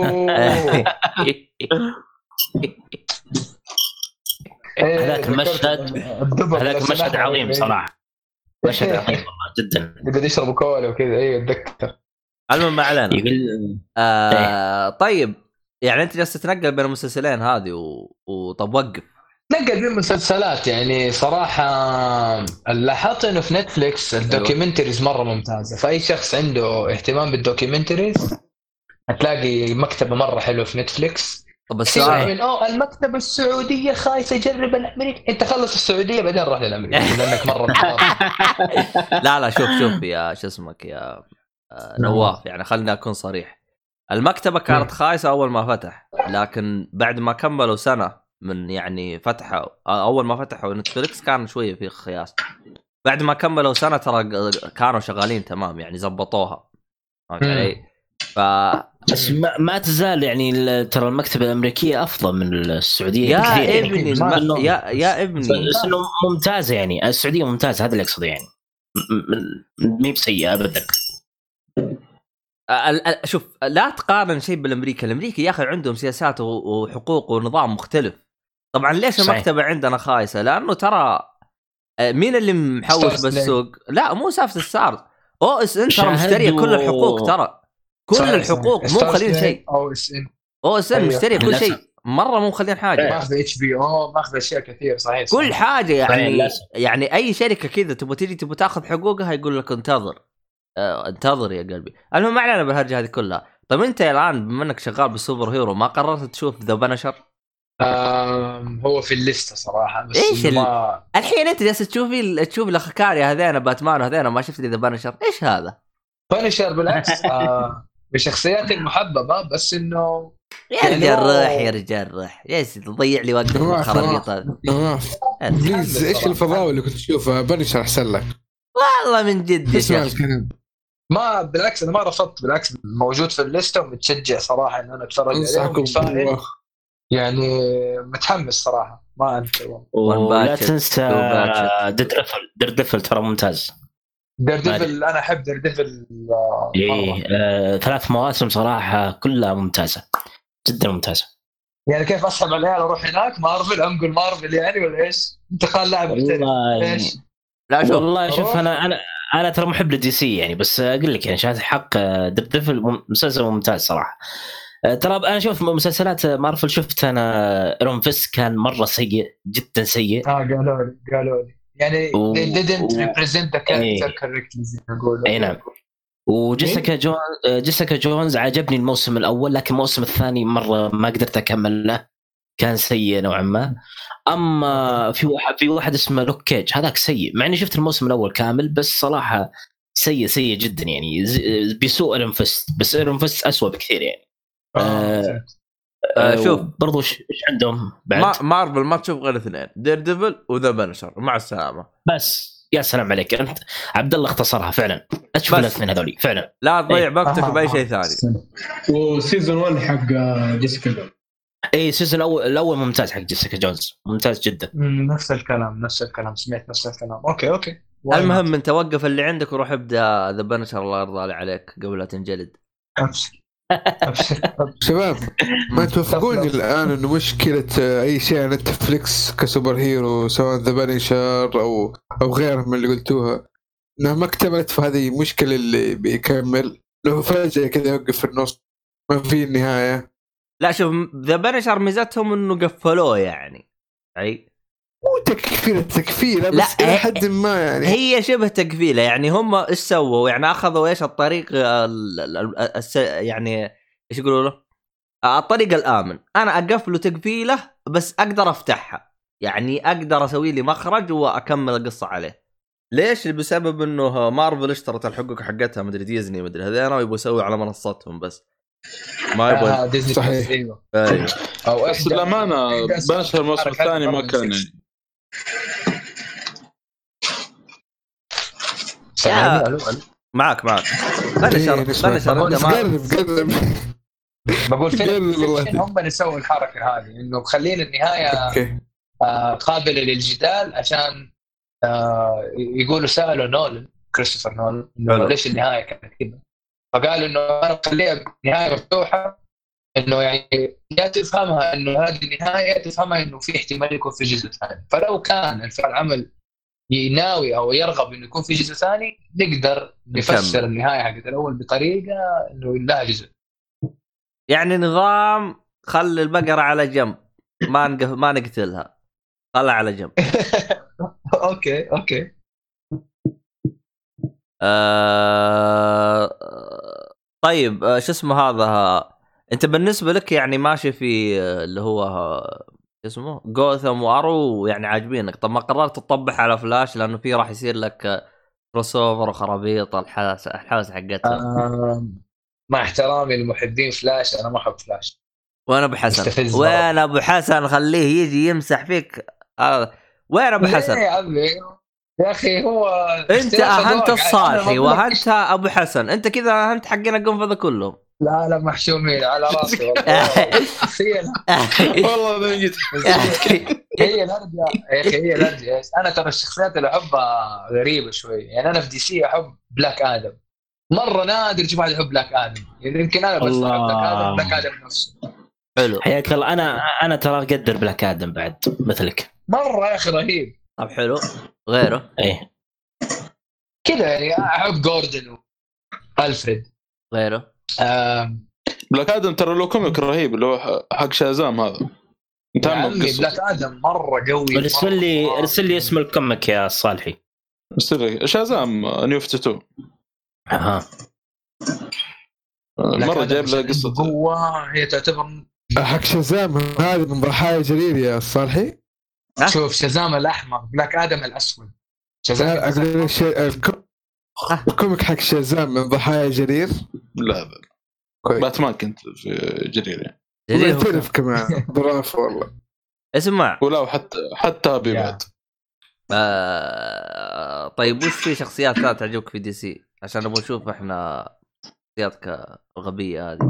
هذاك المشهد هذاك المشهد عظيم صراحه، مشهد عظيم والله جدا. يقعد يشرب كولا وكذا. ايوه اتذكر. المهم ما علينا. يقول آه طيب يعني انت جالس تتنقل بين المسلسلين هذه و... وطب وقف نقل بين المسلسلات. يعني صراحه لاحظت انه في نتفليكس الدوكيومنتريز مره ممتازه، فاي شخص عنده اهتمام بالدوكيومنتريز هتلاقي مكتبه مره حلوه في نتفليكس. طب السؤال من اوه المكتبه السعوديه خايسه يجرب الامريكي، انت خلص السعوديه بعدين روح للامريكي لانك مره لا لا شوف شوف يا شو اسمك يا نواف، يعني خليني اكون صريح. المكتبه كانت خايسه اول ما فتح، لكن بعد ما كملوا سنه من يعني فتحوا اول ما فتحوا نتفليكس كان شويه في خياس. بعد ما كملوا سنه ترى كانوا شغالين تمام، يعني زبطوها. فهمت علي؟ ف بس ما, ما تزال يعني ترى المكتبه الامريكيه افضل من السعوديه يا كثير. ابني يعني الم... يا يا ابني بس انه ممتازه، يعني السعوديه ممتازه، هذا اللي اقصده. يعني مي بسيئه ابدا. شوف لا تقارن شيء بالامريكا. الامريكي يا اخي عندهم سياسات وحقوق ونظام مختلف. طبعا ليش المكتبه عندنا خايسه؟ لانه ترى مين اللي محوش بالسوق؟ لا مو سافة ستارز، او اس ان ترى مشتريه كل الحقوق، ترى كل صحيح الحقوق صحيح. مو مخلين شيء. او اس ان او اس ان مشتريه كل شيء، مره مو مخلين حاجه. ماخذ اتش بي او، ماخذ اشياء كثير صحيح, صحيح. كل حاجه يعني صحيح. يعني اي شركه كذا تبغى تيجي تبغى تاخذ حقوقها يقول لك انتظر اه انتظر يا قلبي. المهم ما علينا بالهرجه هذه كلها. طيب انت الان بما انك شغال بالسوبر هيرو ما قررت تشوف ذا بانشر؟ هو في الليسته صراحه بس ايش ما... ال... الحين انت جالس تشوفي تشوف الاخكاريا هذين باتمان وهذين ما شفت ذا بانشر؟ ايش هذا بانشر؟ بالعكس آه بشخصياتي المحببه، بس انه يا رجال روح يا رجال روح ليش تضيع لي وقت الخرابيط هذه؟ بليز ايش الفضاوه اللي كنت تشوفها؟ بانشر احسن لك والله من جد يا شيخ. ما بالعكس انا ما رفضت، بالعكس موجود في الليسته ومتشجع صراحه ان انا اتفرج عليه، يعني متحمس صراحه. ما انت ولا تنسى ديردفل. ديردفل ترى ممتاز. ديردفل انا احب ديردفل ايه آه، ثلاث مواسم صراحه كلها ممتازه جدا ممتازه. يعني كيف اسحب على العيال اروح هناك مارفل انقل مارفل يعني ولا ايش؟ انت خال لاعب محترف ايش؟ لا شوف والله شوف انا انا انا ترى محب للدي سي يعني، بس اقول لك يعني شاهد حق ديردفل مسلسل ممتاز صراحه. ترى انا شوف مسلسلات مارفل شفت انا ايرون فيست كان مره سيء جدا سيء. اه قالوا لي قالوا لي يعني و... they didn't represent the character correctly زي ما يقولوا. اي نعم. وجيسيكا جون جيسيكا جونز عجبني الموسم الاول، لكن الموسم الثاني مره ما قدرت اكمله، كان سيء نوعا ما. اما في واحد في واحد اسمه لوك كيج هذاك سيء، مع اني شفت الموسم الاول كامل بس صراحه سيء سيء جدا يعني بيسوء ايرون فيست، بس ايرون فيست اسوء بكثير يعني. آه آه شوف برضو ايش عندهم بعد ما مارفل ما تشوف غير اثنين، دير ديفل وذا بانشر، مع السلامه بس. يا سلام عليك انت عبد الله، اختصرها فعلا. اشوف الاثنين هذولي فعلا، لا تضيع وقتك آه باي شيء ثاني. وسيزون واحد حق جيسيكا جونز اي سيزون الاول الاول ممتاز حق جيسيكا جونز ممتاز جدا. نفس الكلام نفس الكلام سمعت نفس الكلام. اوكي اوكي المهم انت وقف اللي عندك وروح ابدا ذا بانشر الله يرضى عليك قبل لا تنجلد. شباب ما توافقون الآن إنه مشكلة أي شيء على نتفليكس كسوبر هيرو سواء ذا بانشر أو أو غيره من اللي قلتوها إنها ما اكتملت، فهذه مشكلة اللي بيكمل له فجأة كذا يوقف في النص ما في النهاية. لا شوف ذا بانشر ميزتهم إنه قفلوه يعني أي مو تكفيلة تكفيلة بس إلى حد ما يعني هي شبه تكفيلة يعني. هم إيش سووا يعني؟ أخذوا إيش الطريق يعني إيش يقولوا له الطريق الآمن. أنا أقفله تكفيلة بس أقدر أفتحها، يعني أقدر أسوي لي مخرج وأكمل القصة عليه. ليش؟ بسبب إنه مارفل اشترت الحقوق حقتها مدري ديزني مدري هذين ويبغوا يسوي على منصتهم بس ما يبغى آه ديزني صحيح. أيوة. أو بس للأمانة بانشر الموسم الثاني ما كان يعني معك معك بانشر بانشر انت ما بقول فين هم نسوي الحركه هذه انه مخلين النهايه آه قابله للجدال عشان آه يقولوا سالوا نولان كريستوفر نولان ليش النهايه كانت كذا، فقالوا انه انا خليها نهايه مفتوحه انه يعني يا تفهمها انه هذه النهايه، يا تفهمها انه في احتمال يكون في جزء ثاني. فلو كان الفعل عمل يناوي او يرغب انه يكون في جزء ثاني، نقدر نفسر النهايه حقت الاول بطريقه انه لا جزء، يعني نظام خلي البقره على جنب، ما نقف ما نقتلها، خلها على جنب. اوكي اوكي. آه... طيب آه شو اسمه هذا، انت بالنسبه لك يعني ماشي في اللي هو اسمه جوثم وارو يعني عاجبينك، طب ما قررت تطبح على فلاش لانه في راح يصير لك كروس اوفر وخرابيط الحاس الحاس حقتها؟ آه... مع احترامي للمحبين فلاش، انا ما احب فلاش. وين ابو حسن؟ وين ابو حسن؟ خليه يجي يمسح فيك هذا. وين ابو حسن يا عمي؟ يا اخي هو انت اهنت الصالحي واهنت ابو حسن، انت كذا اهنت حقنا قنفذ كلهم. لا لا محشومين على راسي والله. والله من جد هي الارجع يا اخي، هي الارجع. انا ترى الشخصيات اللي احبها غريبه شوي، يعني انا في دي سي احب بلاك ادم، مره نادر تشوف واحد يحب بلاك ادم، يعني يمكن انا بس احب بلاك ادم. بلاك ادم نفسه حلو حياك الله. انا انا ترى اقدر بلاك ادم بعد مثلك مره يا اخي رهيب. طب حلو. غيره ايه كذا يعني احب جوردن والفريد. غيره آم... بلاك ادم ترى له كوميك رهيب اللي هو حق شازام هذا. انت عمي بلاك ادم مره قوي. ارسل لي ارسل لي اسم الكوميك يا صالحي. ارسل لي شازام نيو فتو. اها مره جايب له قصه قوه، هي تعتبر حق شازام هذا من ضحايا جرير يا صالحي. شوف شازام الاحمر، بلاك ادم الاسود. شازام اقول شيء الكوميك حق شازام من ضحايا جرير. لا لا باتمان كنت في جرير يعني. جرير تعرف كمان برافو والله. اسمع ولا حتى حتى ابي بعد. آه... طيب وش في شخصيات ثانيه تعجبك في دي سي عشان نبغى نشوف احنا شخصياتك الغبيه هذه؟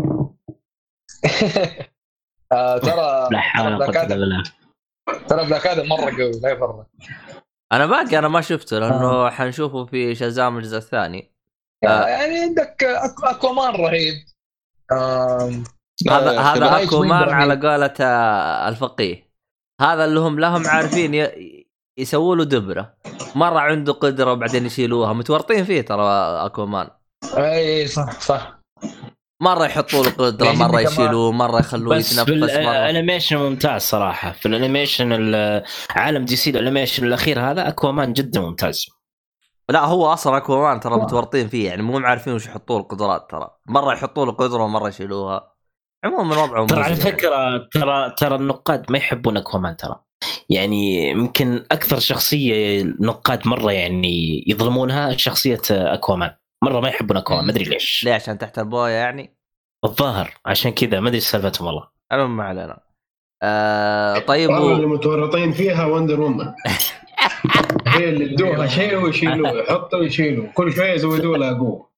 آه ترى بلاك ادم ترى بلاك ادم مره قوي لا يفرق. انا باقي انا ما شفته لانه آه. حنشوفه في شازام الجزء الثاني. آه. يعني عندك اكوامان رهيب. آه. هذا هذا اكوامان على قولة الفقيه، هذا اللي هم لهم عارفين ي... يسووا له دبره، مره عنده قدره وبعدين يشيلوها، متورطين فيه ترى اكوامان. اي صح صح. مره يحطوا له قدره، مره يشيلوه، مره يخلوه يتنفس. الانيميشن ممتاز صراحه، في الانيميشن عالم دي سي الانيميشن الاخير هذا اكوامان جدا ممتاز. لا هو اصلا اكوامان ترى متورطين فيه، يعني مو عارفين وش يحطوا له القدرات، ترى مره يحطوا له قدره ومره يشيلوها. عموما وضعهم ترى على فكره ترى ترى النقاد ما يحبون اكوامان، ترى يعني يمكن اكثر شخصيه نقاد مره يعني يظلمونها شخصيه اكوامان، مره ما يحبون اكوامان ما ادري ليش. ليه؟ عشان تحت البويه يعني الظاهر عشان كذا، ما ادري سالفتهم والله. انا ما علينا. آه طيب و... اللي متورطين فيها وندر وومن هي اللي ادوها شيء ويشيلوه، يحطوا ويشيلوا، كل شويه يزودوا لها قوه.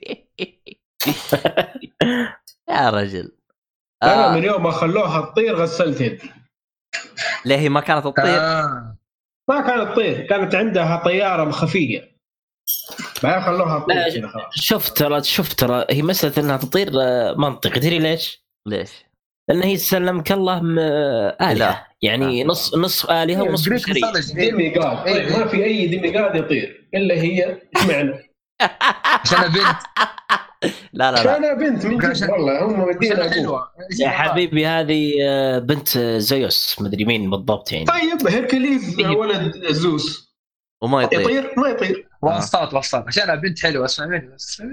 يا رجل انا آه. من يوم ما خلوها تطير غسلت يدي. ليه هي ما كانت تطير؟ آه. ما كانت تطير، كانت عندها طياره خفيه ما خلوها تطير. شفت ترى شفت ترى هي مساله انها تطير منطقي. تدري ليش؟ ليش؟ لأن هي سلمك الله آلهة، يعني آه. نص نص آلهة ونص بشري. ديميغاد. طيب ما في أي ديميغاد يطير إلا هي. إيش معنى؟ عشان بنت. لا لا لا عشان بنت من جد والله هم مدينة حلوة يا حبيبي. هذه بنت زيوس مدري مين بالضبط يعني. طيب هيركليز ولد زوس وما يطير. يطير ما يطير. وصلت وصلت عشان بنت حلوة اسمع مني بس.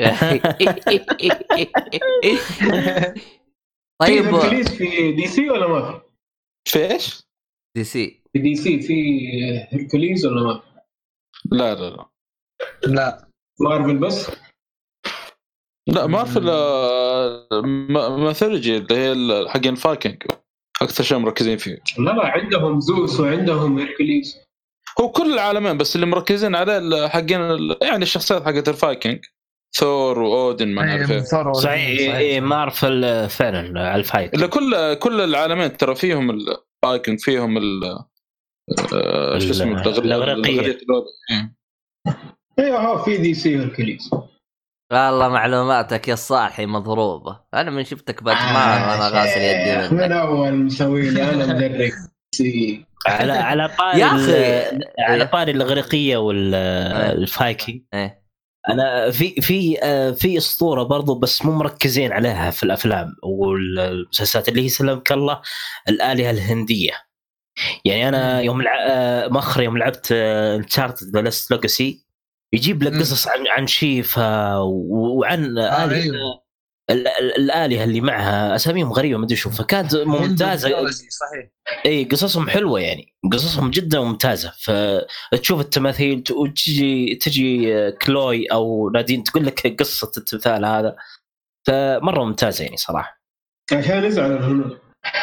طيب هيركليز في دي سي ولا ما في؟ في ايش؟ دي سي في دي سي في هيركليز ولا ما في؟ لا لا لا لا مارفل بس. لا مارفل ماثولوجي اللي هي حقين فايكنج اكثر شيء مركزين فيه. لا لا عندهم زوس وعندهم هيركليز. هو كل العالمين بس اللي مركزين على حقين يعني الشخصيات حقت الفايكنج، ثور واودن ما نعرف ايه. صحيح ايه مارفل فعلا على الفايت. الا كل كل العالمين ترى فيهم الفايكنج، فيهم ال شو اسمه الاغريقيه. ايوه ها في دي سي هيركليز. والله معلوماتك يا الصالحي مضروبة. أنا من شفتك باتمان آه وأنا غاسل يدي منك من أول مسوي لي أنا مدرك على على طاري يا أخي على طاري الإغريقية والفايكنج. إيه أنا في في في أسطورة برضو بس مو مركزين عليها في الأفلام والمسلسلات اللي هي سلمك الله، الآلهة الهندية. يعني أنا يوم مخر يوم لعبت انشارتد ذا لاست ليجاسي يجيب لك قصص عن عن شيفا وعن آه آلهة أيوه. الآلهة اللي معها أساميهم غريبة ما أدري شو، فكانت ممتازة صحيح. أي قصصهم حلوة يعني قصصهم جدا ممتازة. فتشوف التماثيل وتجي تجي كلوي أو نادين تقول لك قصة التمثال هذا، فمرة ممتازة يعني صراحة. عشان نزعل الهنود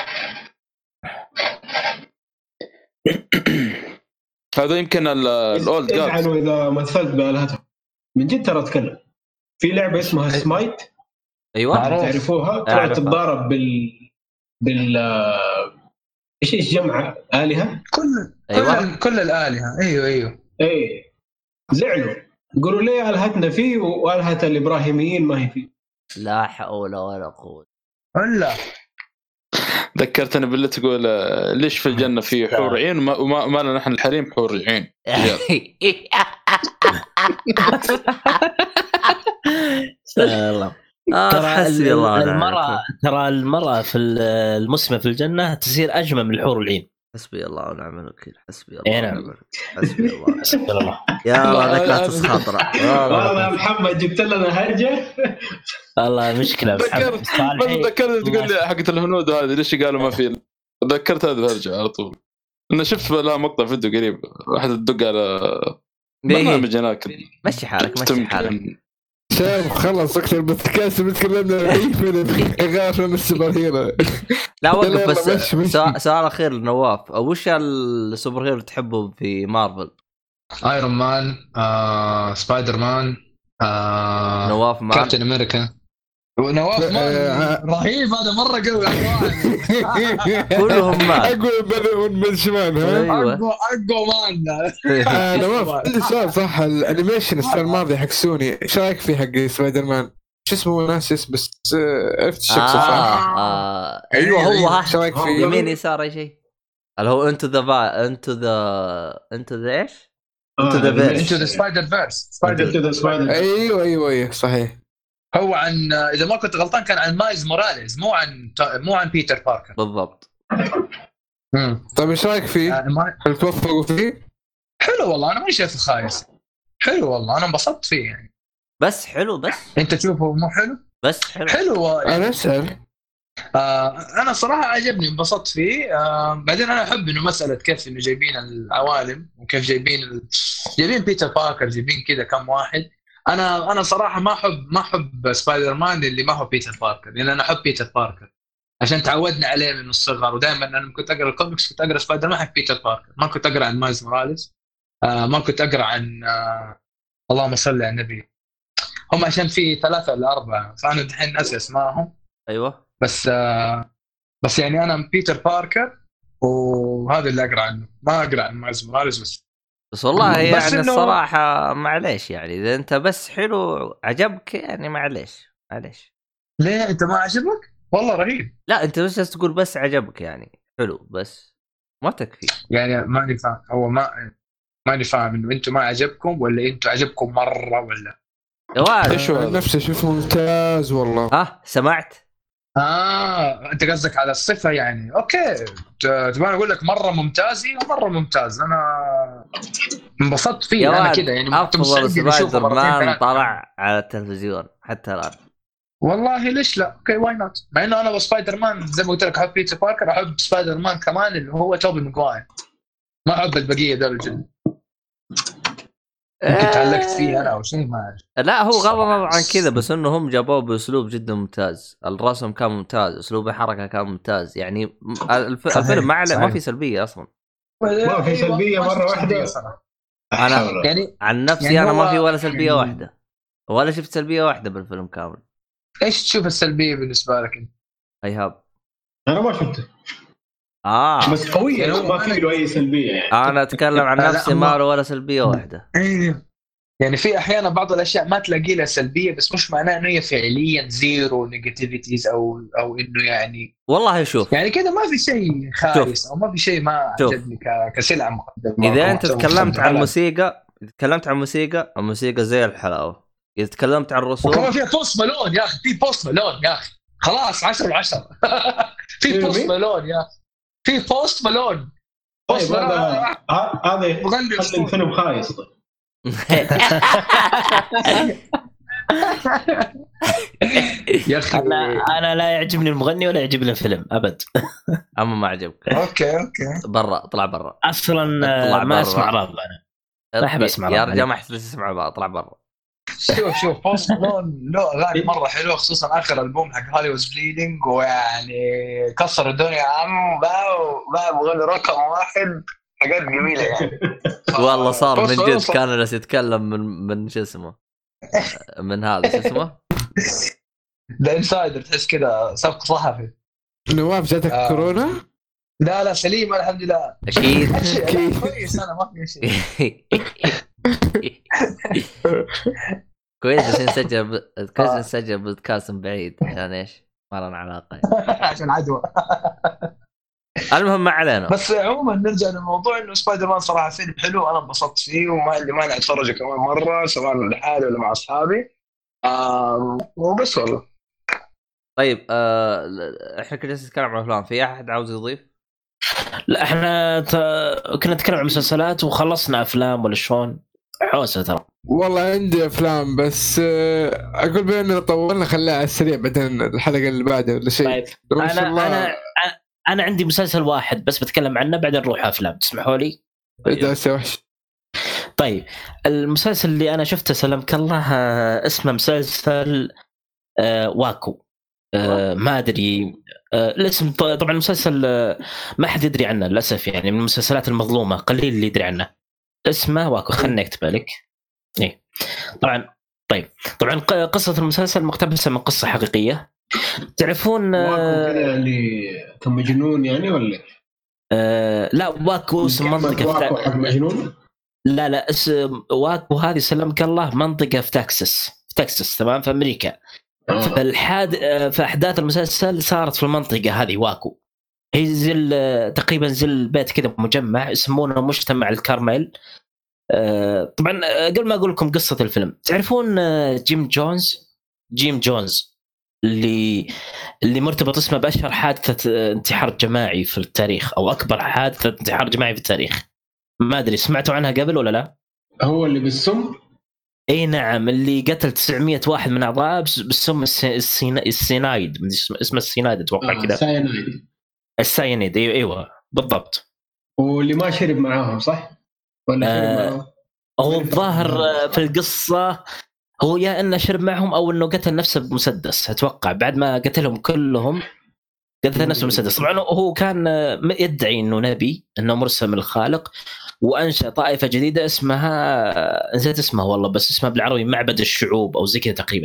هذا يمكن الأولد جاد يزعلوا إذا مثلت بآلهتهم من جد. ترى أتكلم في لعبة اسمها سمايت ايوه تعرفوها، ترى تتضارب بال بال ايش ايش جمع آلهة كل أيوة. كل كل الآلهة ايوه ايوه ايه زعلوا يقولوا ليه آلهتنا فيه وآلهة الإبراهيميين ما هي فيه. لا حول ولا قوة ولا. ذكرتني بالله تقول ليش في الجنة في حور عين وما ما لنا نحن الحريم حور عين. سلام. ترى المرأة ترى المرأة في المسلمة في الجنة تصير أجمل من الحور العين. حسبي الله ونعم الوكيل. حسبي الله ونعم الوكيل. حسبي الله حسبي الله. يا الله ذاك لا تسخطر والله محمد جبت لنا هرجة. والله مشكلة بس ذكرت تقول لي حقة الهنود هذه ليش قالوا ما في. ذكرت هذه الهرجة على طول. أنا شفت لها مقطع فيديو قريب واحد تدق على برنامج هناك. مشي حالك مشي حالك. شايف خلص اكثر بودكاست بنتكلمنا عن غافل من السوبر هيرو. لا وقف بس سؤال اخير لنواف، وش السوبر هيرو تحبه في مارفل؟ ايرون مان، آه، سبايدر مان، آه، نواف مان، كابتن امريكا. ونواف مان رهيب هذا مره قوي. كلهم مان اقوى بدون من شمال. ايوه اقوى اقوى مان. نواف عندي سؤال صح. الانيميشن السنه الماضيه حق سوني ايش رايك فيه حق سبايدر مان؟ شو اسمه ناسيس بس عرفت الشخص صح. آه. ايوه هو ها ايش رايك فيه؟ يمين يسار اي شيء اللي هو انتو ذا انتو ذا انتو ذا ايش انتو ذا فيرس انتو ذا سبايدر فيرس سبايدر. ايوه ايوه ايوه صحيح. هو عن اذا ما كنت غلطان كان عن مايلز موراليز مو عن مو عن بيتر باركر بالضبط. امم طيب ايش رايك فيه؟ هل توفقوا فيه؟ حلو والله انا ما شايف خايس. حلو والله انا انبسطت فيه يعني. بس حلو بس انت تشوفه مو حلو بس حلو حلو يعني. انا اسال آه انا صراحه عجبني انبسطت فيه. آه بعدين انا احب انه مساله كيف انه جايبين العوالم وكيف جايبين ال... جايبين بيتر باركر جايبين كذا كم واحد. انا انا صراحه ما احب ما احب سبايدر مان اللي ما هو بيتر باركر لان انا احب بيتر باركر عشان تعودنا عليه من الصغر. ودائما انا كنت اقرا الكوميكس كنت اقرا سبايدر مان حق بيتر باركر ما كنت اقرا عن مايلز موراليس. آه ما كنت اقرا عن آه اللهم صل على النبي هم عشان في ثلاثة ولا أربعة فأنا دحين ناسي اسمائهم. أيوة بس آه بس يعني أنا بيتر باركر وهذا اللي أقرأ عنه ما أقرأ عن مايلز موراليس بس. بس والله يعني إنه... الصراحة معليش يعني إذا أنت بس حلو عجبك يعني معليش معليش. ليه أنت ما عجبك؟ والله رهيب. لا أنت بس تقول بس عجبك يعني حلو بس ما تكفي يعني ما نفهم هو ما ما نفهم إنه أنتوا ما عجبكم ولا أنتوا عجبكم مرة ولا ايش نفسه شوف ممتاز والله. ها سمعت اه انت قصدك على الصفه يعني. اوكي تبغى اقول لك مره ممتاز مره ممتاز. انا انبسطت فيه انا كده يعني. افضل سبايدر مان طلع على التلفزيون حتى الان والله ليش لا. اوكي واي نوت مع انه انا بسبايدر مان زي ما قلت لك احب بيتر باركر احب سبايدر مان كمان اللي هو توبي ماغواير ما احب البقيه دول الجن. ممكن تعلقت فيه انا او شيء ما اعرف. لا هو غض النظر عن كذا بس انه هم جابوه باسلوب جدا ممتاز. الرسم كان ممتاز اسلوب الحركه كان ممتاز يعني. الف... الفيلم ما ما في سلبيه اصلا ما في سلبيه مره واحده. انا يعني عن نفسي يعني انا ما في ولا سلبيه يعني... واحده ولا شفت سلبيه واحده بالفيلم كامل. ايش تشوف السلبيه بالنسبه لك انت؟ ايهاب انا ما شفته اه بس قوي يعني ما في له اي سلبيه يعني. انا اتكلم عن نفسي ما له ولا سلبيه واحده. ايوه يعني في احيانا بعض الاشياء ما تلاقي لها سلبيه بس مش معناه انه هي فعليا زيرو نيجاتيفيتيز او او انه يعني والله شوف يعني كده ما في شيء خايس او ما في شيء ما عجبني كسلعه مقدمه. اذا انت تكلمت عن الموسيقى تكلمت عن موسيقى الموسيقى زي الحلاوه. اذا تكلمت عن الرسوم وكمان فيها بوست مالون يا اخي في بوست مالون يا اخي خلاص عشرة من عشرة. في بوست مالون يا اخي في بوست مالون بوست مالون هذا مغني الفيلم خايس. يا اخي انا انا لا يعجبني المغني ولا يعجبني الفيلم ابد. اما ما عجبك اوكي اوكي برا طلع برا اصلا ما اسمع راب انا ما احب اسمع راب يا رجال ما احب اسمع بقى طلع برا. شوف شوف بوست مالون له اغاني مره حلوه خصوصا اخر البوم حق هالي واز بليدنج ويعني كسر الدنيا يا عم باو باو مغني رقم واحد حاجات جميله يعني. والله صار من جد كان الناس يتكلم من من شو اسمه من هذا شو اسمه ذا انسايدر تحس كذا سبق صحفي. نواف جاتك آه. كورونا؟ لا لا سليم الحمد لله اكيد اكيد كويس انا ما في شيء. كويس بس نسجل ب... كويس نسجل بودكاست بعيد عشان ايش ما لنا علاقه عشان عدوى. المهم ما علينا. بس عموما نرجع للموضوع انه سبايدر مان صراحه فيلم حلو انا انبسطت فيه وما عندي مانع اتفرجه كمان مره سواء لحالي ولا مع اصحابي آه وبس والله. طيب آه احنا كنا نتكلم عن افلام في احد عاوز يضيف؟ لا احنا ت... كنا نتكلم عن مسلسلات وخلصنا افلام ولا شلون حوسه ترى. والله عندي افلام بس اقول باننا طولنا خليها على السريع بعدين الحلقه اللي بعدها ولا شيء. طيب انا الله... انا انا عندي مسلسل واحد بس بتكلم عنه بعدين نروح افلام تسمحوا لي؟ طيب. وحش. طيب المسلسل اللي انا شفته سلمك الله اسمه مسلسل آه واكو آه ما ادري آه الاسم طبعا المسلسل آه ما حد يدري عنه للاسف يعني من المسلسلات المظلومه قليل اللي يدري عنه. اسمه واكو خلني اكتب لك. ايه طبعا طيب طبعا قصه المسلسل مقتبسه من قصه حقيقيه. تعرفون واكو كذا اللي كان مجنون يعني ولا آه لا واكو اسم منطقه واكو حق مجنون. لا لا اسم واكو هذه سلمك الله منطقه في تكساس في تكساس تمام في امريكا. آه. فالحاد في احداث المسلسل صارت في المنطقه هذه واكو. هي زي تقريبا زي البيت كذا مجمع يسمونه مجتمع الكارميل. آه طبعا قبل ما اقول لكم قصه الفيلم تعرفون جيم جونز جيم جونز اللي اللي مرتبط اسمه بأشهر حادثة انتحار جماعي في التاريخ أو أكبر حادثة انتحار جماعي في التاريخ. ما أدري سمعتوا عنها قبل ولا لا؟ هو اللي بالسم؟ أي نعم اللي قتل تسعمية واحد من أعضاء بالسم السينا... السينايد اسمه السينايد أتوقع آه كذا. السينايد. السينايد أيوة أيوة بالضبط. واللي ما شرب معاهم صح؟ ولا شرب آه معاهم؟ هو الظاهر في القصة هو يا انه شرب معهم او انه قتل نفسه بمسدس اتوقع بعد ما قتلهم كلهم قتل نفسه بمسدس. طبعا هو كان يدعي انه نبي انه مرسل من الخالق وانشا طائفه جديده اسمها نسيت اسمها والله بس اسمها بالعربي معبد الشعوب او زي كذا تقريبا.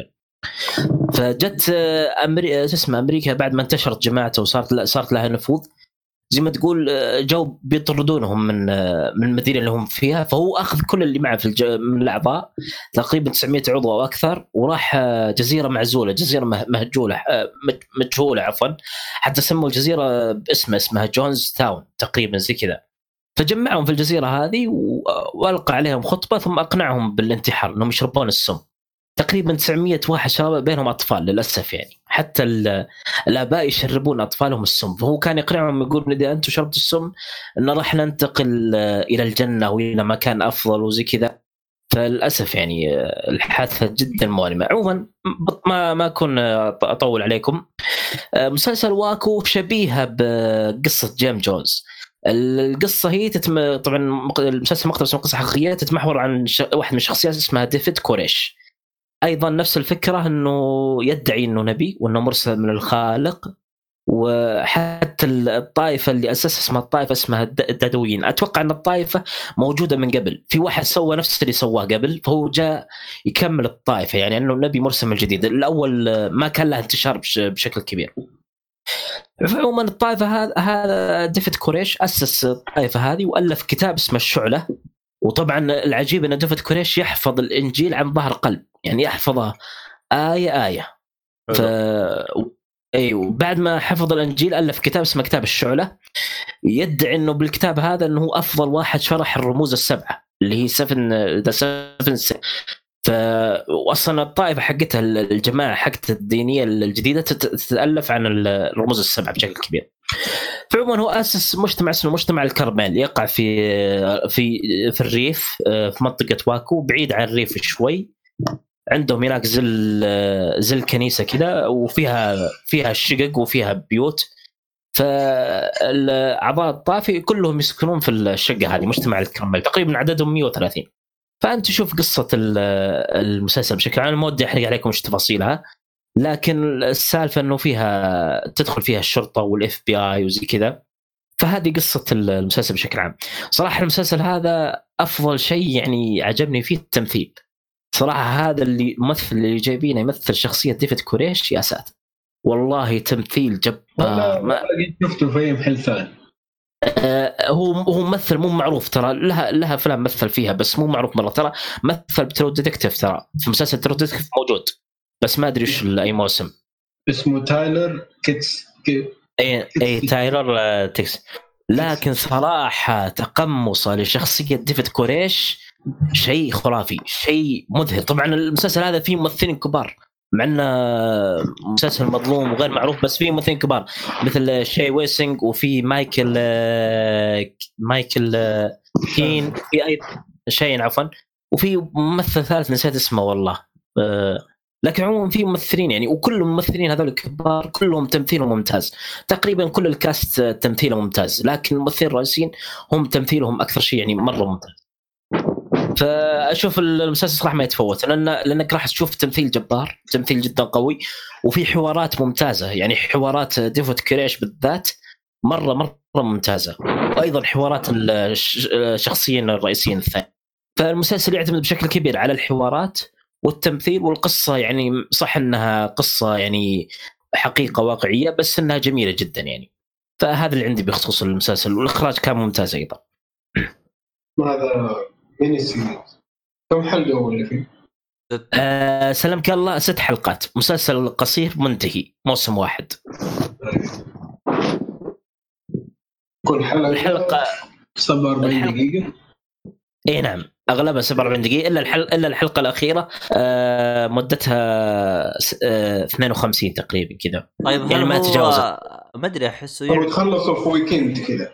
فجت امريكا اسمها امريكا بعد ما انتشرت جماعته وصارت صارت لها نفوذ زي ما تقول جو بيطردونهم من من المدينه اللي هم فيها. فهو اخذ كل اللي معه في الج... من الاعضاء تقريبا تسعمية عضو او اكثر وراح جزيره معزوله جزيره مهجوله مجهوله عفوا حتى سموا الجزيره باسمه اسمها جونز تاون تقريبا زي كذا. فجمعهم في الجزيره هذه والقى عليهم خطبه ثم اقنعهم بالانتحار انهم يشربون السم. تقريبا تسعمية واحد شباب بينهم اطفال للاسف يعني حتى الاباء يشربون اطفالهم السم. فهو كان يقنعهم يقول اذا انتم شربتوا السم ان راح ننتقل الى الجنه والى مكان افضل وزي كذا. فللاسف يعني الحادثه جدا مؤلمه. عموما ما ما اكون اطول عليكم. مسلسل واكو شبيهه بقصه جيم جونز. القصه هي تتم طبعا المسلسل مقتبس من قصه حقيقيه تتمحور عن واحد من الشخصيات اسمها ديفيد كوريش. ايضا نفس الفكره انه يدعي انه نبي وانه مرسل من الخالق. وحتى الطائفه اللي اسسها اسمها الطائفه اسمها الدادويين. اتوقع ان الطائفه موجوده من قبل في واحد سوى نفس اللي سواه قبل فهو جاء يكمل الطائفه يعني انه نبي مرسل من الجديد. الاول ما كان له انتشار بشكل كبير. عموما الطائفه هذا هذا ديفيد كوريش اسس الطائفه هذه والف كتاب اسمه الشعله وطبعا العجيب ان ديفيد كوريش يحفظ الانجيل عن ظهر قلب، يعني يحفظها ايه ايه. ف ايوه بعد ما حفظ الانجيل الف كتاب اسمه كتاب الشعلة، يدعي انه بالكتاب هذا انه هو افضل واحد شرح الرموز السبعه اللي هي سفن ذا سفن. ف واصلا الطائفه حقتها الجماعه حقت الدينيه الجديده تتالف عن الرموز السبعه بشكل كبير. فعموما هو اسس مجتمع اسمه مجتمع الكرمال، يقع في في في الريف في منطقه واكو بعيد عن الريف شوي. عندهم هناك زل زل كنيسه كذا وفيها فيها الشقق وفيها بيوت. فالاعضاء الطائفه كلهم يسكنون في الشقه هذه، مجتمع الكرمال تقريبا عددهم مئة وثلاثين. فانت تشوف قصه المسلسل بشكل عام، ما ودي احرق عليكم ايش تفاصيلها، لكن السالفه انه فيها تدخل فيها الشرطه والاف بي اي وزي كذا. فهذه قصه المسلسل بشكل عام. صراحه المسلسل هذا افضل شيء يعني عجبني فيه التمثيل صراحه. هذا اللي ممثل اللي جايبينه يمثل شخصيه ديفيد كوريش، يا ساتر والله تمثيل جبار. ما شفته في محل ثاني. آه هو هو ممثل مو معروف ترى، لها لها افلام مثل فيها بس مو معروف مره ترى. مثل بترو ديتكتيف ترى، في مسلسل ترو ديتكتيف موجود بس ما ادري ايش اي موسم. اسمه تايلر كيتس. اي اي تايلر تيكس. لكن صراحه تقمصه لشخصيه ديفيد كوريش شيء خرافي، شيء مذهل. طبعا المسلسل هذا فيه ممثلين كبار، مع انه مسلسل مظلوم وغير معروف، بس فيه ممثلين كبار مثل شاي ويسنج وفي مايكل مايكل كين، في اي شيء عفوا، وفي ممثل ثالث نسيت اسمه والله. لكن عموما في ممثلين يعني، وكل الممثلين هذول الكبار كلهم تمثيلهم ممتاز. تقريبا كل الكاست تمثيله ممتاز، لكن الممثلين الرئيسيين هم تمثيلهم اكثر شيء يعني مره ممتاز. فاشوف المسلسل صراحه ما يتفوت، لان لانك راح تشوف تمثيل جبار، تمثيل جدا قوي، وفي حوارات ممتازه. يعني حوارات ديفيد كوريش بالذات مره مره ممتازه، وايضا حوارات الشخصيين الرئيسيين الثانيين. فالمسلسل يعتمد بشكل كبير على الحوارات والتمثيل والقصه. يعني صح انها قصه يعني حقيقه واقعيه، بس انها جميله جدا يعني. فهذا اللي عندي بخصوص المسلسل، والاخراج كان ممتاز ايضا. هذا ميني سيريز كم حلقة ولا فيه؟ آه سلامك الله، ست حلقات، مسلسل قصير منتهي، موسم واحد. كل حلقة الحلقة سبعة وأربعين دقيقة. اي نعم اغلبها سبعة وأربعين دقيقة، الا الحلقة الا الحلقة الأخيرة آه مدتها آه اثنين وخمسين تقريبا كذا. طيب يعني ما تجاوزت، ما ادري احسه يعني تخلصوا في ويكند كذا.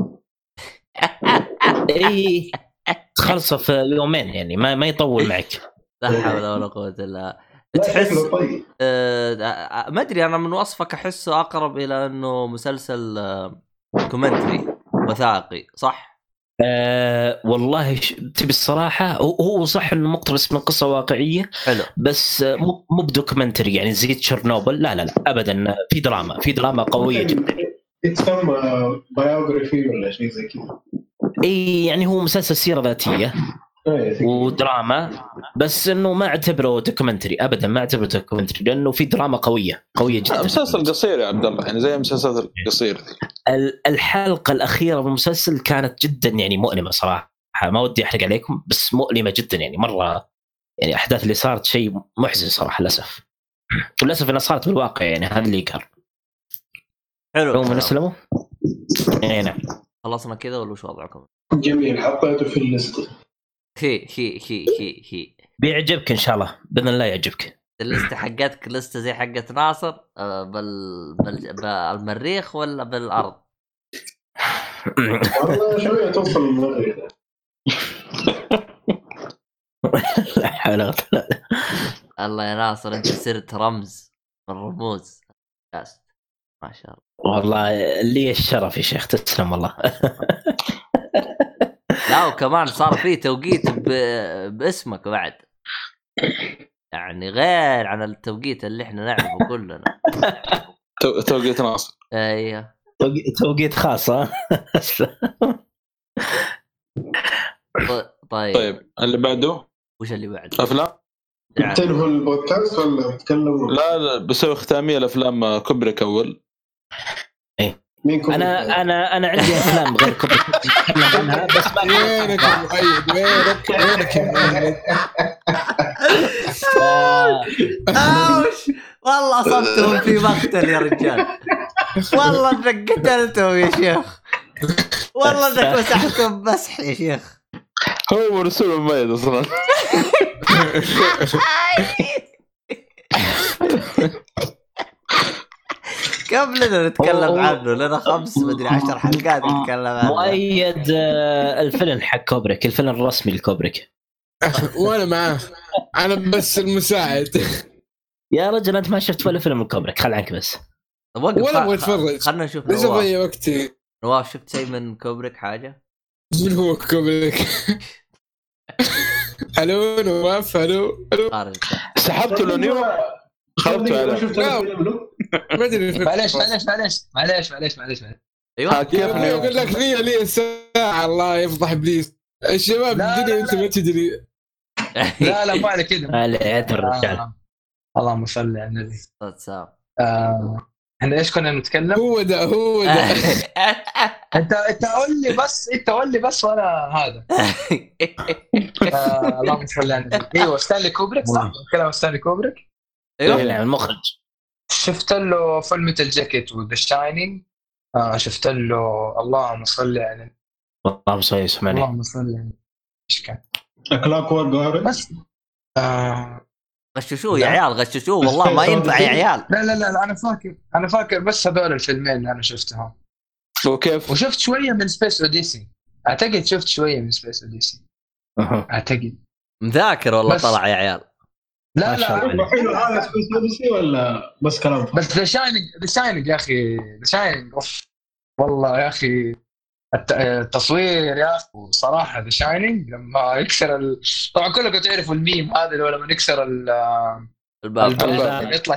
اي تخلصه في يومين يعني، ما ما يطول معك. لا حول ولا قوة الا تحس طيب. آه ما ادري انا من وصفك احسه اقرب الى انه مسلسل آه كومنتري وثائقي صح؟ أه والله تبي الصراحة هو صح انه مقتبس من قصة واقعية حلو، بس مو مو بدوكيومنتري يعني زي تشيرنوبل، لا لا لا ابدا. في دراما، في دراما قوية جدا. يتسمى بايوغرافي ولا شيء زي كذا. اي يعني هو مسلسل سيرة ذاتية ودراما، بس انه ما اعتبره دوكيومنتري ابدا، ما اعتبره دوكيومنتري لانه في دراما قويه قويه جدا. مسلسل قصير يا عبد الله، يعني زي المسلسلات القصيره. الحلقه الاخيره من المسلسل كانت جدا يعني مؤلمه صراحه، ما ودي احرق عليكم بس مؤلمه جدا يعني مره. يعني احداث اللي صارت شيء محزن صراحه للاسف، وللاسف انها صارت بالواقع يعني. هذا اللي يقهر. حلو من اسلموا. اي نعم خلصنا كذا ولا وش وضعكم؟ جميل، حطيته في الليست. هي هي هي هي هي بيعجبك ان شاء الله باذن الله يعجبك. الليسته حقتك لسته زي حقت ناصر بال... بال... بالمريخ ولا بالارض؟ والله شويه توصل المريخ. لا حول ولا قوة. الله يا ناصر انت صرت رمز من رموز كاست ما شاء الله. والله لي الشرف يا شيخ، تسلم والله. لا وكمان صار فيه توقيت ب... باسمك بعد، يعني غير عن التوقيت اللي احنا نعرفه كلنا. توقيت ناصر. ايوه توقيت خاص. طيب طيب اللي بعده وش اللي بعده؟ افلام. تنهوا البودكاست ولا تتكلموا؟ لا لا بسوي ختاميه الافلام كوبريك اول. ايه انا انا انا عندي افلام غير كوبريك نتكلم عنها بس ما وينك يا مؤيد وينك وينك يا مؤيد اوش والله اصبتهم في مقتل يا رجال والله انك قتلتهم يا شيخ والله انك مسحتهم مسح يا شيخ هو مرسول مميز اصلا كم لنا نتكلم عنه لنا خمس مدري عشر حلقات نتكلم عنه. مؤيد الفيلم حق كوبريك الفيلم الرسمي لكوبريك وانا معاه انا بس المساعد يا رجل انت ما شفت ولا فيلم الكوبريك خل عنك بس ولا ابغى اتفرج خلنا نشوف ليش اضيع وقتي نواف شفت شيء من كوبريك حاجه من هو كوبريك الو نواف الو سحبت له نيو خربته على ما ادري معليش معليش معليش معليش معليش معليش ايوه كيف يقول لك لي لي ساعه الله يفضح ابليس الشباب الدنيا انت ما تدري لا لا ما على كذا ما على الرجال اللهم صل على النبي صار احنا ايش كنا نتكلم هو ده هو ده انت انت قول لي بس انت قول لي بس وانا هذا آه اللهم صل على النبي ايوه ستانلي كوبريك صح كلام ستانلي كوبريك ايوه المخرج شفت له فيلم ميتال جاكيت وذا شاينينج آه شفت له اللهم صل على اللهم صل اسمعني اللهم صل على ايش كان اكلاك وورد بس آه غششوه يا عيال غششوه والله ما ينفع يا عيال لا لا لا انا فاكر انا فاكر بس هذول الفيلمين اللي انا شفتهم وكيف وشفت شويه من سبيس اوديسي اعتقد شفت شويه من سبيس اوديسي اعتقد مذاكر والله طلع يا عيال لا لا حلو هذا سبيس اوديسي ولا بس كلام بس ذا شاينينج ذا شاينينج يا اخي ذا شاينينج والله يا اخي التصوير يا اخي صراحه ذا شاينينج لما يكسر ال... طبعا كلكم تعرفوا الميم هذا اللي لما يكسر ال الباب يطلع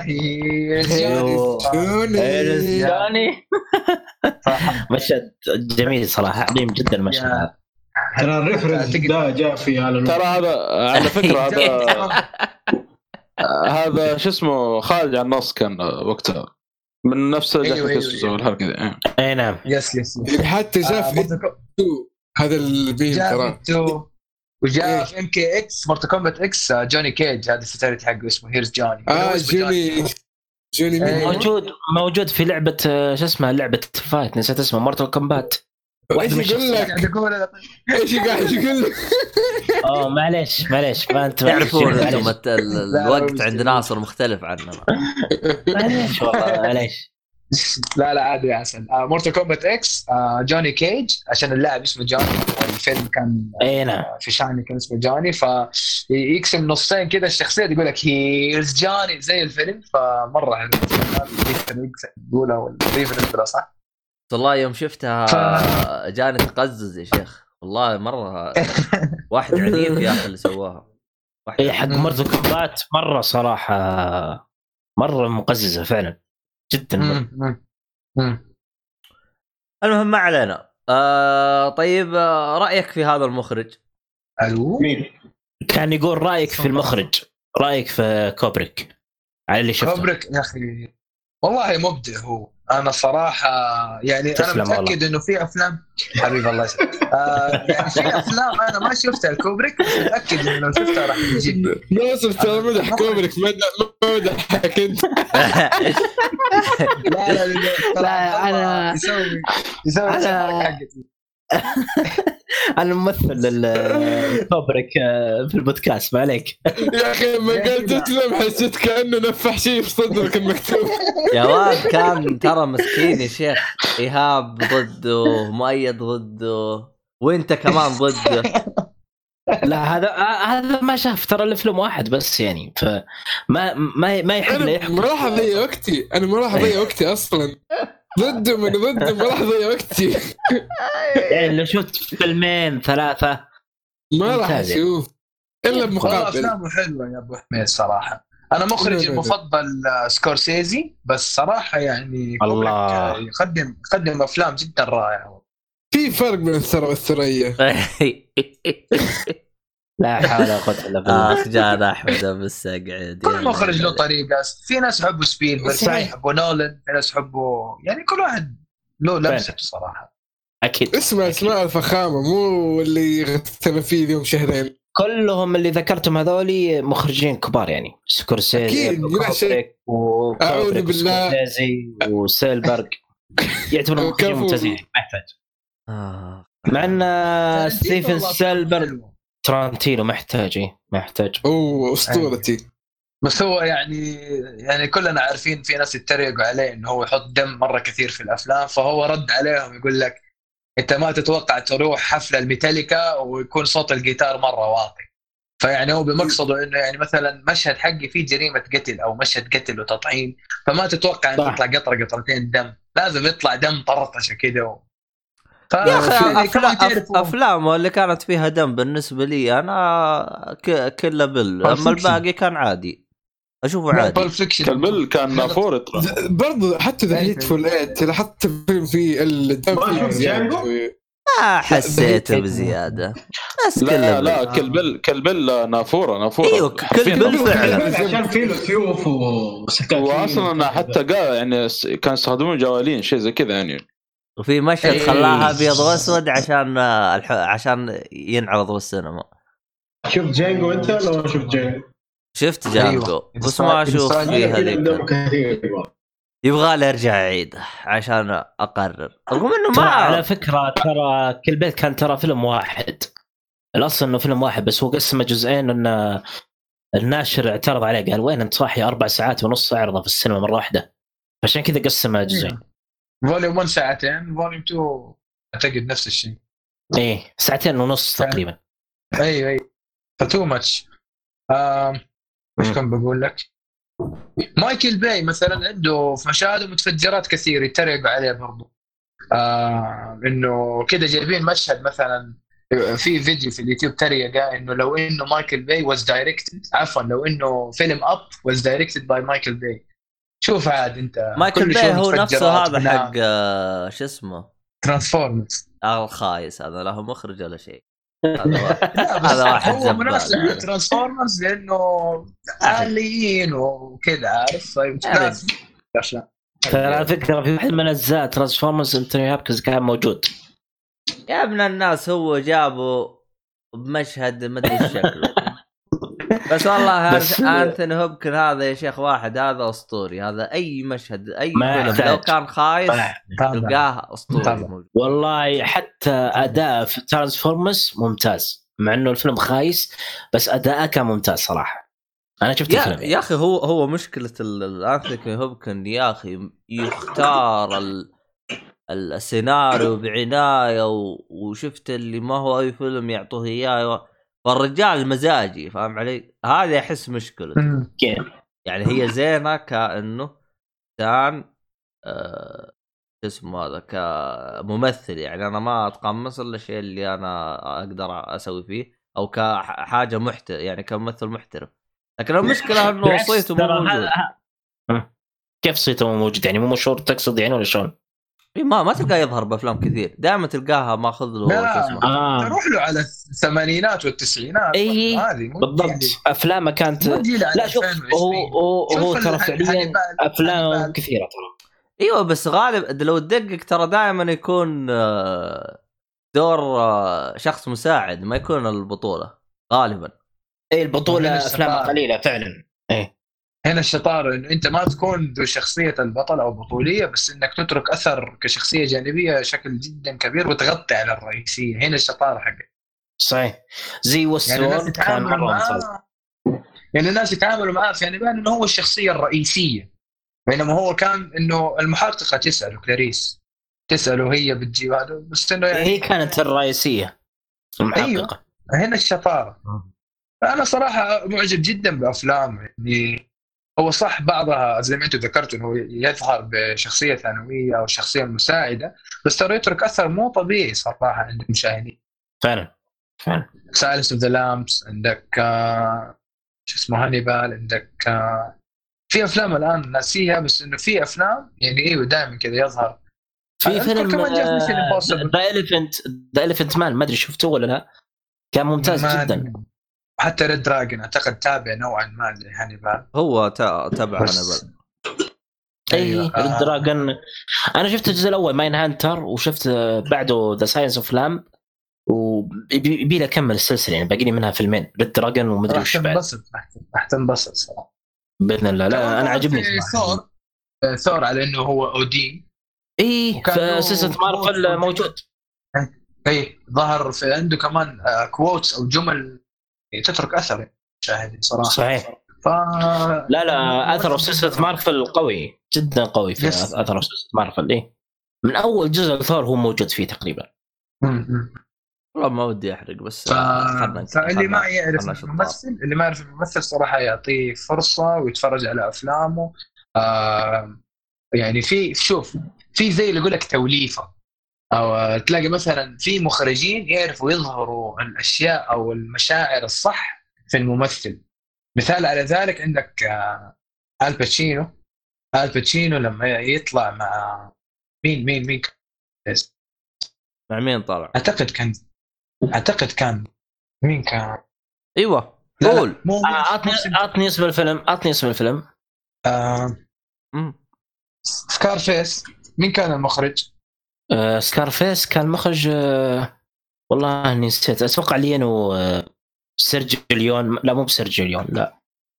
هيرزاني مشهد جميل صراحه عظيم جدا المشهد ترى الريفرنس ده جاء في على ترى هذا على فكره هذا هذا شو اسمه خالد على النص كان وقتها من نفس الجاكيت والحركه دي اي نعم يس يس حتى جاء في هذا البيم ترى وجاء في ام كي اكس مورتال كومبات اكس جوني كيج هذا الفترة حقه اسمه هيرز جوني اه جوني جوني موجود موجود في لعبه شو اسمها لعبه فايت نسيت اسمها مورتال كومبات واحد يقول لك ايش قاعد يقول لك اه معليش معليش ما انت تعرفون انتم الوقت عند ناصر مختلف عننا معليش والله معليش لا لا عادي يا عسل مورتال كومبات اكس جوني كيج عشان اللاعب اسمه جوني الفيلم كان اينا في شاني كان اسمه جوني فيقسم نصين كذا الشخصيه يقول لك هيرز جوني زي الفيلم فمره حلو تقولها والريفرنس صح والله يوم شفتها ف... جاني تقزز يا شيخ والله مره واحد عنيف يا اخي اللي سواها اي حق مورتال كومبات مره صراحه مره مقززه فعلا جدا مم. مم. المهم ما علينا آه طيب آه رايك في هذا المخرج الو مين كان يقول رايك في المخرج رايك في كوبريك على اللي شفته كوبريك يا اخي والله مبدع هو انا صراحه يعني انا متاكد انه في افلام حبيب الله يسلمك آه يعني في افلام انا ما شفتها الكوبريك متاكد انه لو شفتها راح تجيب ما شفتها مدح كوبريك ما مدحك انت لا لا لا, لا انا يسوي يسوي حقتي انا ممثل الكوبريك في البودكاست ما عليك يا اخي ما قلت تسلم حسيت كانه نفح شيء في صدرك المكتوب يا واد كان ترى مسكين يا شيخ ايهاب ضده مؤيد ضده وانت كمان ضده لا هذا هذا ما شاف ترى الفيلم واحد بس يعني فما ما ما يحب انا ما راح اضيع وقتي انا ما راح اضيع وقتي اصلا ضده من ضده ما راح اضيع وقتي يعني لو شفت فيلمين ثلاثة ما راح اشوف الا بمقابل افلامه حلوه يا ابو حميد صراحه انا مخرجي المفضل سكورسيزي بس صراحه يعني الله يقدم يقدم افلام جدا رائعه في فرق بين الثرى والثريا لا حول ولا قوه الا بالله اخ جانا احمد بالسقعد كل مخرج له طريقه في ناس يحبوا سبيلبرغ في ناس يحبوا نولان في ناس يحبوا يعني كل واحد له لمسته صراحه. اكيد اسمع اسماء الفخامه مو اللي غثنا فيه اليوم شهرين. كلهم اللي ذكرتهم هذولي مخرجين كبار يعني سكورسيزي اعوذ بالله وسيلبرغ يعتبرون مخرجين ممتازين ما يحتاج. مع ان ستيفن سيلبرغ ترانتينو محتاج ما يحتاج اوه اسطورتي. بس هو يعني يعني كلنا عارفين في ناس يتريقوا عليه انه هو يحط دم مره كثير في الافلام، فهو رد عليهم يقول لك انت ما تتوقع تروح حفله الميتاليكا ويكون صوت الجيتار مره واطي. فيعني هو بمقصده انه يعني مثلا مشهد حقي فيه جريمه قتل او مشهد قتل وتطعيم، فما تتوقع ان تطلع قطره قطرتين دم، لازم يطلع دم طرطشه كده و... ف... يا اخي أفلا... افلامه اللي كانت فيها دم بالنسبه لي انا ك... كله بل، اما الباقي كان عادي اشوفه عادي. كالبل كان نافور برضو حتى ذا هيت فول ايت لاحظت فيلم فيه الدم ما حسيته بزياده بس لا لا كالبل كالبل نافوره نافوره ايوه كالبل فعلا عشان فيه له سيوف وسكاكين واصلا حتى قال يعني كان يستخدمون جوالين شيء زي كذا يعني. وفي مشهد خلاها ابيض واسود عشان الح... عشان ينعرض بالسينما. شفت جانجو انت ولا شفت جانجو؟ شفت جانجو أيوة. بس ما اشوف فيه هذيك يبغى لي ارجع اعيد عشان اقرر. رغم انه ما على فكره ترى كل بيت كان ترى فيلم واحد الاصل انه فيلم واحد بس هو قسمه جزئين ان الناشر اعترض عليه قال وين انت صاحي اربع ساعات ونص اعرضه في السينما مره واحده عشان كذا قسمه جزئين. فوليوم واحد ساعتين فوليوم اثنين اعتقد نفس الشيء ايه ساعتين ونص تقريبا. اي اي فتو ماتش. آه مش كم بقول لك مايكل باي مثلا عنده في مشاهد متفجرات كثير يتريقوا عليه برضو. آه انه كده جايبين مشهد مثلا في فيديو في اليوتيوب تريقة انه لو انه مايكل باي was directed عفوا لو انه فيلم اب was directed by مايكل باي. شوف عاد انت مايكل باي هو نفسه هذا حق آه شو اسمه ترانسفورمرز الخايس هذا له مخرج ولا شيء. هذا واحد هو مناسب ترانسفورمرز لانه آليين وكذا عارف. طيب على فكره في واحد من اجزاء ترانسفورمرز انتوني هابكنز كان موجود يا ابن الناس. هو جابه بمشهد ما ادري شكله بس والله أنتوني هوبكن هذا يا شيخ واحد هذا أسطوري. هذا أي مشهد أي فيلم لو كان خايس تلقاه أسطوري. والله حتى أداء في ترانسفورمرز ممتاز مع إنه الفيلم خايس بس أداءه كان ممتاز صراحة. أنا شفت يا, الفيلم يا أخي هو هو مشكلة أنتوني هوبكن يا أخي يختار ال السيناريو بعناية وشفت اللي ما هو أي فيلم يعطوه إياه والرجال مزاجي فاهم علي. هذا أحس مشكلة يعني هي زينة كأنه كان أه اسمه هذا كممثل يعني أنا ما أتقمص إلا الشيء اللي أنا أقدر أسوي فيه أو كحاجة محترف يعني كممثل محترف. لكن المشكلة إنه صيته مو موجود. كيف صيته مو موجود يعني مو مشهور تقصد يعني ولا شلون؟ ما ما تلقاه يظهر بافلام كثير دائما تلقاها ماخذ له اسمه آه. تروح له على الثمانينات والتسعينات اي بالضبط افلامه كانت لا شوف هو هو, هو ترى فعليا افلام كثيره ترى ايوه بس غالب لو تدقق ترى دائما يكون دور شخص مساعد ما يكون البطوله غالبا. اي البطوله افلام قليله فعلا. اي هنا الشطارة إنه أنت ما تكون ذو شخصية البطل أو بطولية بس إنك تترك أثر كشخصية جانبية شكل جدا كبير وتغطي على الرئيسية. هنا الشطارة حقك صحيح زي وستون يعني كان مرة ممتاز يعني الناس يتعاملوا معاه في يعني بان إنه هو الشخصية الرئيسية بينما هو كان إنه المحققة تسأله كلاريس تسأله هي بتجيب هذا بس إنه يعني هي كانت الرئيسية المحققة. أيوة. هنا الشطارة. أنا صراحة معجب جدا بأفلام يعني هو صح بعضها زي ما انتم ذكرتوا انه يظهر بشخصيه ثانويه او شخصيه مساعده بس ترى يترك اثر مو طبيعي صراحه عند المشاهدين فعلا فعلا. سايلنس اوف ذا لامبس عندك آه شو اسمه هانيبال عندك آه في افلام الان ناسيها بس انه في افلام يعني ايوه دائما كذا يظهر في فيلم ذا إليفنت ذا إليفنت مان ما ادري شفته ولا لا كان ممتاز جدا. حتى ريد دراجون اعتقد تابع نوعا ما لهانيبال. هو تابع هانيبال اي دراجون. انا شفت الجزء الاول ماين هانتر، وشفت بعده ذا ساينس اوف لام، وبي له اكمل السلسله يعني باقي لي منها فيلمين ريد دراجون ومدري وش بعد. بس راح تنبسط صراحه باذن الله. لا انا عجبني ثور ثور على انه هو اودين. اي في سلسله مارفل موجود. اي ظهر في عنده كمان كووتس او جمل تترك اثر شاهد صراحه. صحيح. ف... لا لا اثر سلسله مارفل قوي جدا، قوي في يس. اثر سلسله مارفل ايه من اول جزء ثور هو موجود فيه تقريبا. والله ما ودي احرق بس ف... فاللي ما يعرف الممثل اللي ما يعرف الممثل صراحه يعطيه فرصه ويتفرج على افلامه. آه يعني في شوف في زي اللي يقول لك توليفه، او تلاقي مثلا في مخرجين يعرفوا يظهروا الاشياء او المشاعر الصح في الممثل. مثال على ذلك عندك آه آل باتشينو. آل باتشينو لما يطلع مع مين مين مين مع مين طلع؟ اعتقد كان اعتقد كان مين كان ايوه قول. اعطني اعطني اسم الفيلم اعطني اسم الفيلم. آه... سكارفيس. مين كان المخرج؟ آه... سكارفيس كان مخرج آه... والله نسيت، اتوقع لينو آه... سيرجيو ليون. لا مو بسيرجيو ليون، لا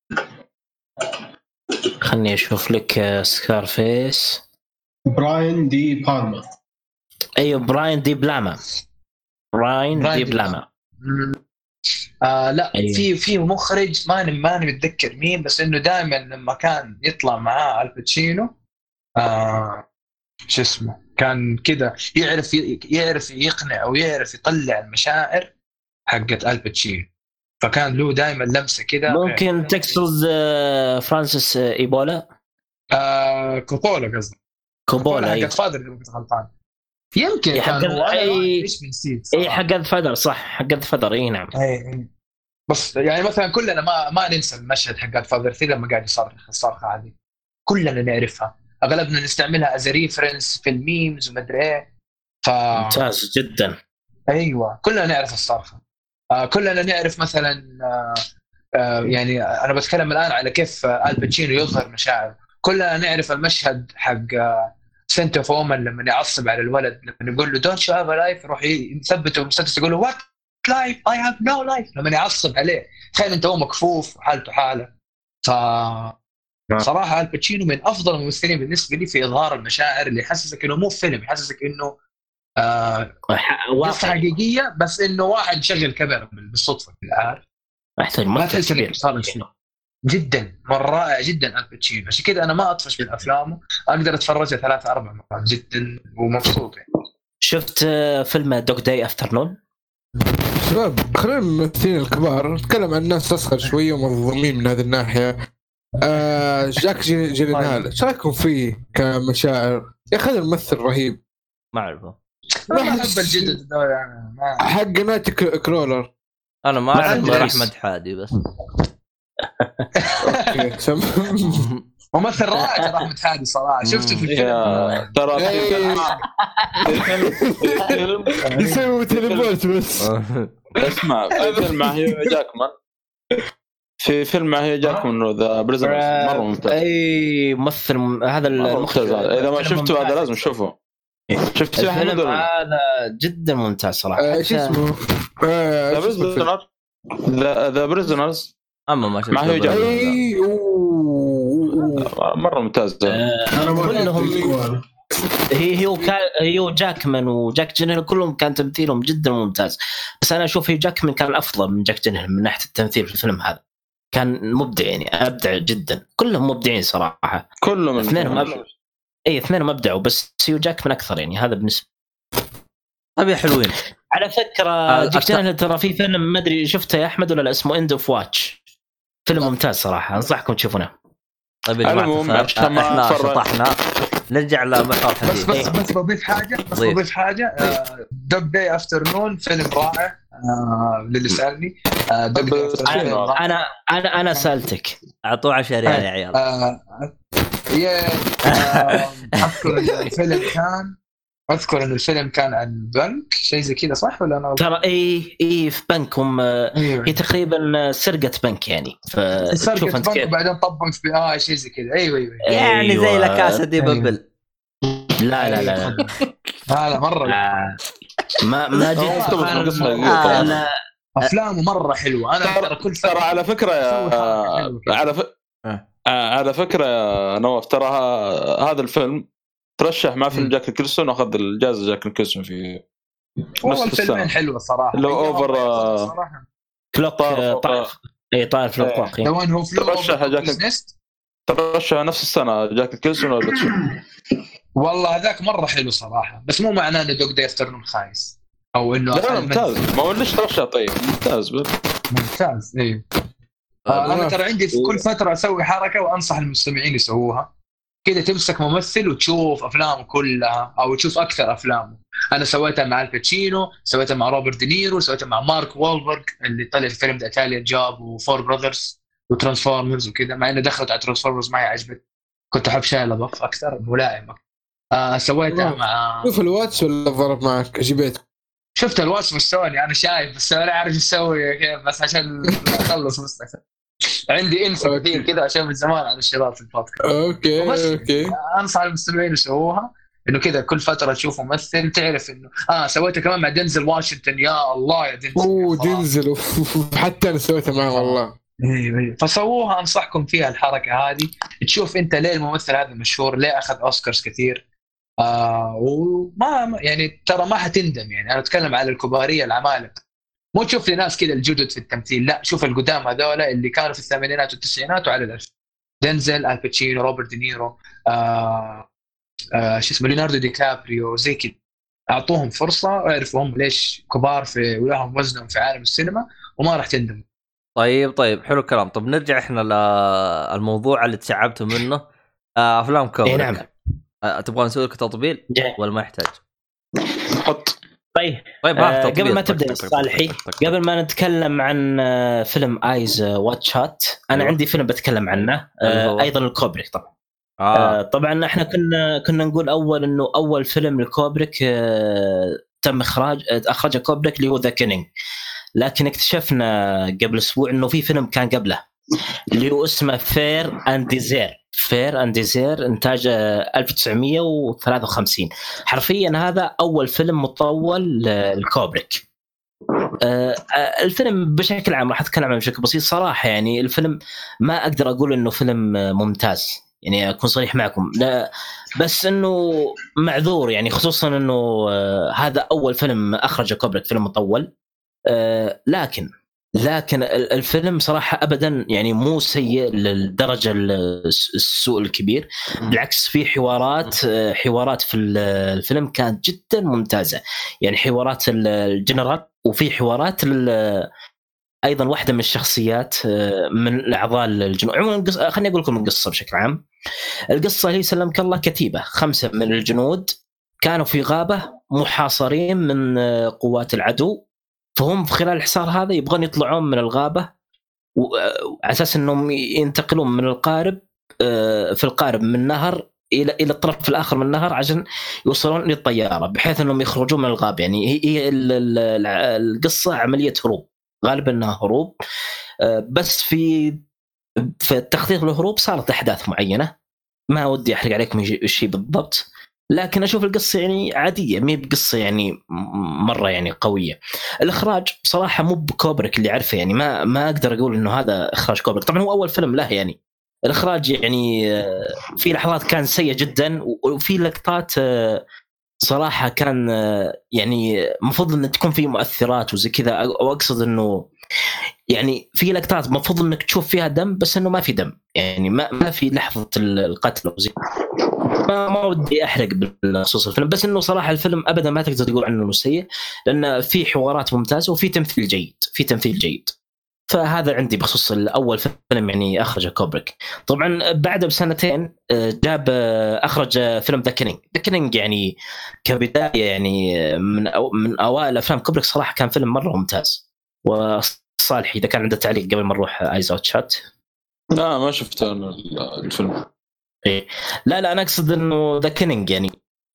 خلني اشوف لك آه... سكارفيس. براين دي بالما. ايوه براين دي بلاما. براين, براين دي بلاما. آه لا أيوة. في في مخرج ما ماني متذكر مين، بس انه دائما لما كان يطلع معاه آل باتشينو آه شو اسمه كان كده يعرف يعرف يقنع او يعرف يطلع المشاعر حقت آل باتشينو، فكان له دائما لمسه كده. ممكن تقصد آه فرانسيس آه ايبولا. آه كوبولا قصدي. كوبولا حق فادر اللي كنت غلطان. يمكن كان هو اي ايش بنسيت اي حق الفدر صح حق الفدر اي نعم. اي بس يعني مثلا كلنا ما ما ننسى المشهد حق الفادر ثري لما قاعد يصرخ الصرخه هذه كلنا نعرفها، اغلبنا نستعملها از ريفرنس في الميمز ومدري ايه. ف ممتاز جدا. ايوه كلنا نعرف الصرخه. آه كلنا نعرف مثلا آه آه يعني انا بتكلم الان على كيف آه آل باتشينو يظهر مشاعر. كلنا نعرف المشهد حق آه سنت اوف وومن لما يعصب على الولد لما يقول له دونت يو هاف ا لايف، يروح يثبته ومسدس يقول له وات لايف اي هاف نو لايف لما يعصب عليه. تخيل انت هو مكفوف وحالته حاله. ف صراحه آل باتشينو من افضل الممثلين بالنسبه لي في اظهار المشاعر اللي يحسسك انه مو فيلم، يحسسك انه آه قصه حقيقيه بس انه واحد شغل كاميرا بالصدفه في العار. احتاج ما تحس انك صار جدا مرة رائع جدا آل باتشينو. عشان كذا انا ما اطفش من افلامه، اقدر اتفرجها ثلاثة اربع مرات جدا ومبسوط يعني. شفت فيلم دوغ داي افترنون؟ شباب خلينا الممثلين الكبار نتكلم عن الناس تصغر شويه ومنظمين من هذه الناحيه. آه جاك جيلنهال ايش رايكم فيه كمشاعر؟ يا اخي الممثل رهيب. ما اعرفه. ما احب الجدد ده يعني حق نايت كرولر. انا ما اعرف غير احمد حادي بس. ممثل رائع احمد حادي صراحه. شفته في الفيلم ترى يسوي تليبورت بس. اسمع في فيلم مع هيو جاكمان في فيلم مع هيو جاكمان ذا بريزنرز مره ممتاز. اي ممثل هذا المخرج اذا ما شفته هذا لازم تشوفه. شفت الفيلم هذا جدا ممتاز صراحه. ايش اسمه؟ ذا بريزنرز ذا بريزنرز اما ما شفت ما هي جاي مره ممتاز. كلهم هي هي وكا... هي وجاكمان وجاك جينيل كلهم كان تمثيلهم جدا ممتاز، بس انا اشوف هي جاكمان كان افضل من جاك جينيل من ناحيه التمثيل في الفيلم هذا. كان مبدع يعني ابدع جدا. كلهم مبدعين صراحه كلهم اثنينهم أب... اي اثنينهم ابدعوا بس هي جاكمان اكثر يعني. هذا بالنسبه ابي حلوين. على فكره جاك جينيل ترى في فيلم ما ادري شفته يا احمد ولا لا اسمه اند اوف واتش. فيلم ممتاز صراحه انصحكم تشوفونه. طيب يا جماعه احنا شطحنا نرجع لمحور حديث. بس بس بس بضيف حاجه بس ضيف. بضيف حاجه دوغ داي افترنون فيلم رائع. آه للي سالني آه انا انا انا سالتك اعطوه عشرة ريال يا عيال. آه يا اذكر الفيلم كان اذكر انه الفيلم كان عن بنك شيء زي كذا صح ولا انا ترى اي اي في بنك هم أيوة. هي تقريبا سرقه بنك يعني فشوف انت كيف بعدين طبق في اه شيء زي كذا ايوه ايوه يعني أيوة. زي لا كاسا دي بابل. لا لا لا لا لا مره ما ما جيت آه افلامه مره حلوه. انا ترى كل ترى على فكره على ف... على فكره نواف ترى هذا الفيلم ترشح مع فيلم جاك نيكلسون واخذ الجائزه جاك نيكلسون فيه. والله الفيلمين حلوه صراحه. لو اوفر صراحه كلوك طائف اي طائف في الواقع دوان هو ترشح جاك ترشح نفس السنه جاك نيكلسون والباتشو. والله هذاك مره حلو صراحه بس مو معناه انه دوغ داي افترنون خايس او انه لا ممتاز. ما قلناش ترشح طيب ممتاز بل. ممتاز ايه. آه انا ترى عندي في كل فتره اسوي حركه وانصح المستمعين يسووها كذا. تمسك ممثل وتشوف افلامه كلها او تشوف اكثر افلامه. انا سويتها مع الباتشينو، سويتها مع روبرت دينيرو، سويتها مع مارك وولبرغ اللي طلع في فيلم ذا ايطاليان جوب وفور براذرز وترانسفورمرز وكذا. مع انه دخلت على ترانسفورمرز معي عجبت، كنت احب شاي لبف اكثر ملائمه. آه سويتها مع شوف الواتس ولا ضرب معك جبيت. شفت الواتس مستوني انا شايف بس انا عارف اسوي كيف بس عشان اخلص مستقبل. عندي انسى كثير كذا عشان من زمان على الشباب في البودكاست. اوكي اوكي انصح المستمعين يسووها انه كذا كل فتره تشوف ممثل تعرف انه اه سويتها كمان مع دينزل واشنطن. يا الله يا دينزل. اوه دينزل حتى انا سويتها معه والله. ايوه ايوه فسووها. انصحكم فيها الحركه هذه تشوف انت ليه الممثل هذا مشهور ليه اخذ اوسكارز كثير. آه وما يعني ترى ما حتندم. يعني انا اتكلم على الكباريه العمالقه مو تشوف لي ناس كذا الجدد في التمثيل لا شوف القدام هذولا اللي كانوا في الثمانينات والتسعينات وعلى الألف. دينزل الباتشينو روبرت دينيرو آه آه شو اسمه ليوناردو دي كابريو زي كذا. اعطوهم فرصه واعرفوا هم ليش كبار في ولهم وزنهم في عالم السينما وما راح تندموا. طيب طيب حلو الكلام. طب نرجع احنا للموضوع اللي تشعبتوا منه آه افلام كوبريك. نعم. آه تبغى نسوي لك تطبيل ولا ما يحتاج؟ حط طيب طيب آه قبل ما تبدا صالحي قبل ما نتكلم عن آه فيلم ايز واتش هات انا أيوه. عندي فيلم بتكلم عنه آه ايضا الكوبريك طبعا. آه. آه طبعا احنا كنا كنا نقول اول انه اول فيلم لكوبريك آه تم اخراج اخرجه كوبريك اللي هو ذا كينينج. لكن اكتشفنا قبل اسبوع انه في فيلم كان قبله اللي هو اسمه فير اند ديزير. فير اند ديزير انتاج ألف وتسعمية وثلاثة وخمسين. حرفيا هذا اول فيلم مطول لكوبريك. الفيلم بشكل عام راح اتكلم عنه بشكل بسيط صراحه. يعني الفيلم ما اقدر اقول انه فيلم ممتاز يعني اكون صريح معكم لا بس انه معذور يعني خصوصا انه هذا اول فيلم اخرجه كوبريك فيلم مطول. لكن لكن الفيلم صراحة أبدا يعني مو سيء للدرجة السوء الكبير. بالعكس في حوارات حوارات في الفيلم كانت جدا ممتازة. يعني حوارات الجنرال وفي حوارات أيضا واحدة من الشخصيات من أعضاء الجنود. عموما خليني أقول لكم القصة بشكل عام. القصة هي سلمك الله كتيبة خمسة من الجنود كانوا في غابة محاصرين من قوات العدو. فهم في خلال الحصار هذا يبغون يطلعون من الغابة وعلى أساس أنهم ينتقلون من القارب في القارب من نهر إلى إلى الطرف الآخر من النهر عشان يوصلون للطيارة بحيث أنهم يخرجون من الغابة. يعني هي القصة عملية هروب غالبا أنها هروب. بس في في التخطيط للهروب صارت أحداث معينة ما ودي أحرق عليكم الشيء بالضبط. لكن أشوف القصة يعني عادية مي بقصة يعني مرة يعني قوية. الإخراج بصراحة مو بكوبريك اللي عارفه يعني ما ما أقدر أقول إنه هذا إخراج كوبريك. طبعا هو أول فيلم له يعني الإخراج يعني في لحظات كان سيء جدا وفي لقطات صراحة كان يعني مفروض إن تكون فيه مؤثرات وزي كذا. وأقصد إنه يعني في لقطات مفروض إنك تشوف فيها دم بس إنه ما في دم يعني ما ما في لحظة القتل وزي ما ما ودي أحرق بالخصوص الفيلم. بس إنه صراحة الفيلم أبدا ما تقدر تقول عنه سيء لأن في حوارات ممتازة وفي تمثيل جيد في تمثيل جيد. فهذا عندي بخصوص الأول فيلم يعني أخرج كوبريك. طبعا بعد بسنتين جاب أخرج فيلم ذا كينينج. ذا كينينج يعني كبداية يعني من أو من أوائل أفلام كوبريك صراحة كان فيلم مرة ممتاز. وصالح إذا كان عنده تعليق قبل ما نروح آيز أوت شات. لا ما شفت الفيلم. إيه لا لا أنا أقصد إنه ذا كينينج يعني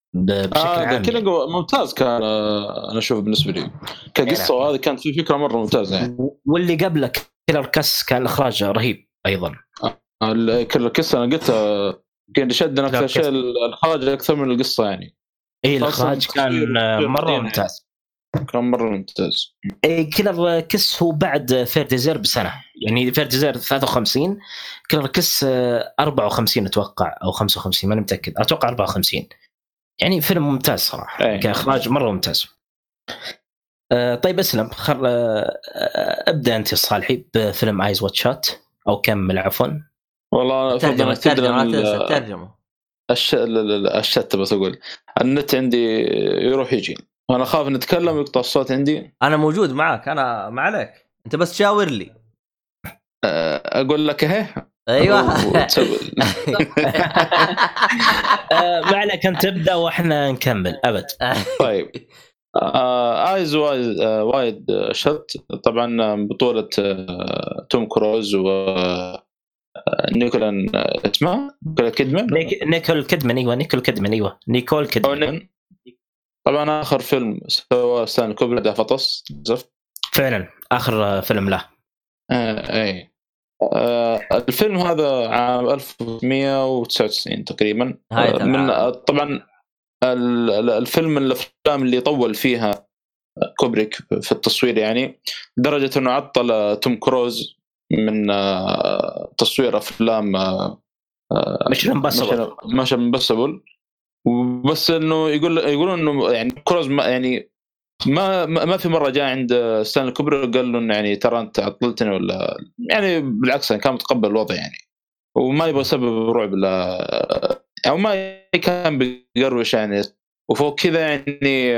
بشكل آه عام كيلينج ممتاز كان انا اشوف بالنسبه لي كقصه، وهذه كانت في فكره مره ممتازه يعني. واللي قبله كيلر كاس كان اخراج رهيب ايضا. آه كيلر كاس انا قلت كان شدنا اكثر شيء الاخراج اكثر من القصه يعني. اي الاخراج كان مره ممتاز، كان مره ممتاز. اي كيلر كيس هو بعد فير ديزير بسنه، يعني فير ديزير ثلاثة وخمسين، كيلر كيس أربعة وخمسين اتوقع او خمسة وخمسين ماني متاكد، اتوقع أربعة وخمسين. يعني فيلم ممتاز صراحه أي. كاخراج مره ممتاز. أه طيب اسلم خل أه ابدا انت صالحي بفيلم ايز وات شات او كمل عفوا. والله ترجمه ترجمه ترجمه الش الشت بس اقول النت عندي يروح يجي وانا خاف نتكلم ويقطع الصوت عندي. انا موجود معك، انا ما عليك، انت بس شاور لي. اقول لك اهي ايوه ما عليك انت تبدا واحنا نكمل ابد. طيب ايز وايد وايد شت طبعا بطوله توم كروز و نيكول اسمه نيكول كيدمان نيكول كيدمان ايوه نيكول كيدمان ايوه نيكول كيدمان. طبعا اخر فيلم سوى ستانلي كوبريك ده فطس زفت فعلا اخر فيلم له. آه اي آه الفيلم هذا عام ألف وتسعمية وتسعة وتسعين تقريبا. آه من طبعا الفيلم من الافلام اللي طول فيها كوبريك في التصوير يعني، لدرجه انه عطل توم كروز من تصوير افلام مش امبوسيبل مش امبوسيبل وبس انه يقول يقولون انه يعني كروز ما يعني ما ما في مره جاء عند ستانلي كوبريك قال له انه يعني ترى انت عطلتني ولا يعني بالعكس كان متقبل الوضع يعني، وما يبغى يسبب رعب لا او ما كان بيقروش يعني. وفوق كذا يعني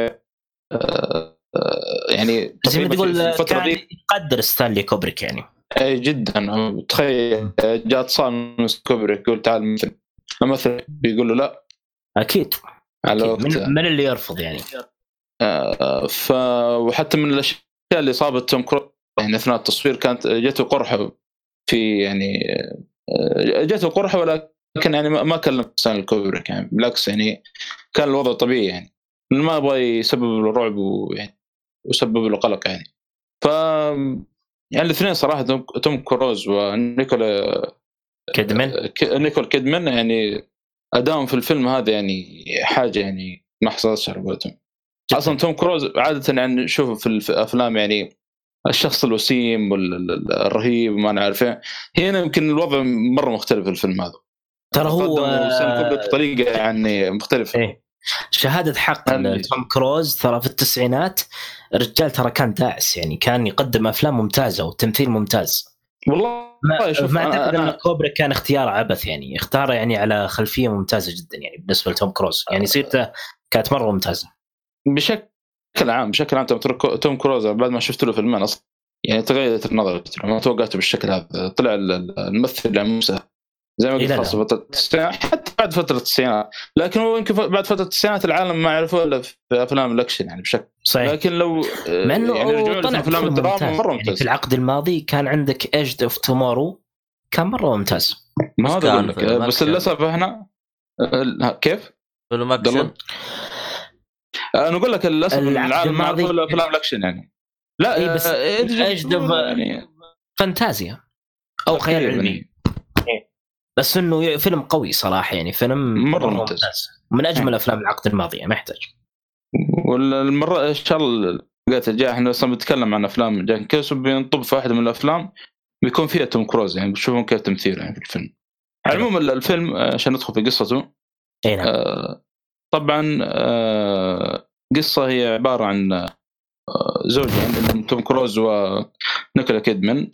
يعني زي ما تقول كان يقدر ستانلي كوبريك يعني. اي جدا. تخيل جاء اتصال من كوبريك يقول تعال مثل مثل بيقول له لا اكيد, على أكيد. من, من اللي يرفض يعني. آه ف وحتى من الاشياء اللي صابت توم كروز يعني اثناء التصوير كانت جته قرحه في يعني جته قرحه ولكن يعني ما كلم ستانلي كوبريك يعني بالعكس يعني كان الوضع طبيعي يعني ما يبغى يسبب له رعب ويعني وسبب له قلق يعني. ف يعني الاثنين صراحه توم كروز ونيكولا كيدمان نيكول كيدمان يعني ادائهم في الفيلم هذا يعني حاجه يعني ما حصلتش عربتهم اصلا. توم كروز عاده يعني نشوفه في الافلام يعني الشخص الوسيم والرهيب وما نعرف ايه، هنا يمكن الوضع مره مختلف في الفيلم هذا ترى هو بطريقه يعني مختلفه. إيه؟ شهاده حق توم كروز ترى في التسعينات رجال ترى كان داعس يعني كان يقدم افلام ممتازه وتمثيل ممتاز والله. ما, ما اعتقد ان كوبريك كان اختيار عبث يعني اختاره يعني على خلفيه ممتازه جدا يعني بالنسبه لتوم كروز يعني سيرته كانت مره ممتازه بشكل عام. بشكل عام توم كروز بعد ما شفت له فيلمين اصلا يعني تغيرت النظره ما توقعته بالشكل هذا. طلع الممثل عموسه زي ما قلت خاصة فترة التسعينات حتى بعد فترة التسعينات، لكن هو يمكن بعد فترة التسعينات العالم ما عرفوا إلا في أفلام الأكشن يعني بشكل صحيح. لكن لو يعني طلع أفلام الدراما مرة ممتاز يعني في العقد الماضي كان عندك إيج أوف تومورو كان مرة ممتاز. ما هذا بس للأسف إحنا كيف فيلم أكشن أنا أقول لك للأسف العالم ما عرفوا إلا أفلام الأكشن يعني. لا إيه بس إيج أوف يعني فانتازيا أو خيال علمي بس انه فيلم قوي صراحه يعني فيلم مره ممتاز من اجمل افلام العقد الماضي ما يحتاج. والمره ان شاء الله لقيت جاي احنا اصلا بنتكلم عن افلام جاك كيس بينطب في واحده من الافلام بيكون فيها توم كروز يعني بتشوفون كيف تمثيله يعني في الفيلم. عموما الفيلم عشان ندخل في قصته اي نعم. آه طبعا آه قصه هي عباره عن آه زوجين يعني توم كروز ونيكولا كيدمان.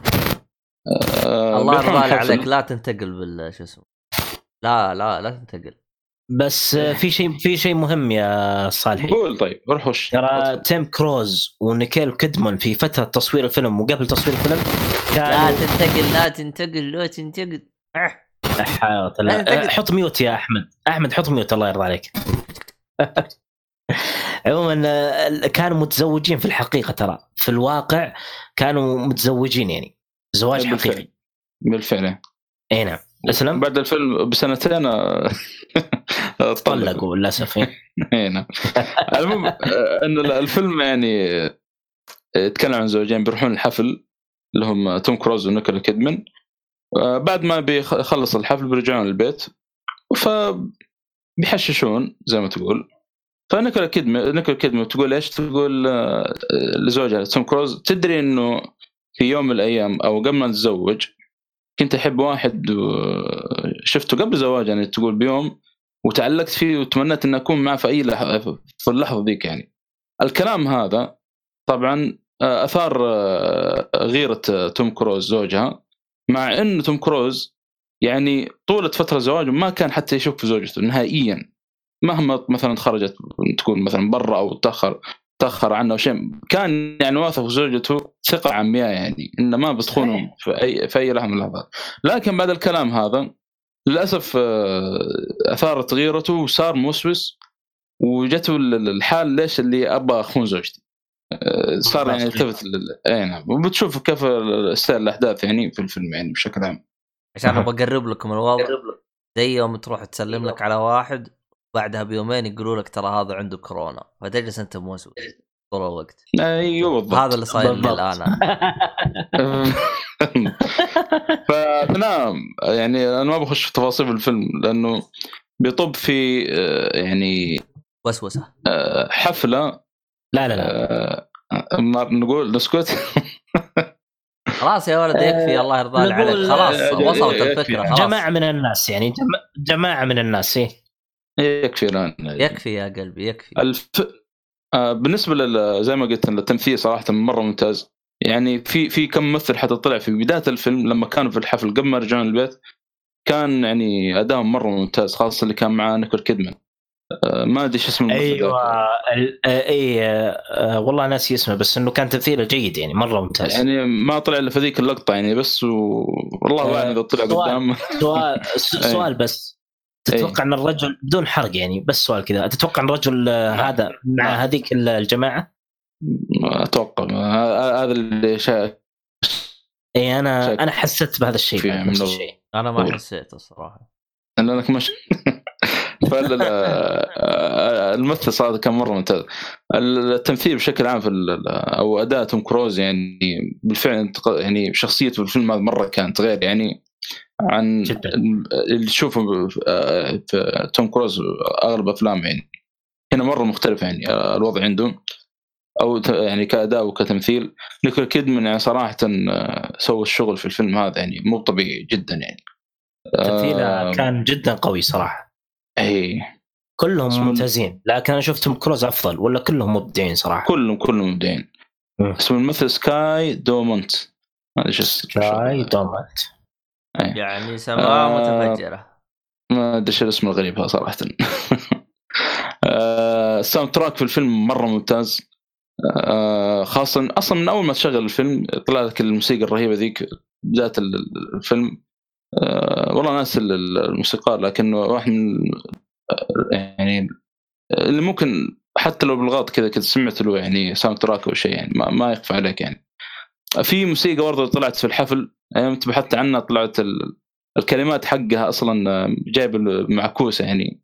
آه الله يرضى عليك لا تنتقل بال شو اسمه لا لا لا تنتقل بس في شيء في شيء مهم يا صالحي. قول طيب روح وش ترى تيم كروز ونيكول كيدمان في فترة تصوير الفيلم وقبل تصوير الفيلم لا تنتقل لا تنتقل لا تنتقل أه. حط ميوت يا أحمد أحمد حط ميوت الله يرضى عليك. عموما كانوا متزوجين في الحقيقة ترى في الواقع كانوا متزوجين يعني زواج حقيقي بالفعل. اي نعم. اسلم بعد الفيلم بسنتين طلقوا للاسف. هنا المهم ان الفيلم يعني يتكلم عن زوجين بيروحون الحفل اللي هم توم كروز ونيكول كيدمان. بعد ما بيخلص الحفل بيرجعون البيت فبيحششون زي ما تقول. فنيكول كيدمان نيكول كيدمان تقول ايش؟ تقول لزوجها توم كروز تدري انه في يوم من الايام او قبل ما نتزوج كنت احب واحد شفته قبل زواج يعني تقول بيوم وتعلقت فيه وتمنيت ان اكون معه في اي لحظه في اللحظه ذيك. يعني الكلام هذا طبعا اثار غيره توم كروز زوجها، مع ان توم كروز يعني طولة فتره زواجه ما كان حتى يشوف في زوجته نهائيا، مهما مثلا خرجت تكون مثلا برا او تاخر تاخر عنه او شيء، كان يعني واثق في زوجته ثقه عمياء يعني انه ما بتخونهم في اي في اي لحظه من اللحظات. لكن بعد الكلام هذا للاسف اثارت غيرته وصار موسوس وجته الحال ليش اللي ابغى اخون زوجتي. صار يعني التفت اي نعم. وبتشوف كيف سير الاحداث يعني في الفيلم يعني بشكل عام. عشان ابغى اقرب لكم الوضع زي يوم تروح تسلم لك على واحد بعدها بيومين يقولوا لك ترى هذا عنده كورونا فتجلس انت موسوس طول الوقت. ايوه بالضبط. هذا اللي صاير لي الان. فنعم يعني انا ما بخش في تفاصيل الفيلم لانه بيطب في يعني وسوسه حفله. لا لا لا نقول نسكت. خلاص يا ولد يكفي الله يرضى عليك خلاص وصلت الفكره خلاص. جماعه من الناس يعني جماعه من الناس ايه يكفي الآن يكفي يا قلبي يكفي. الف... آه بالنسبه لل... زي ما قلت التمثيل صراحه مره ممتاز. يعني في في كم ممثل حتى طلع في بدايه الفيلم لما كانوا في الحفل قبل ما رجعوا البيت كان يعني اداءهم مره ممتاز، خاصه اللي كان معاه نيكول كيدمان. آه ما ادري ايش اسمه. ايوه اي آه والله ناسي اسمه بس انه كان تمثيله جيد يعني مره ممتاز. يعني ما طلع الا في ذيك اللقطه يعني بس والله اعلم اذا طلع قدام. سؤال سؤال بس تتوقع ان الرجل بدون حرق يعني بس سؤال كذا تتوقع ان الرجل هذا مع هذيك الجماعه؟ اتوقع هذا اللي شاء. اي انا شاك. انا حسيت بهذا الشيء نفس الشيء. انا ما حسيت الصراحه لانك مش فالممثل صار كان مره ممتاز. التمثيل بشكل عام في او اداء توم كروز يعني بالفعل يعني شخصيته في الفيلم هذا مره كانت غير يعني عن جداً. اللي تشوفه في توم كروز اغلب افلام يعني هنا مره مختلف يعني الوضع عنده او يعني كاداء وكتمثيل. نيكول كيدمان يعني صراحه سوى الشغل في الفيلم هذا يعني مو طبيعي جدا يعني تمثيله آه كان جدا قوي صراحه. اي كلهم ممتازين لكن انا شفت توم كروز افضل ولا كلهم مبدعين صراحه؟ كلهم كلهم مبدعين. اسم الممثل سكاي دومونت. ما ادري ايش سكاي دومونت يعني سماء متفجره ما ادري ايش الاسم الغريب هذا صراحه. الساوند تراك في الفيلم مره ممتاز خاصه اصلا من اول ما تشغل الفيلم طلع لك الموسيقى الرهيبه ذيك بدايه الفيلم. والله ناس الموسيقار لكنه واحد من يعني اللي ممكن حتى لو بالغلط كذا كنت سمعت له يعني ساوند تراك او شيء يعني ما, ما يخفى عليك. يعني في موسيقى برضه طلعت في الحفل ايام يعني بحثت عنها طلعت الكلمات حقها اصلا جايب معكوسه يعني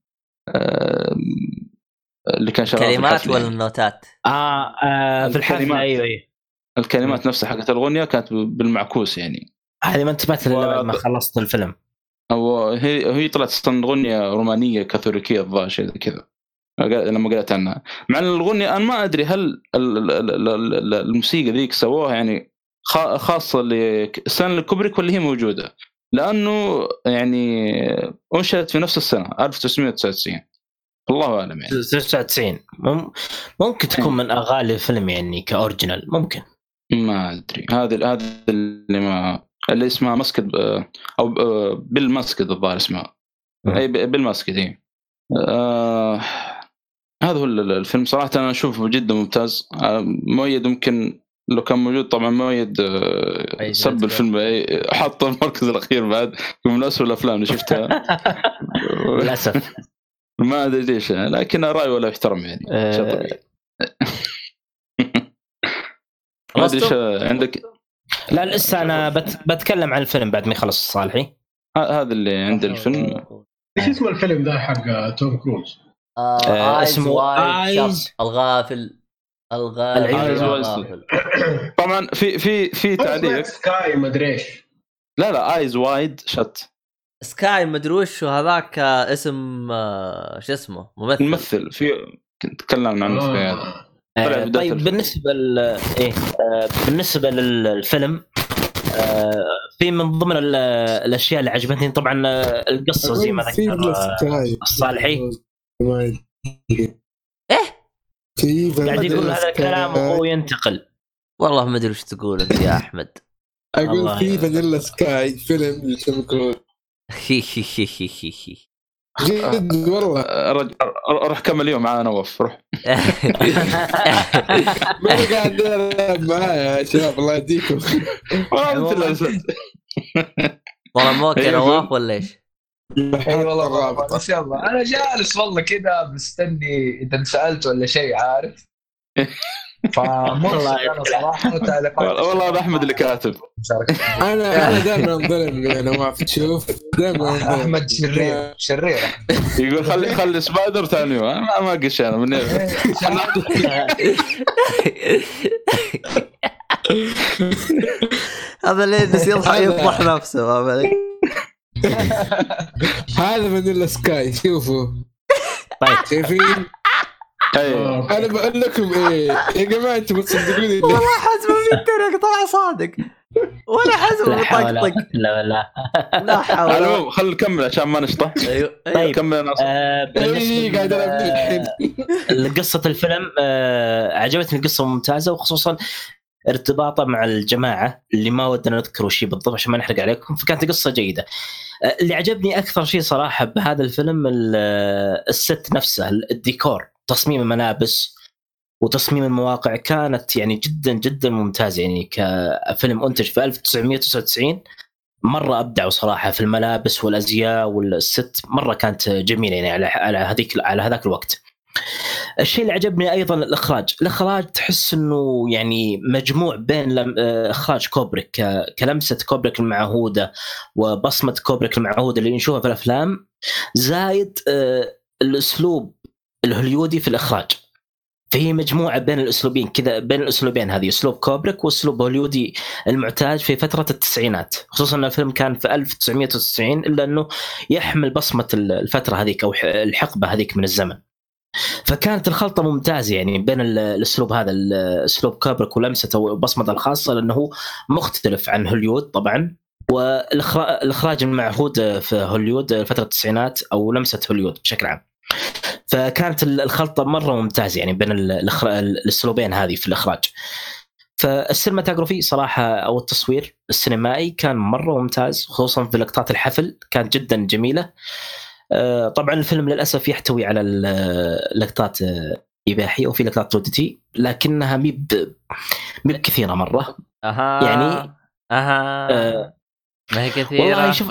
اللي كان شغال كلمات ولا النوتات اه, آه في الحفل ايوه ايوه الكلمات نفسها حقت الاغنيه كانت بالمعكوس يعني. هذه ما انتبهت الا بعد ما خلصت الفيلم. او هي هي طلعت اصلا اغنيه رومانيه كاثوليكيه الظاهر شيء كذا لما قرأت عنها. مع ان الاغنيه انا ما ادري هل الموسيقى ذيك سووها يعني خاصه لسان الكوبريك ولا هي موجوده لانه يعني انشئت في نفس السنه ألف وتسعمائة وتسعة وتسعين الله اعلم يعني تسعة وتسعين ممكن تكون من اغاني الفيلم يعني كاوريجينال ممكن ما ادري. هذا هذا اللي ما اللي اسمها مسكت او بالمسكت الظاهر اسمها اي بالمسكت دي. آه هذا هو الفيلم صراحه انا اشوفه جدا ممتاز. مؤيد ممكن لو كان موجود طبعا مؤيد سب الفيلم حط المركز الاخير بعد من اسوء الافلام اللي شفتها للاسف. ما ادري ليش لكن راي ولا احترم يعني أه... ما ادري ايش عندك. لا لسه انا بت... بتكلم عن الفيلم بعد ما يخلص صالحي هذا اللي عند الفيلم. ايش اسم الفيلم ده حق توم كروز؟ آه آه اسمه آيز الغافل الغافل. طبعا في في في تعليق سكاي مدري ايش. لا لا ايز وايد شت سكاي مدري وش هذاك اسم شو اسمه ممثل ممثل في تكلمنا عنه في هذا. آه طيب بالنسبه ل ايه آه بالنسبه للفيلم آه في من ضمن الاشياء اللي عجبتني طبعا القصه زي ما ذكر الصالحي. ايه قاعد يقول هذا الكلام وهو ينتقل. والله ما ادري وش تقول انت يا احمد. اقول في فانيلا سكاي فيلم لتوم كروز جد والله. روح كمل اليوم معانا نواف روح. ما قاعد العب معايا يا شباب الله يهديكم. والله موك يا نواف ولا ايش؟ اي والله ما شاء الله انا جالس والله كذا مستني اذا سالت ولا شيء عارف. فمرة انا صراحه تعليقات والله هذا احمد اللي كاتب. انا انا دائما انظلم انا ما تشوف دائما احمد شرير شرير يقول خلي خلي سبايدر ثاني ما ما قش انا من هذا اللي يصير يفضح نفسه هذا. هذا فانيلا سكاي شوفوا. طيب شايفين انا بقول لكم ايه يا جماعه انتوا بتصدقوني والله حسبه بالتريق طلع صادق ولا حسبه بطقطق. لا لا لا حول. خل نكمل عشان ما نشطح. ايوه طيب كمل ايه قاعد العب الحين. قصه الفيلم آه عجبتني القصه ممتازه وخصوصا ارتباطه مع الجماعه اللي ما ودنا نذكر شيء بالضبط عشان ما نحرق عليكم. فكانت قصه جيده. اللي عجبني اكثر شيء صراحه بهذا الفيلم الست نفسه الديكور تصميم الملابس وتصميم المواقع كانت يعني جدا جدا ممتازه. يعني كفيلم انتج في ألف وتسعمية وتسعة وتسعين مره ابدعوا صراحه في الملابس والازياء والست مره كانت جميله يعني على على هذيك على هذاك الوقت. الشيء اللي عجبني ايضا الاخراج. الاخراج تحس انه يعني مجموع بين اخراج كوبريك كلمسه كوبريك المعهوده وبصمه كوبريك المعهوده اللي نشوفها في الافلام زايد الاسلوب الهوليودي في الاخراج. فهي مجموعه بين الاسلوبين كذا بين الاسلوبين هذه اسلوب كوبريك واسلوب هوليودي المعتاد في فتره التسعينات. خصوصا ان الفيلم كان في ألف وتسعمية وتسعة وتسعين الا انه يحمل بصمه الفتره هذيك او الحقبه هذيك من الزمن. فكانت الخلطه ممتازه يعني بين الاسلوب هذا الاسلوب كوبريك ولمسته وبصمته الخاصه لانه مختلف عن هوليوود طبعا. والاخراج المعهود في هوليوود فتره التسعينات او لمسه هوليوود بشكل عام. فكانت الخلطه مره ممتازه يعني بين الاسلوبين هذه في الاخراج. فالسينماتوغرافي صراحه او التصوير السينمائي كان مره ممتاز خصوصا في لقطات الحفل كانت جدا جميله. طبعا الفيلم للاسف يحتوي على اللقطات اباحيه وفي لقطات نوديتي لكنها مب مب كثيره مره. اها يعني اها آه ما هي كثيره والله. شوف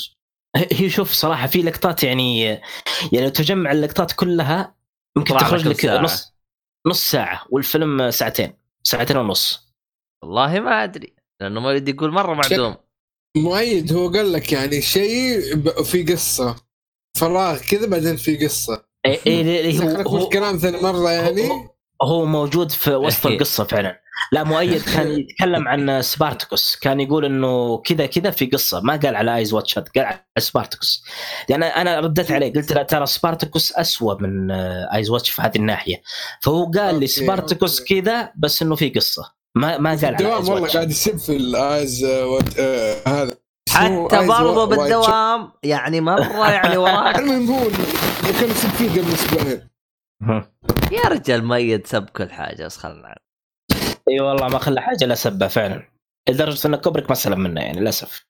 هي شوف صراحه في لقطات يعني يعني تجمع اللقطات كلها ممكن تخرج لك ساعة. نص نص ساعه والفيلم ساعتين ساعتين ونص. والله ما ادري لانه ما يدي يقول مره معدوم. مؤيد هو قال لك يعني شيء في قصه فراغ كذا بعدين في قصه. اي اي هو, هو كلام ثاني مره يعني هو موجود في وسط القصه فعلا. لا مؤيد كان يتكلم عن سبارتكوس كان يقول انه كذا كذا في قصه ما قال على ايز واتش قال على سبارتكوس. لان يعني انا ردت عليه قلت له ترى سبارتكوس أسوأ من ايز واتش في هذه الناحيه. فهو قال لي سبارتكوس كذا بس انه في قصه ما ما قال على ايز والله قاعد يسب في الايز وات آه هذا حتى برضه بالدوام يعني مره يعني وراك. المهم هو كان يسب فيه قبل اسبوعين. يا رجال ميت سب كل حاجه بس خلنا. اي أيوة والله ما خلى حاجه لا سبه فعلا لدرجه ان كوبريك ما سلم منه يعني للاسف.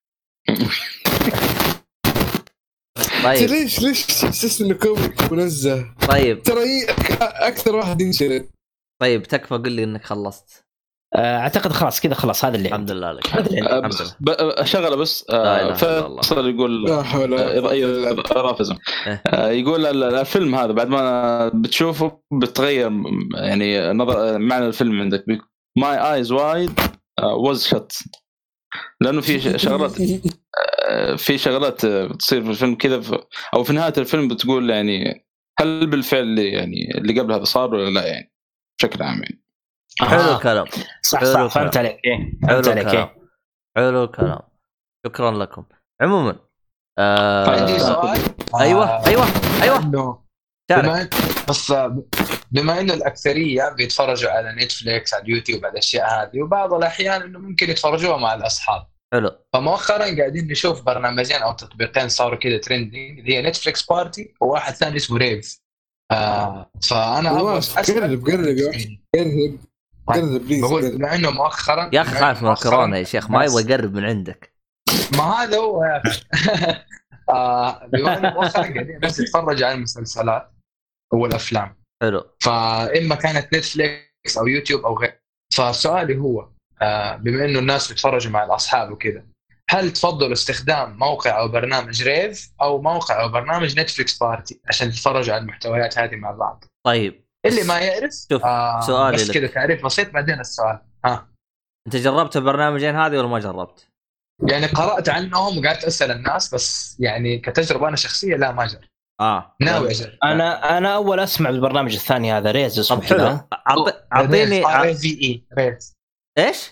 طيب ليش ليش تحس انه كوبريك منزه؟ طيب ترى اكثر واحد ينشرد. طيب تكفى قل لي انك خلصت. اعتقد خلاص كذا خلاص هذا اللي الحمد لله لك. الحمد لله اشغله بس فصل يقول رافزم يقول الفيلم هذا بعد ما بتشوفه بتغير يعني نظر معنى الفيلم عندك. My eyes wide was shut لانه في شغلات في شغلات بتصير في الفيلم كذا او في نهايه الفيلم بتقول يعني هل بالفعل يعني اللي قبل هذا صار ولا لا يعني بشكل عام يعني. حلو آه. الكلام صح صح فهمت عليك ايه فهمت عليك ايه حلو الكلام شكرا لكم. عموما آه... عندي سؤال ايوه آه... ايوه ايوه بما بس بما انه الاكثريه بيتفرجوا على نتفليكس على اليوتيوب على الاشياء هذه وبعض الاحيان انه ممكن يتفرجوها مع الاصحاب. حلو. فمؤخرا قاعدين نشوف برنامجين او تطبيقين صاروا كده ترندي اللي هي نتفليكس بارتي وواحد ثاني اسمه ريف. آه فانا ابغى اسال قرب قرب قرب بقول بما انه مؤخرا يا اخي خايف من كورونا يا شيخ ما يبغى يقرب من عندك. ما هذا هو يا اخي. آه بما انه مؤخرا قاعدين الناس يتفرج على المسلسلات والافلام. حلو. فاما كانت نتفليكس او يوتيوب او غير. فسؤالي هو آه بما انه الناس بيتفرجوا مع الاصحاب وكذا هل تفضلوا استخدام موقع او برنامج ريف او موقع او برنامج نتفليكس بارتي عشان تتفرجوا على المحتويات هذه مع بعض؟ طيب اللي ما يعرف شوف آه سؤالي بس كذا تعريف بسيط بعدين السؤال. ها انت جربت البرنامجين هذه ولا ما جربت؟ يعني قرأت عنهم وقعدت اسال الناس بس يعني كتجربه انا شخصيه لا ما جرب. اه ناوي اجرب. انا انا اول اسمع بالبرنامج الثاني هذا ريز اسمه كذا. اعطيني ار في اي ريز ايش؟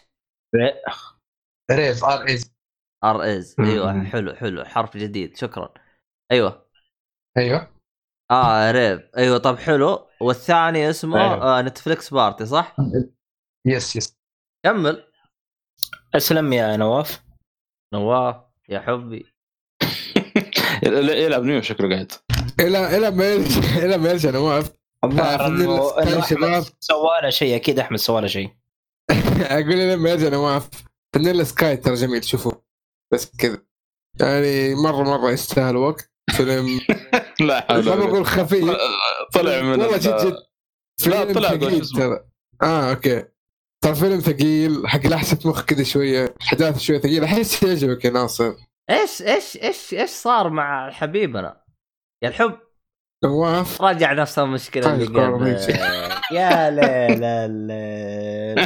ريز ار از ار از ايوه حلو حلو حرف جديد شكرا. ايوه ايوه اه ريف ايوه طب حلو. والثاني اسمه آه نتفليكس بارتي صح؟ يس يس كمل. اسلم يا نواف. نواف يا حبي. يلعب نيو شكله قاعد الى الى ما يرجع الى ما يرجع نواف. الشباب سواله شيء اكيد احمد سواله شيء. اقول لما يرجع نواف فنيلا سكاي ترى جميل شوفوا بس كذا يعني مره مره يستاهل وقت فيلم. لا حول ما بقول خفيف طلع من والله جد جد لا طلع ترى. اه اوكي ترى فيلم ثقيل حق لحسة مخ كذا شويه احداث شويه ثقيله احس يعجبك يا ناصر. ايش ايش ايش ايش صار مع حبيبنا يا الحب نواف؟ راجع نفس المشكله اللي قبل. يا لا لا لا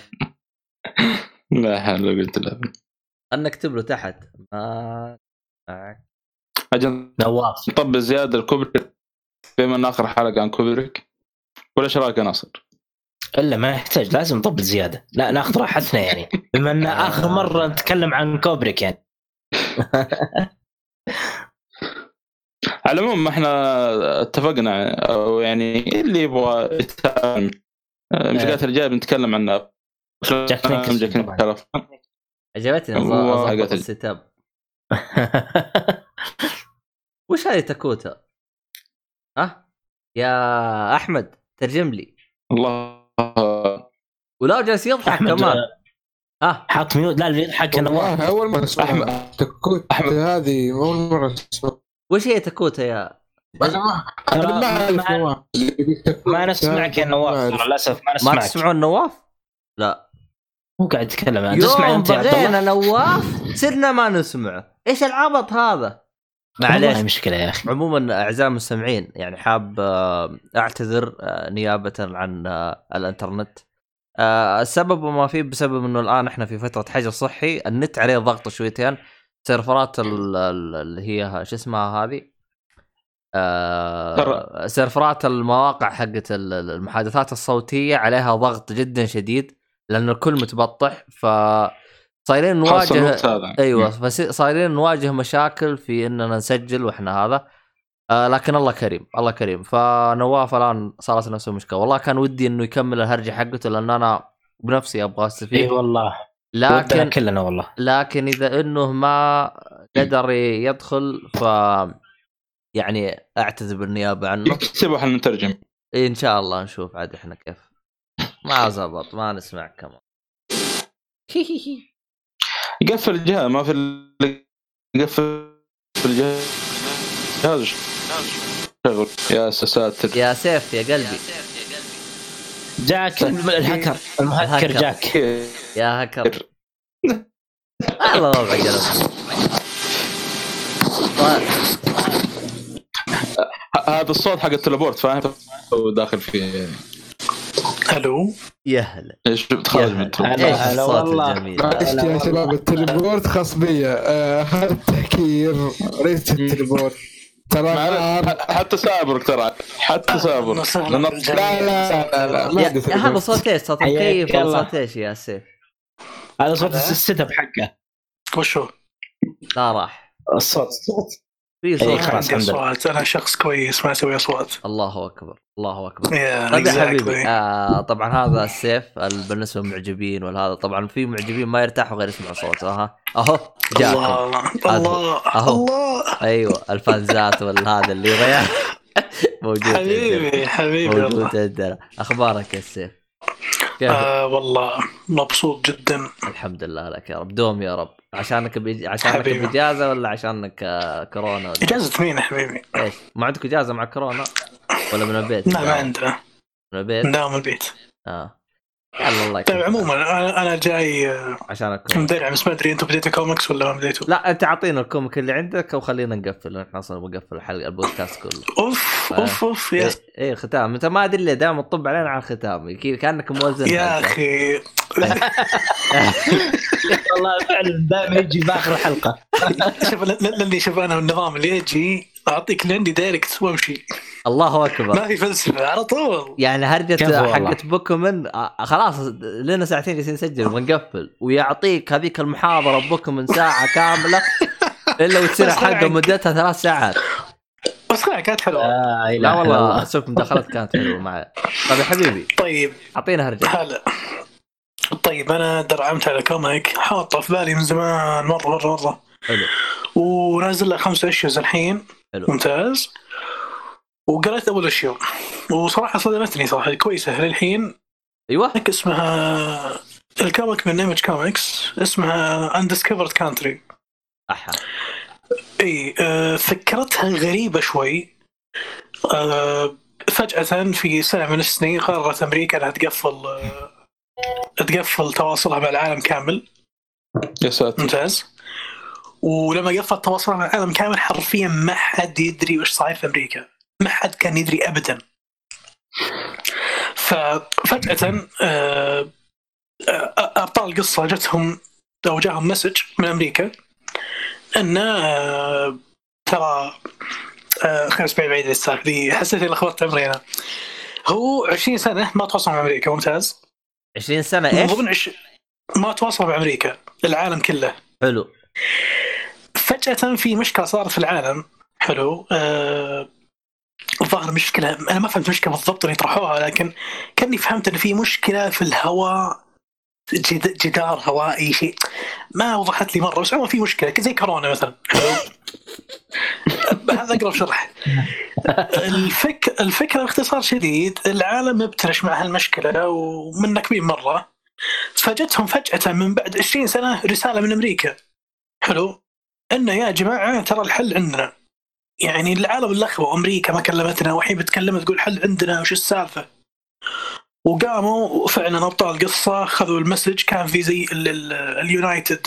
لا حلو قلت له أنا أكتب له تحت ما أجل نواف طب زيادة الكوبريك بما أن آخر حلقة عن كوبريك ولا إيش رأيك يا ناصر؟ إلا ما يحتاج لازم نطبل زيادة لا ناخذ راحتنا يعني بما أن آخر مرة نتكلم عن كوبريك يعني. على العموم ما احنا اتفقنا او يعني اللي يبغى يتعلم مشكلات الرجال بنتكلم عنها. جاك نيكلسون عجبتني نظام السيت اب. وش هذه تكوتا؟ ها يا احمد ترجم لي. الله ولا جالس يضحك كمان. ها حاط ميوت لا اللي يضحك انا اول مره اسمع تكوتا هذه اول مره اسمع. وش هي تكوتا يا ما ما ما نسمعك يا نواف للاسف ما نسمعك. ما تسمعون نواف؟ لا مو قاعد يتكلم عن تسمع انت يا عبد الله. نواف صرنا ما نسمعه ايش العبط هذا؟ معليش مشكله يا اخي. عموما اعزائي المستمعين يعني حاب اعتذر نيابه عن الانترنت. السبب وما فيه بسبب انه الان احنا في فتره حجر صحي النت عليه ضغط شويتين. سيرفرات اللي هي شو اسمها هذه آه سيرفرات المواقع حقت المحادثات الصوتيه عليها ضغط جدا شديد لانه الكل متبطح ف صايرين نواجه ايوه فصايرين نواجه مشاكل في اننا نسجل واحنا هذا آه لكن الله كريم الله كريم. فنواف الان صارت نفس المشكله. والله كان ودي انه يكمل الهرجه حقته لان انا بنفسي ابغى استفيد. اي والله لكن كلنا والله لكن اذا انه ما قدر يدخل ف يعني اعتذر بالنيابه عنه. سيبوا احنا نترجم ان شاء الله نشوف عاد احنا كيف ما زبط ما نسمع كمان. يقفل الجهاز ما في يقفل الجهاز يا ساتر يا سيف يا قلبي. جاك الهكر المهكر جاك يا هكر الله وضع قلب. هذا الصوت حق التليبورت فاهم وداخل فيه هلو يا هلا ايش بتخرج من التليبورت؟ ايش الصوت الجميل. معلش يا شباب التليبورت خاص بي. آه هذا التحكير رئيس التليبورت ترى. حتى سابرك ترى حتى سابرك. لا لا لا لا ما يا- هذا صوت ايش؟ صوت مكيف ولا صوت ايش يا سيف؟ هذا صوت السيت اب حقه. وشو لا راح الصوت صوت في صوت. أي خلاص الحمد لله. أصوات. أنا شخص كويس ما أسوي أصوات. الله اكبر الله اكبر. Yeah, طيب يا exactly. حبيبي آه طبعا هذا السيف بالنسبه للمعجبين وهذا طبعا في معجبين ما يرتاحوا غير يسمعوا صوته. ها اهو جاكم الله الله أهو. الله ايوه الفانزات ولا هذا اللي ريان موجود حبيبي حبيبي موجود والله. عندنا. اخبارك يا سيف؟ كيف؟ آه والله مبسوط جدا. الحمد لله لك يا رب. دوم يا رب. عشانك بي... عشانك حبيبي. بإجازة ولا عشانك آه، كورونا ولا إجازة مين يا حبيبي؟ ايش؟ ما عندك إجازة مع كورونا ولا من البيت؟ لا ما عندنا من البيت؟ نداوم البيت. اه يلا الله طيب يكرمك. عموما انا انا جاي آه، عشانك كورونا. مدرع بس ما ادري انتم بديتوا كوميكس ولا ما بديتوا؟ لا انت اعطينا الكوميك اللي عندك وخلينا نقفل. احنا اصلا بنقفل الحلقة البودكاست كله. اوف اوف اوف ايه, يا إيه ختام. انت ما ادري ليه دائما تطب علينا على الختام كأنك موزن. يا اخي والله فعلا دائما يجي باخر الحلقه. شوف لاني شوف انا النظام اللي يجي اعطيك اللي عندي دايركت وامشي. الله اكبر. ما في فلسفه على طول. يعني هرجة كفو والله. حقت بوكومن آه، خلاص لنا ساعتين جالسين نسجل ونقفل ويعطيك هذيك المحاضرة بوكومن ساعة كاملة إلا وتصير بس حلقة خلعك. مدتها ثلاث ساعات. بس خليها كانت حلوه. لا لا والله شوف مداخلات كانت حلوة معي. طيب يا حبيبي طيب أعطينا هرجة. هلا طيب انا درعمت على كوميك حاطه في بالي من زمان مره مره مره حلو ونازل له خمسة اشياء الحين. حلو. ممتاز. وقرأت اول اشياء وصراحه صدمتني صراحه كويسه للحين. أيوة اسمها الكوميك من ايمج كوميكس اسمها Undiscovered Country. أحا اي آه، فكرتها غريبه شوي. آه، فجاه في سنه من السنين قررت امريكا انها تقفل آه، تقفل تواصلها مع العالم كامل. يا ساتر. ممتاز. ولما قفلت تواصلها مع العالم كامل حرفيا ما حد يدري وش صاير في امريكا. ما حد كان يدري ابدا. ففجاه آه، آه، ابطال القصه جتهم او جاهم مسج من امريكا ان آه، ترى آه، خلينا نسمع بعيد السالفه دي. حسيت اني لخبطت عمري انا. هو عشرين سنه ما تواصل مع امريكا. ممتاز. عشرين سنة من إيش؟ ضمن عش... ما تواصل مع امريكا العالم كله. حلو. فجاه في مشكله صارت في العالم. حلو. آه... الظاهر مشكله انا ما فهمت مشكله بالضبط اللي يطرحوها لكن كاني فهمت ان في مشكله في الهواء جد... جدار هوائي شيء ما وضحت لي مره بس عموما في مشكله زي كورونا مثلا. حلو. هذا اقرب شرح. الفك... الفكره باختصار شديد العالم مبتلش مع هالمشكله ومنكبين مره. فجتهم فجاه من بعد عشرين سنه رساله من امريكا. حلو. انه يا جماعه ترى الحل عندنا. يعني العالم اللخبه وامريكا ما كلمتنا والحين بتكلم تقول حل عندنا وش السالفه. وقاموا فعلا ابطال القصه خذوا المسج كان في زي اليونايتد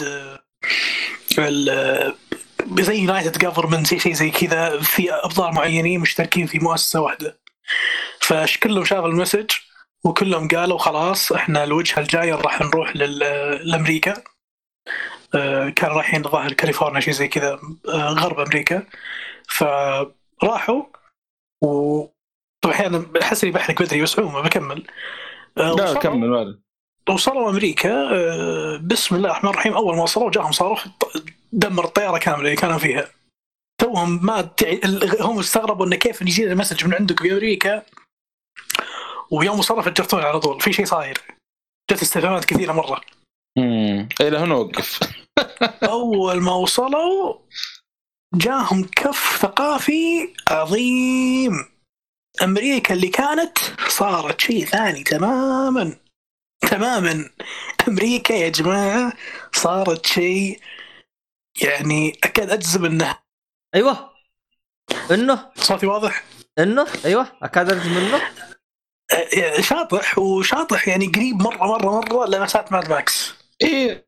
زي يونايتد جوفرمنت شيء زي كذا في ابطال معينين مشتركين في مؤسسه واحده. فكلهم شافوا المسج وكلهم قالوا خلاص احنا الوجهه الجايه راح نروح لامريكا. كان رايحين ظاهر كاليفورنيا شيء زي كذا غرب امريكا. فراحوا و طبعا احيانا بحس اني بحرق بدري بس عموما بكمل. لا كمل مالك. وصلوا امريكا بسم الله الرحمن الرحيم. اول ما وصلوا جاهم صاروخ دمر الطياره كامله اللي كانوا فيها. توهم ما تع... هم استغربوا انه كيف يجينا المسج من عندك في امريكا ويوم وصلوا فجرتون على طول في شيء صاير. جت استفهامات كثيره مره. امم الى هنا وقف. اول ما وصلوا جاهم كف ثقافي عظيم. امريكا اللي كانت صارت شيء ثاني تماما تماما. امريكا يا جماعه صارت شيء يعني اكاد اجزم انه ايوه انه صوتي واضح انه ايوه اكاد اجزم انه شاطح وشاطح يعني قريب مره مره مره لمسات ماد ماكس. ايه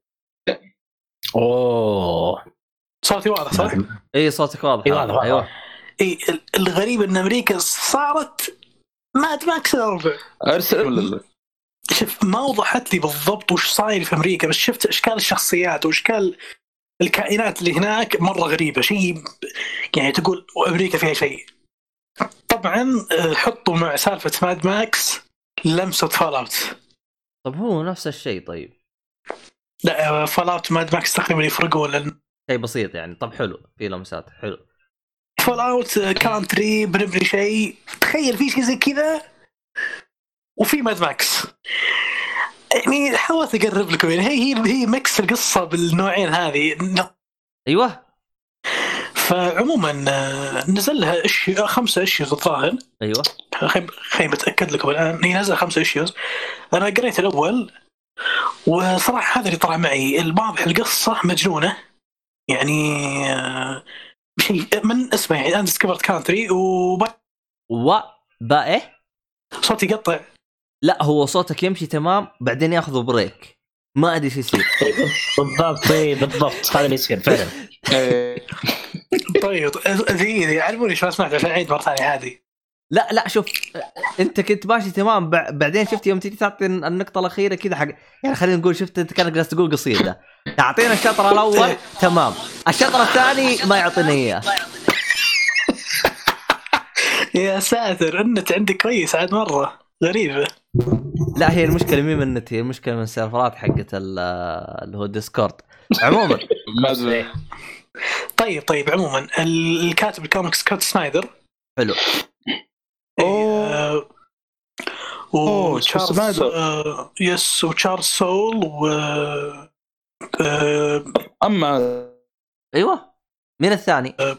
اوه صوتي واضح صح؟ اي صوتك واضح. ايوه ايوه. اي الغريب ان امريكا صارت ماد ماكس الربع. ارسل شوف ما وضحت لي بالضبط وش صاير في أمريكا، بس شفت أشكال الشخصيات وأشكال الكائنات اللي هناك مرة غريبة، شيء يعني تقول أمريكا فيها شيء. طبعا حطوا مع سالفة ماد ماكس لمسة فالاوت. طب هو نفس الشيء؟ طيب لا فالاوت ماد ماكس تقريبا يفرقوا لأن شيء بسيط يعني. طب حلو، في لمسات حلو. فالاوت كانتري بنبني شيء، تخيل في شيء زي كذا وفي ماد ماكس. يعني حاولت اقرب لكم، يعني هي هي ميكس القصه بالنوعين هذه. ايوه. فعموما نزل لها اشياء خمسه اشياء الظاهر. ايوه خليني بتاكد لكم الان، هي نزل خمسه اشياء. انا قريت الاول وصراحه هذا اللي طلع معي. البعض القصه مجنونه يعني، شيء من اسمه يعني انا ديسكفرد كانتري وب و با ايه صوتي يقطع. لا هو صوتك يمشي تمام بعدين ياخذوا بريك، ما ادري ايش يصير. بالضبط بالضبط هذا اللي يصير فعلا. طيب ذي علموني شو سمعت عشان اعيد مره ثانيه هذه. لا لا شوف انت كنت ماشي تمام، بعدين شفت يوم تيجي تعطي النقطه الاخيره كذا حق يعني خلينا نقول شفت انت كانك جالس تقول قصيده، تعطينا الشطر الاول تمام، الشطر الثاني ما يعطينا اياه. يا ساتر النت عندك كويس عاد مره غريبه. لا هي المشكله مي من النت، هي المشكله من السيرفرات حقت اللي هو ديسكورد. عموما طيب طيب عموما الكاتب الكوميكس سكوت سنايدر حلو. اوه وتشارلز آه يس وتشارلز سول و آه اما ايوه مين الثاني؟ آه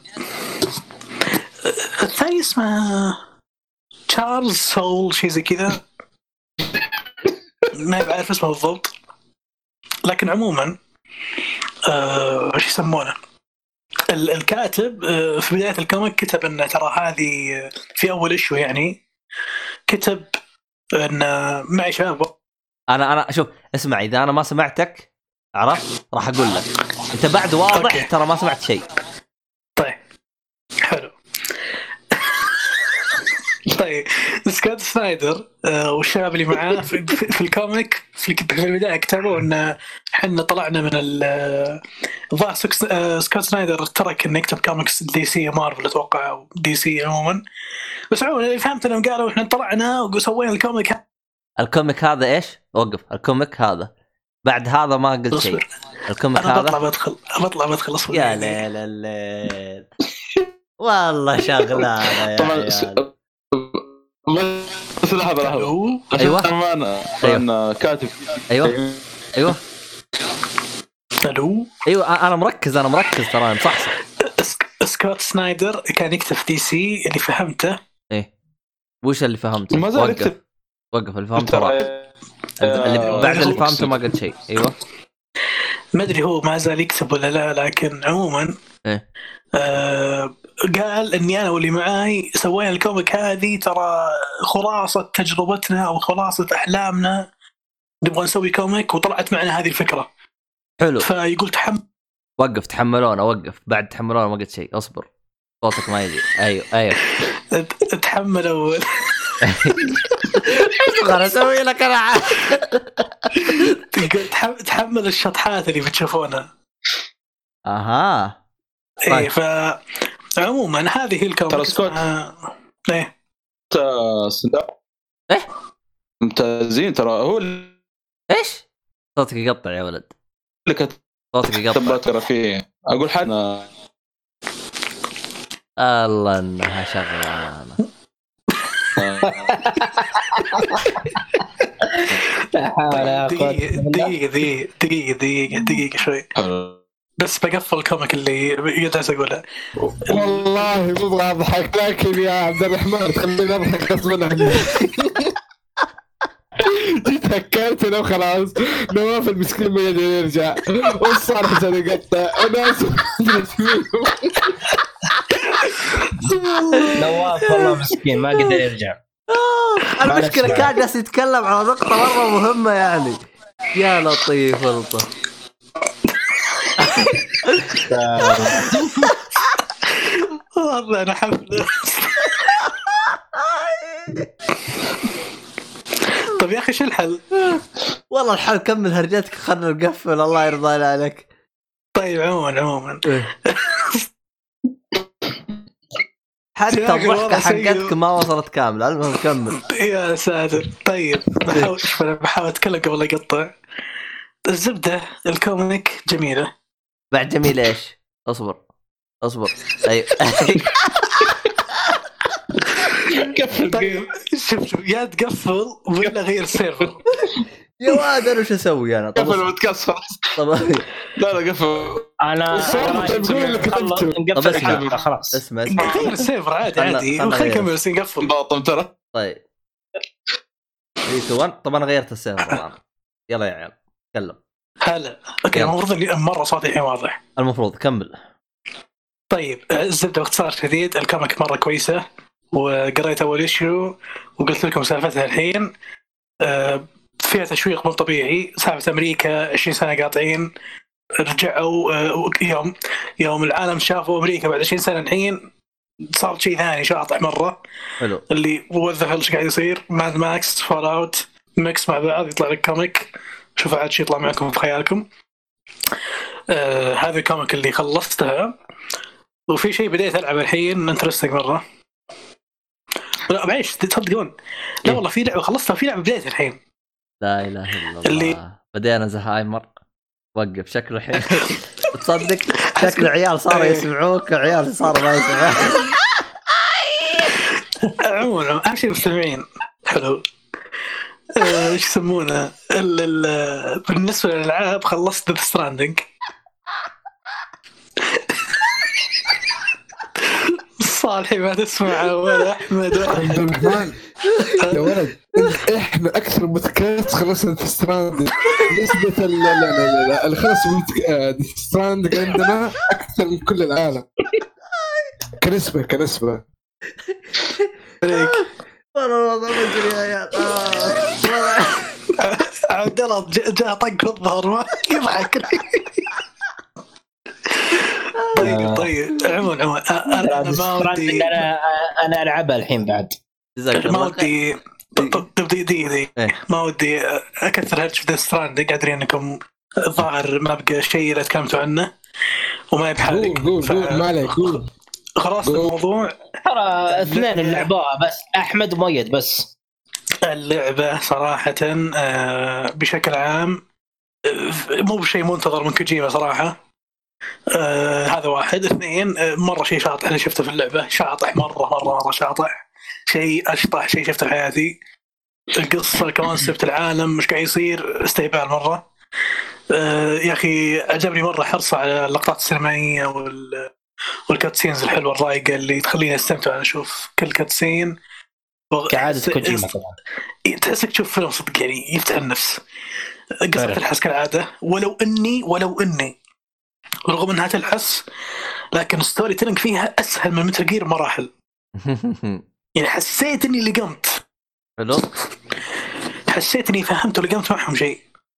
الثاني اسمه تشارلز سول شيء زي كذا، ما بعرف اسمه بالضبط. لكن عموما آه ايش يسمونه الكاتب آه في بداية الكوميك كتب ان ترى هذه في اول ايشو يعني كتب ان معي شباب. انا انا شوف اسمع، اذا انا ما سمعتك عرفت راح اقول لك انت بعد واضح أوكي. ترى ما سمعت شيء. طيب حلو. طيب سكوت سنايدر آه والشباب اللي معاه في, في, في الكوميك في, في البداية كتبوا ان احنا طلعنا من الظاهر آه سكوت سنايدر ترك انه يكتب كوميكس دي سي مارفل اتوقع او دي سي عموما، بس عموما اللي فهمت انهم قالوا احنا طلعنا وسوينا الكوميك. الكوميك هذا ايش؟ وقف الكوميك هذا بعد هذا ما قلت شيء. الكوميك أنا هذا بطلع بدخل بطلع بدخل اصبر يا ليل الليل والله شغلانه طبعا بس لحظه لحظه ايوه انا انا كاتب ايوه ايوه الو ايوه انا مركز انا مركز ترى مصحصح. سكوت سنايدر كان يكتب دي سي اللي فهمته. ايه وش اللي فهمته؟ ما زال يكتب. وقف اللي فهمته راح اللي بعد اللي فهمته ما قلت شيء. ايوه ما ادري هو ما زال يكتب ولا لا، لكن عموما إيه؟ آه قال اني انا واللي معاي سوينا الكوميك هذه ترى خلاصه تجربتنا او خلاصه احلامنا، نبغى نسوي كوميك وطلعت معنا هذه الفكره. حلو. فيقول تحمل وقف تحملونا وقف بعد تحملونا ما قلت شيء اصبر صوتك ما يجي. ايوه ايوه تحمل اول اصبر اسوي لك انا. تحمل الشطحات اللي بتشوفونها. اها ايه فعموما هذه هي الكوميك. ترى سكوت آه. ايه ايه ممتازين ترى. هو ايش صوتك يقطع يا ولد؟ لك صوتك يقطع ترى فيه اقول حاجه الله انها شغلانه. دقيقة دقيقة دقيقة دقيقة دقيقة شوي بس بقفل الكوميك اللي جالس أقوله. والله مو أضحك لكن يا عبد الرحمن خليني أضحك غصبا عني. جيت هكرت أنا وخلاص. نواف المسكين ما يقدر يرجع والصار حسن يقطع وناس. نواف والله مسكين ما قدر يرجع. المشكلة كان جالس يتكلم على نقطة مرة مهمة يعني. يا لطيف لطف. والله أنا حفلة. طب يا اخي شو الحل؟ والله الحل كمل هرجتك خلنا نقفل الله يرضى عليك. طيب عموما عموما حتى الضحكة حقتك ما وصلت كاملة. المهم كمل. يا ساتر. طيب بحاول بحاول اتكلم قبل لا اقطع. الزبدة الكوميك جميلة. بعد جميل ايش؟ اصبر اصبر. ايوه قفل. طيب شوف شوف يا تقفل ولا غير السيرفر يا واد انا وش اسوي انا؟ قفل وتكسر. طب لا لا قفل. انا نقفل خلاص. اسمع اسمع غير السيرفر عادي عادي وخلي نكمل بس نقفل. باطم ترى. طيب ايتوان. طب انا غيرت السيرفر الان. يلا يا عيال تكلم. هلا اوكي. المفروض اللي مره صوتي الحين واضح. المفروض كمل. طيب الزبده باختصار شديد الكوميك مره كويسه وقريت اول ايشيو وقلت لكم سالفتها الحين. أه فيها تشويق مو طبيعي. سالفه امريكا عشرين سنه قاطعين رجعوا. أه يوم يوم العالم شافوا امريكا بعد عشرين سنه الحين صار شيء ثاني شاطح مره. حلو. اللي وظف ايش قاعد يصير. ماد ماكس فول اوت ميكس مع بعض يطلع لك كوميك. شوف عاد شيء يطلع معكم في خيالكم. أه هذا الكوميك اللي خلصتها. وفي شيء بديت العب الحين انترستنج مره. لا بعيش تصدقون. لا والله في لعبه خلصتها. في لعبه بديت الحين. لا اله الا الله. اللي بدينا زهايمر. وقف شكله الحين. تصدق شكل عيال صاروا يسمعوك وعيال صاروا ما يسمعوك. عموما اهم شيء المستمعين. حلو. ايش يسمونه بالنسبه للالعاب خلصت ديث ستراندنج. صالحي ما تسمع ولا احمد ولا يا ولد. احنا اكثر بودكاست خلصنا ديث ستراندنج. نسبه اللي خلص ديث ستراندنج عندنا اكثر من كل العالم كنسبه كنسبه. والله ما ادري يا عيال. عبد الله جاء طق الظهر ما يضحك. طيب طيب عموما عموما انا ما ودي انا انا العبها الحين بعد. ما ودي تبدي دي دي ما ودي اكثر هرج في ستراندنج. قادرين انكم الظاهر ما بقى شيء اللي تكلمتوا عنه وما يبحالك. قول قول ما عليك قول. خلاص الموضوع ترى اثنين اللعبة بس أحمد ومؤيد بس. اللعبة صراحة بشكل عام مو بشيء منتظر من كوجيما صراحة. آه هذا واحد. اثنين آه مرة شيء شاطح اللي شفته في اللعبة. شاطح مرة مرة مرة شاطح. شيء أشطح شيء شفته في حياتي. القصة الكونسبت العالم مش قاعد يصير استهبال مرة. آه يا أخي عجبني مرة حرصه على اللقطات السينمائية وال والكاتسينز الحلوة الرايقة اللي تخليني استمتع أنا أشوف كل كاتسين كعادة كوجيما طبعا. تحسك تشوف فيلم صدق يعني يفتح النفس. قصة تلحس كالعادة. ولو إني ولو إني رغم انها تلحس لكن ستوري تيلينج فيها اسهل من متل جير مراحل. يعني حسيت اني لقمت. حلو. حسيت اني فهمت ولقمت معهم شيء.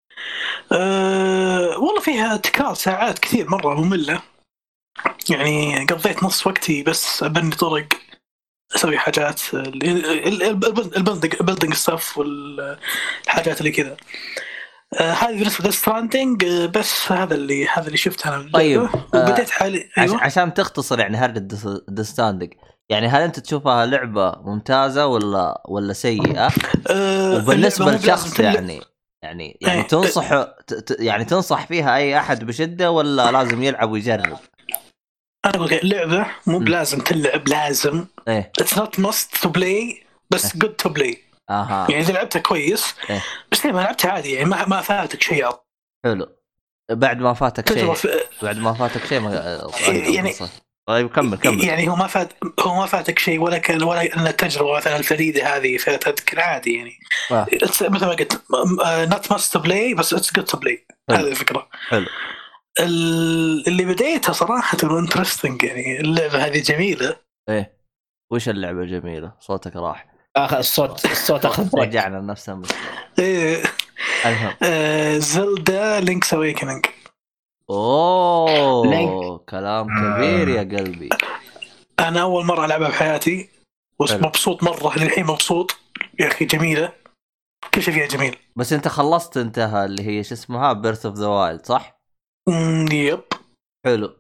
أه والله فيها تكرار ساعات كثير مره ممله. يعني قضيت نص وقتي بس ابني طرق اسوي حاجات البلدنج ستاف والحاجات اللي كذا. آه هذه بالنسبة لستراندنج. آه بس هذا اللي هذا اللي شفته أنا. طيب وبديت حالي. أيوة. عشان تختصر يعني هرجة ديستراندنج يعني هل أنت تشوفها لعبة ممتازة ولا ولا سيئة؟ آه وبالنسبة لشخص يعني يعني يعني آه تنصح ت يعني تنصح فيها أي أحد بشدة ولا لازم يلعب ويجرب؟ أنا أقول لك لعبة مو بلازم تلعب لازم. إيه. It's not must to play بس إيه. good to play. اها يعني اذا لعبتها كويس. إيه؟ بس ما لعبتها عادي يعني ما ما فاتك شيء. حلو. بعد ما فاتك شيء في... بعد ما فاتك شيء ما... يعني طيب كمل كمل. يعني هو ما فات هو ما فاتك شيء ولا كان ولا ان التجربه مثلا الفريده هذه فاتك عادي يعني. آه. مثل ما قلت not must to play بس it's good to play. هذه الفكره. حلو. اللي بديتها صراحه انترستنج يعني اللعبه هذه جميله. ايه وش اللعبه جميله؟ صوتك راح. اخر الصوت الصوت اخذ رجعنا لنفسنا. ايه آه زلدا لينكس اويكننج. اوه لينك. كلام كبير يا قلبي. انا اول مره العبها بحياتي ومبسوط مره للحين مبسوط يا اخي. جميله كل شيء فيها جميل. بس انت خلصت انتهى اللي هي شو اسمها بيرث اوف ذا وايلد صح؟ امم يب حلو.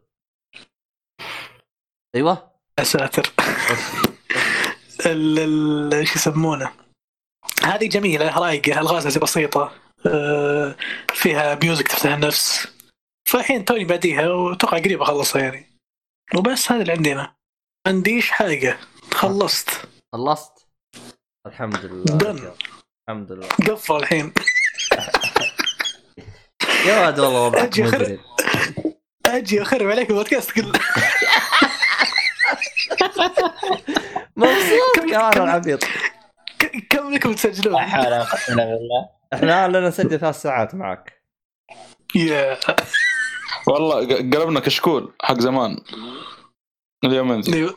ايوه يا ساتر. ال شو يسمونه هذه جميله رايقه الغاز بسيطه أه فيها ميوزك تفتح النفس. فالحين توني بعديها وتوقع قريب اخلصها يعني. وبس هذا اللي عندنا. عنديش حاجه خلصت. خلصت الحمد لله. دن. الحمد لله قفل الحين. يا ولد والله وضعك مدري. اجي اخرب عليك البودكاست كله. مبسوط كمان العبيط. كم لكم تسجلون؟ حالة بالله احنا لنا نسجل ثلاث ساعات معك. يا والله قلبنا كشكول حق زمان اليوم انت.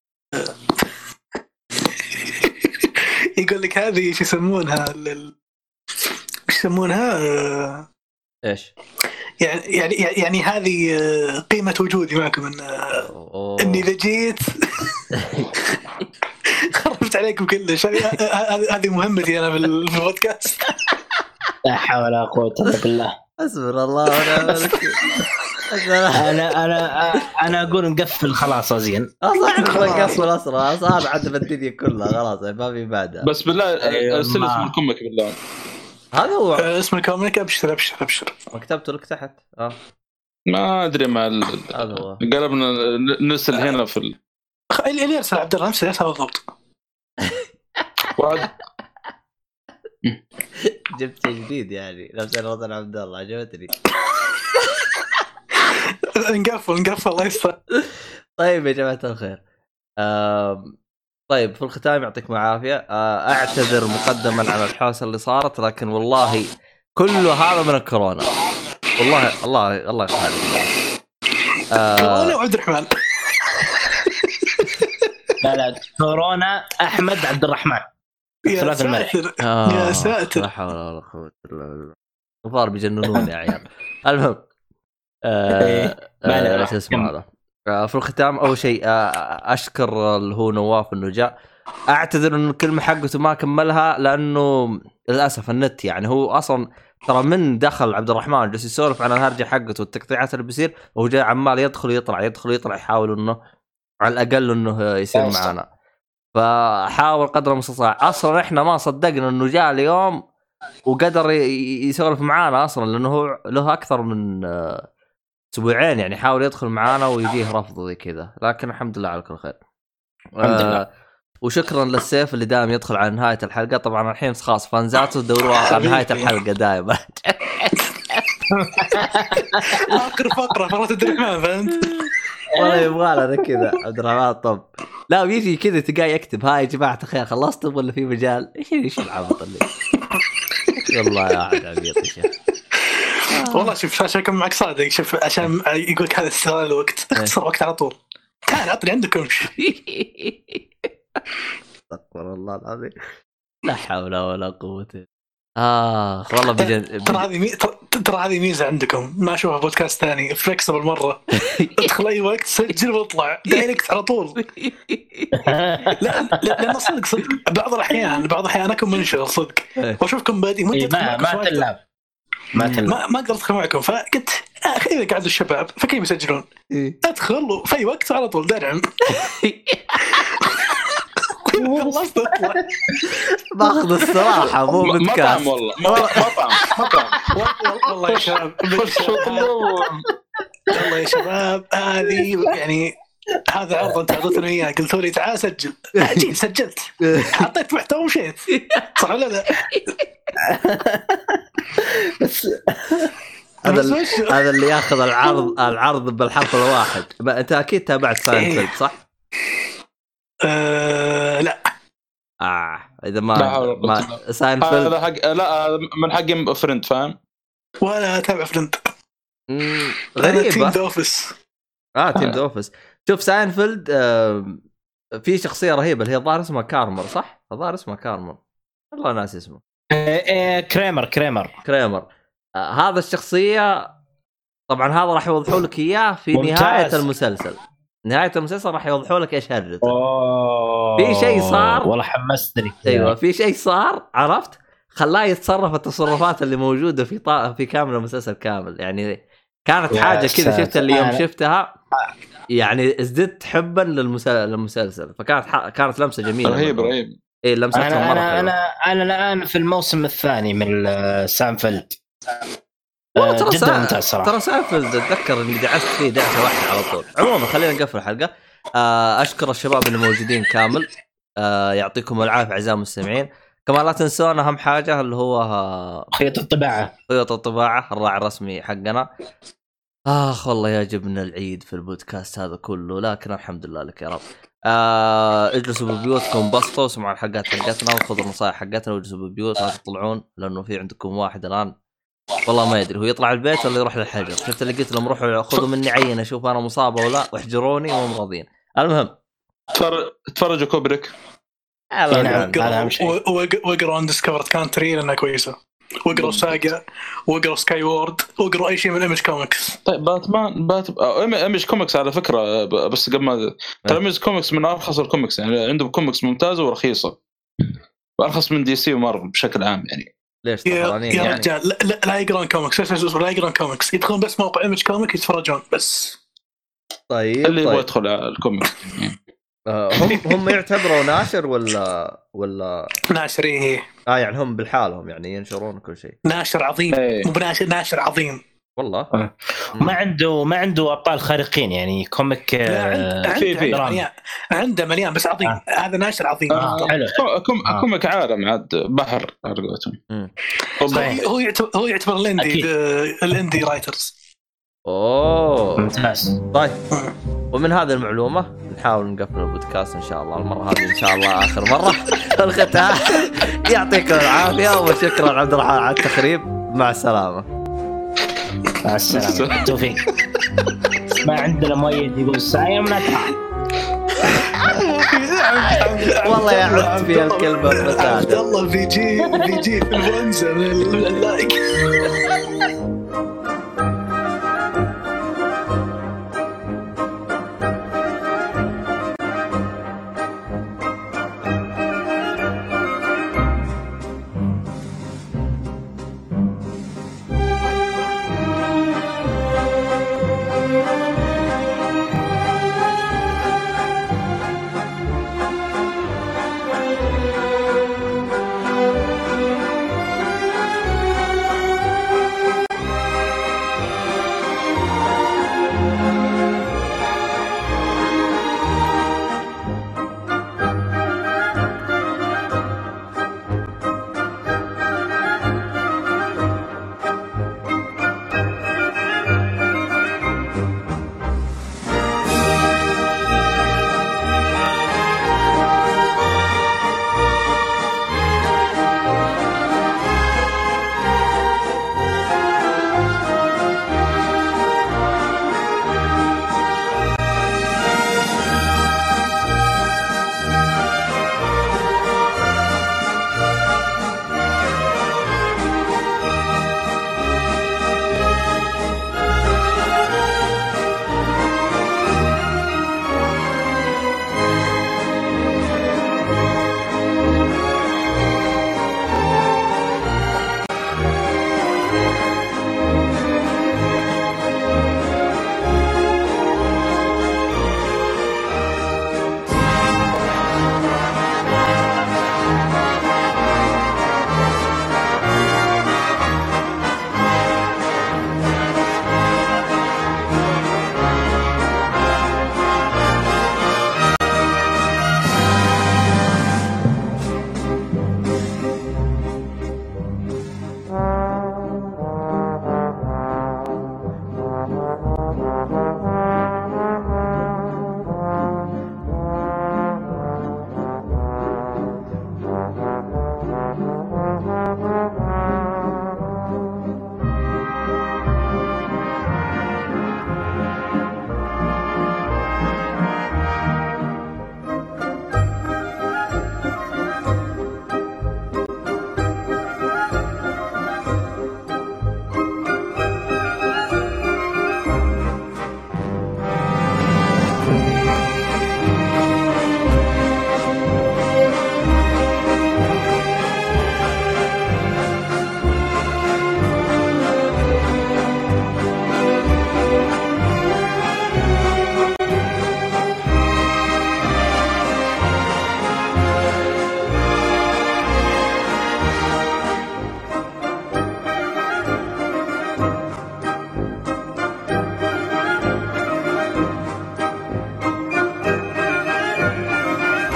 يقول لك هذه شو يسمونها ال... ايش يسمونها ايش يعني يعني يعني هذه قيمة وجودي معكم ان أوه. اني اذا جيت خربت عليكم كلش. هذه مهمتي انا في البودكاست. لا حول ولا قوة الا بالله. اصبر الله ونعم الوكيل. انا انا انا اقول نقفل خلاص زين. صح نقفل اسرع صار عندنا الدنيا كلها خلاص ما في بعدها. بس بالله ارسل اسم كمك بالله. هذا هو اسم كوميك. ابشر ابشر ابشر مكتبته لك تحت. اه ما ادري مع ال... هذا هو قلبنا نرسل هنا في ال... اللي يرسل عبد الله نفسه يرسل بالضبط. واحد جبت جديد يعني نفس الوطن عبد الله عجبتني. نقفل نقفل الله يستر. طيب يا جماعة الخير آه... طيب في الختام يعطيكم العافية. آه... اعتذر مقدما عن الحوسة اللي صارت لكن والله كله هذا من الكورونا. والله الله الله يخليك. كورونا آه... وعبد الرحمن. لا لا كورونا احمد عبد الرحمن. يا ساتر آه... يا ساتر. لا حول ولا قوة الا بالله. الظاهر بيجننوني يا عيال. المهم آه... آه... ايش اسمه هذا. في الختام أول شيء أشكر اللي هو نواف إنه جاء. أعتذر إنه الكلمة حقته ما كملها لأنه للأسف النت يعني هو أصلا ترى من دخل عبد الرحمن جالس يسولف عن الهرجة حقته والتقطيعات اللي بيصير وهو جاي عمال يدخل يطلع يدخل يطلع يحاول إنه على الأقل إنه يصير معنا. فحاول قدر المستطاع. أصلا إحنا ما صدقنا إنه جاء اليوم وقدر يسولف معانا أصلا لأنه هو له أكثر من اسبوعين يعني حاول يدخل معانا ويجيه رفض زي كذا لكن الحمد لله على كل خير. الحمد لله. آه وشكرا للسيف اللي دائما يدخل على نهايه الحلقه. طبعا الحين خلاص فانزاتوا دوروا على نهايه الحلقه دائما. اخر فقره فقره عبد الرحمن فهمت. والله يبغى لنا كذا عبد الرحمن. طب لا بيجي كذا تلقاه يكتب هاي يا جماعه الخير خلصتوا ولا في مجال ايش ايش العبط اللي والله يا عاد عبيط يا شيخ. والله شوف عشان أكون معك صادق شوف عشان يقولك هذا استغلال الوقت اختصر وقت على طول. تعال عطني عندكم استغفر الله العظيم لا حول ولا قوة. آه والله بجد ترى هذه مي... ترى هذه ميزة عندكم ما أشوفها بودكاست ثاني فليكسبل مرة. ادخل أي وقت سجل واطلع دايركت على طول. لا لأن صدق صدق بعض الأحيان بعض الأحيان أكون منشغل صدق وأشوفكم بادي ما ما تلعب ما ما ما قدرت أدخل معكم فقلت أخي إذا قعدوا الشباب فكيف يسجلون أدخل في أي وقت على طول درعم. خلصت اطلع باخذ الصراحه مو بودكاست مطعم والله مطعم مطعم والله يا شباب والله يا شباب هذه يعني هذا عرض انت اعطيتني اياه قلتوا لي تعال سجل جيت سجلت حطيت محتوى ومشيت صح ولا لا؟ بس هذا هذا اللي ياخذ العرض العرض بالحرف الواحد. انت اكيد تابعت ساينفيلد صح؟ أه لا اه اذا ما, ما ساينفيلد هذا حق لا من حق فريند فاهم ولا تابع فريند غريبه. تيم ذا اوفيس اه تيم ذا اوفيس. شوف ساينفيلد آه في شخصيه رهيبه اللي هي الظاهر اسمها كارمر صح؟ الظاهر اسمها كارمر والله ناس اسمه إيه كريمر كريمر كريمر آه هذا الشخصيه طبعا هذا راح يوضحوا لك اياه في ممتاز. نهايه المسلسل. نهاية المسلسل راح يوضحوا لك ايش هرجته. في شيء صار والله حمستني. ايوه في شيء صار عرفت خلاه يتصرف التصرفات اللي موجوده في طا... في كامل المسلسل كامل. يعني كانت حاجه كذا شفت اللي يوم شفتها يعني ازددت حبا للمسلسل للمسلسل فكانت ح... كانت لمسه جميله. رهيب رهيب. ايه لمسه أنا, مره انا انا انا الان في الموسم الثاني من سانفيلد. والله ترى جدا ممتاز صراحه. ترى سانفيلد اتذكر اني دعست فيه دعسه واحده على طول. عموما خلينا نقفل الحلقه. اشكر الشباب اللي موجودين كامل. يعطيكم العافيه اعزائي المستمعين. كمان لا تنسون اهم حاجه اللي هو خيط الطباعه خيط الطباعه الراعي الرسمي حقنا. اخ والله يعجبنا العيد في البودكاست هذا كله لكن الحمد لله لك يا رب. آه اجلسوا ببيوتكم بسطوا واسمعوا الحلقات حقتنا وخذوا النصائح حقتنا واجلسوا ببيوت لا تطلعون لانه في عندكم واحد الان والله ما يدري هو يطلع البيت ولا يروح للحجر. شفت اللي قلت لهم روحوا خذوا مني عينه اشوف انا مصاب ولا واحجروني وهم راضيين. المهم تفرجوا كوبريك واقروا عن ديسكفرد كانتري لانها كويسه واقروا ساجا واقروا سكاي وورد واقروا اي شيء من ايمج كوميكس. طيب باتمان بات ايمج كوميكس على فكره بس قبل ما ترى ايمج كوميكس من ارخص الكوميكس يعني عندهم كوميكس ممتازه ورخيصه وارخص من دي سي ومارفل بشكل عام. يعني ليش طفرانين يعني رجال لا, لا, لا يقرون كوميكس لا يقرون كوميكس يدخلون بس موقع ايمج كوميك يتفرجون بس. طيب اللي طيب. يبغى يدخل على الكوميكس هم هم يعتبروا ناشر ولا ولا ناشر ايه اه يعني هم بالحالهم يعني ينشرون كل شيء. ناشر عظيم مو بناشر ناشر عظيم والله. آه. ما عنده ما عنده ابطال خارقين يعني كوميك عنده في في عنده, عنده مليان بس عظيم. آه. هذا ناشر عظيم. آه. حلو كوم آه. كوميك عالم عاد بحر ارجوتهم. هو يعتبر هو يعتبر الاندي الاندي رايترز. اوه ممتاز. طيب ومن هذه المعلومه نحاول نقفل البودكاست ان شاء الله المره هذه ان شاء الله اخر مره. الختام يعطيكم العافيه وشكرا عبد الرحمن على التخريب. مع السلامه. مع السلامه توفيق. ما عندنا مؤيد يقول الساعه من والله يا عبد في الكلمه بس عبد الله بيجي بيجي انفلونزا من اللايك.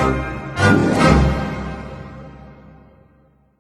السلامه.